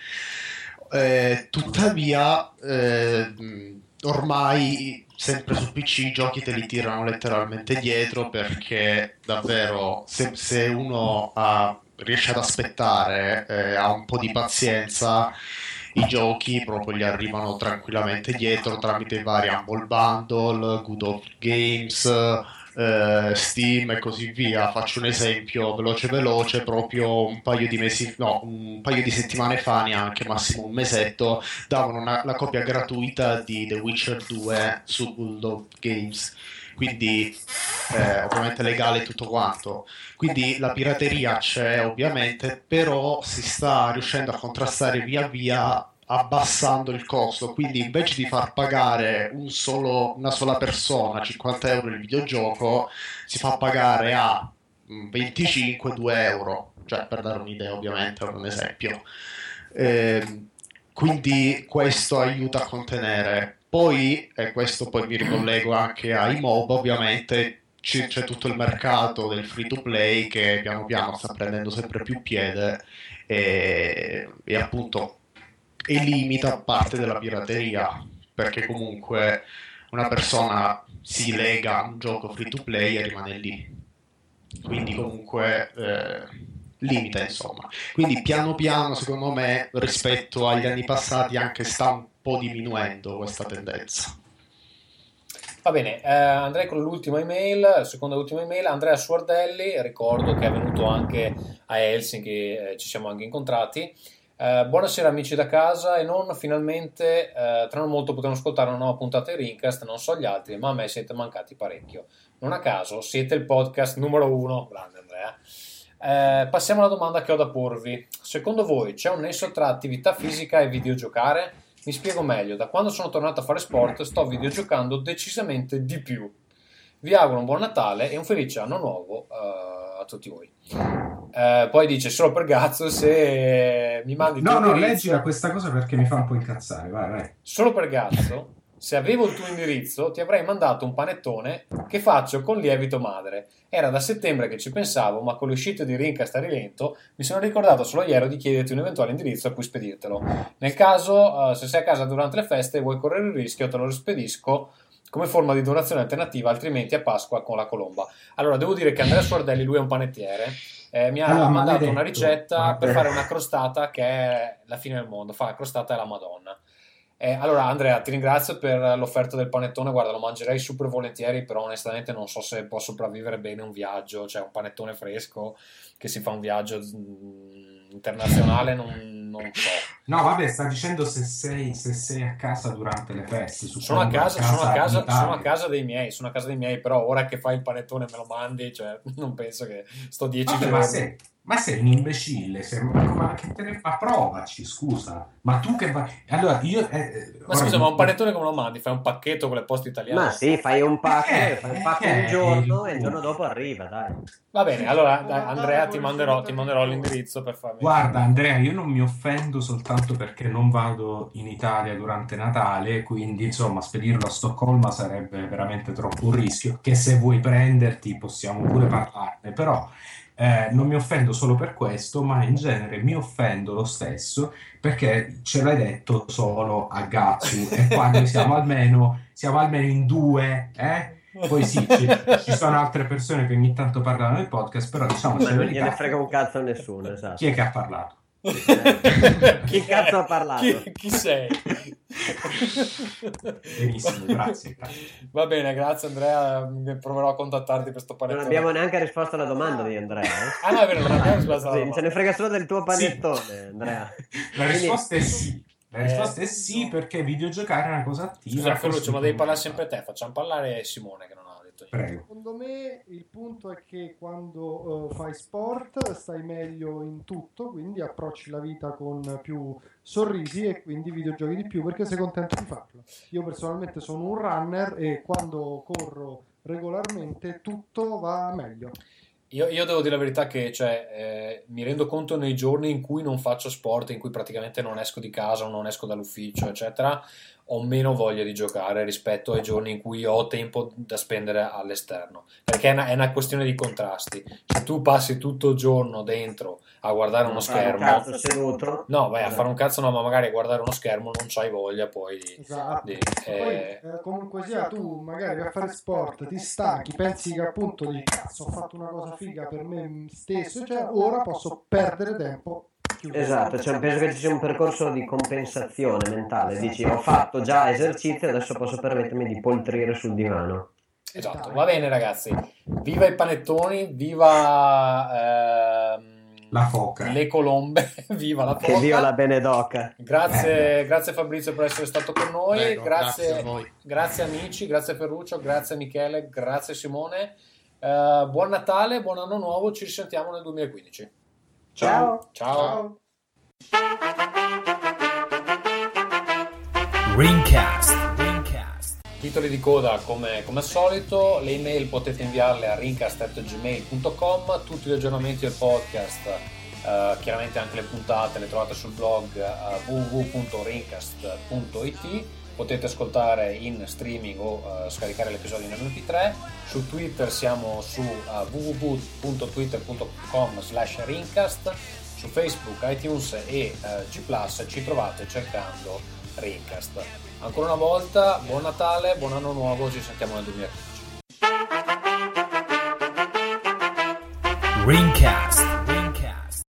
Eh, tuttavia, eh, ormai sempre su P C i giochi te li tirano letteralmente dietro, perché davvero se, se uno ha, riesce ad aspettare, eh, ha un po' di pazienza, i giochi proprio gli arrivano tranquillamente dietro tramite i vari Humble Bundle, Good Old Games, eh, Steam e così via. Faccio un esempio veloce veloce, proprio un paio di mesi, no, un paio di settimane fa, neanche, massimo un mesetto, davano una, la copia gratuita di The Witcher due su Good Old Games, quindi eh, ovviamente legale tutto quanto. Quindi la pirateria c'è ovviamente, però si sta riuscendo a contrastare via via abbassando il costo, quindi invece di far pagare un solo, una sola persona cinquanta euro il videogioco, si fa pagare a venticinque due euro, cioè, per dare un'idea, ovviamente, è un esempio. Eh, quindi questo aiuta a contenere Poi, e questo poi mi ricollego anche ai MOBA, ovviamente c'è, c'è tutto il mercato del free to play che piano piano sta prendendo sempre più piede e, e appunto e limita parte della pirateria, perché comunque una persona si lega a un gioco free to play e rimane lì, quindi comunque eh, limita, insomma. Quindi piano piano, secondo me, rispetto agli anni passati anche sta un po' diminuendo questa tendenza. Va bene, eh, andrei con l'ultima email, seconda e ultima email. Andrea Suardelli, ricordo che è venuto anche a Helsinki, eh, ci siamo anche incontrati. Eh, buonasera amici da casa e non, finalmente eh, tra non molto potremo ascoltare una nuova puntata di Rincast, non so gli altri, ma a me siete mancati parecchio. Non a caso, siete il podcast numero uno, grande Andrea. Eh, passiamo alla domanda che ho da porvi. Secondo voi c'è un nesso tra attività fisica e videogiocare? Mi spiego meglio, da quando sono tornato a fare sport sto videogiocando decisamente di più. Vi auguro un buon Natale e un felice anno nuovo uh, a tutti voi. Uh, poi dice solo per Gazzo se mi mandi il No, tuo no, indirizzo. leggila questa cosa perché mi fa un po' incazzare, vai, vai. Solo per Gazzo, se avevo il tuo indirizzo ti avrei mandato un panettone che faccio con lievito madre. Era da settembre che ci pensavo, ma con le uscite di Rincast a rilento mi sono ricordato solo ieri di chiederti un eventuale indirizzo a cui spedirtelo. Nel caso, uh, se sei a casa durante le feste e vuoi correre il rischio, te lo rispedisco come forma di donazione alternativa, altrimenti a Pasqua con la colomba. Allora, devo dire che Andrea Suardelli, lui è un panettiere, eh, mi ha Allora, mandato maledetto. una ricetta per Vabbè. fare una crostata che è la fine del mondo, fa la crostata alla Madonna. Eh, allora Andrea, ti ringrazio per l'offerta del panettone, guarda, lo mangerei super volentieri, però onestamente non so se può sopravvivere bene un viaggio, cioè un panettone fresco che si fa un viaggio mm, internazionale, non, non so. No, vabbè, sta dicendo se sei, se sei a casa durante le feste. Sono a suppongo casa, sono a casa, in Italia. sono a casa dei miei, sono a casa dei miei, però ora che fai il panettone e me lo mandi, cioè non penso che sto dieci Vabbè, giorni. ma sei, ma sei un imbecille, sei, ma, ma che te ne, ma provaci, scusa. Ma tu che vai... Allora, io... eh, Ma scusa, ma un panettone come lo mandi? Fai un pacchetto con le poste italiane? Ma sì, fai un pacco, Eh, fai un pacco eh, un giorno eh, e il giorno dopo arriva, dai. Va bene, allora dai, Andrea ti manderò, ti manderò l'indirizzo per farmi. Guarda Andrea, io non mi offendo soltanto perché non vado in Italia durante Natale, quindi insomma spedirlo a Stoccolma sarebbe veramente troppo un rischio, che se vuoi prenderti possiamo pure parlarne, però eh, non mi offendo solo per questo, ma in genere mi offendo lo stesso perché ce l'hai detto solo a Gatsu e qua noi siamo almeno, siamo almeno in due, eh? Poi sì, ci, ci sono altre persone che ogni tanto parlano nel podcast, però diciamo Ma non gliene frega un cazzo a nessuno, esatto. chi è che ha parlato? Chi cazzo ha parlato? Chi, chi sei? Benissimo, grazie, grazie. Va bene, grazie Andrea, proverò a contattarti per sto Non panettone. abbiamo neanche risposto alla domanda di Andrea. Eh? Ah no, è vero, non abbiamo risposto alla Sì, domanda. se ne frega solo del tuo panettone, Andrea. La Quindi- risposta è sì. La Eh, risposta è sì, perché videogiocare è una cosa attiva. Scusa Ferruccio, ma devi parlare costruttiva. sempre te, facciamo parlare Simone che non ha detto niente. Prego. Secondo me il punto è che quando eh, fai sport stai meglio in tutto, quindi approcci la vita con più sorrisi e quindi videogiochi di più perché sei contento di farlo. Io personalmente sono un runner e quando corro regolarmente tutto va meglio. Io, io devo dire la verità che cioè, eh, mi rendo conto nei giorni in cui non faccio sport, in cui praticamente non esco di casa o non esco dall'ufficio, eccetera, ho meno voglia di giocare rispetto ai giorni in cui ho tempo da spendere all'esterno, perché è una, è una questione di contrasti. Se tu passi tutto il giorno dentro a guardare uno Fare un schermo, cazzo seduto. no, vai a fare un cazzo, no, ma magari a guardare uno schermo non c'hai voglia poi di... Esatto. di- Poi, eh, eh, comunque sia, tu magari vai a fare sport, ti stanchi, pensi che appunto di cazzo ho fatto una cosa figa per me stesso, cioè ora posso perdere tempo. chiuso. Esatto, cioè penso che ci sia un percorso di compensazione mentale. Dici, ho fatto già esercizio, adesso posso permettermi di poltrire sul divano. Esatto, va bene ragazzi, viva i panettoni, viva ehm, La foca. le colombe, viva la Che foca. viva la Benedoca. Grazie, grazie Fabrizio per essere stato con noi, Prego, grazie, grazie a voi. grazie amici, grazie Ferruccio, grazie Michele, grazie Simone. Eh, buon Natale, buon anno nuovo, ci risentiamo nel duemilaquindici. Ciao. Ciao. Ringcast. Titoli di coda come, come al solito, le email potete inviarle a ringcast chiocciola gmail punto com, tutti gli aggiornamenti del podcast, eh, chiaramente anche le puntate le trovate sul blog eh, w w w punto ringcast punto i t potete ascoltare in streaming o uh, scaricare l'episodio in emme pi tre. Su Twitter siamo su uh, w w w punto twitter punto com slash rincast. Su Facebook, iTunes e uh, G plus ci trovate cercando Rincast. Ancora una volta, buon Natale, buon anno nuovo, ci sentiamo nel duemilaquindici. Rincast.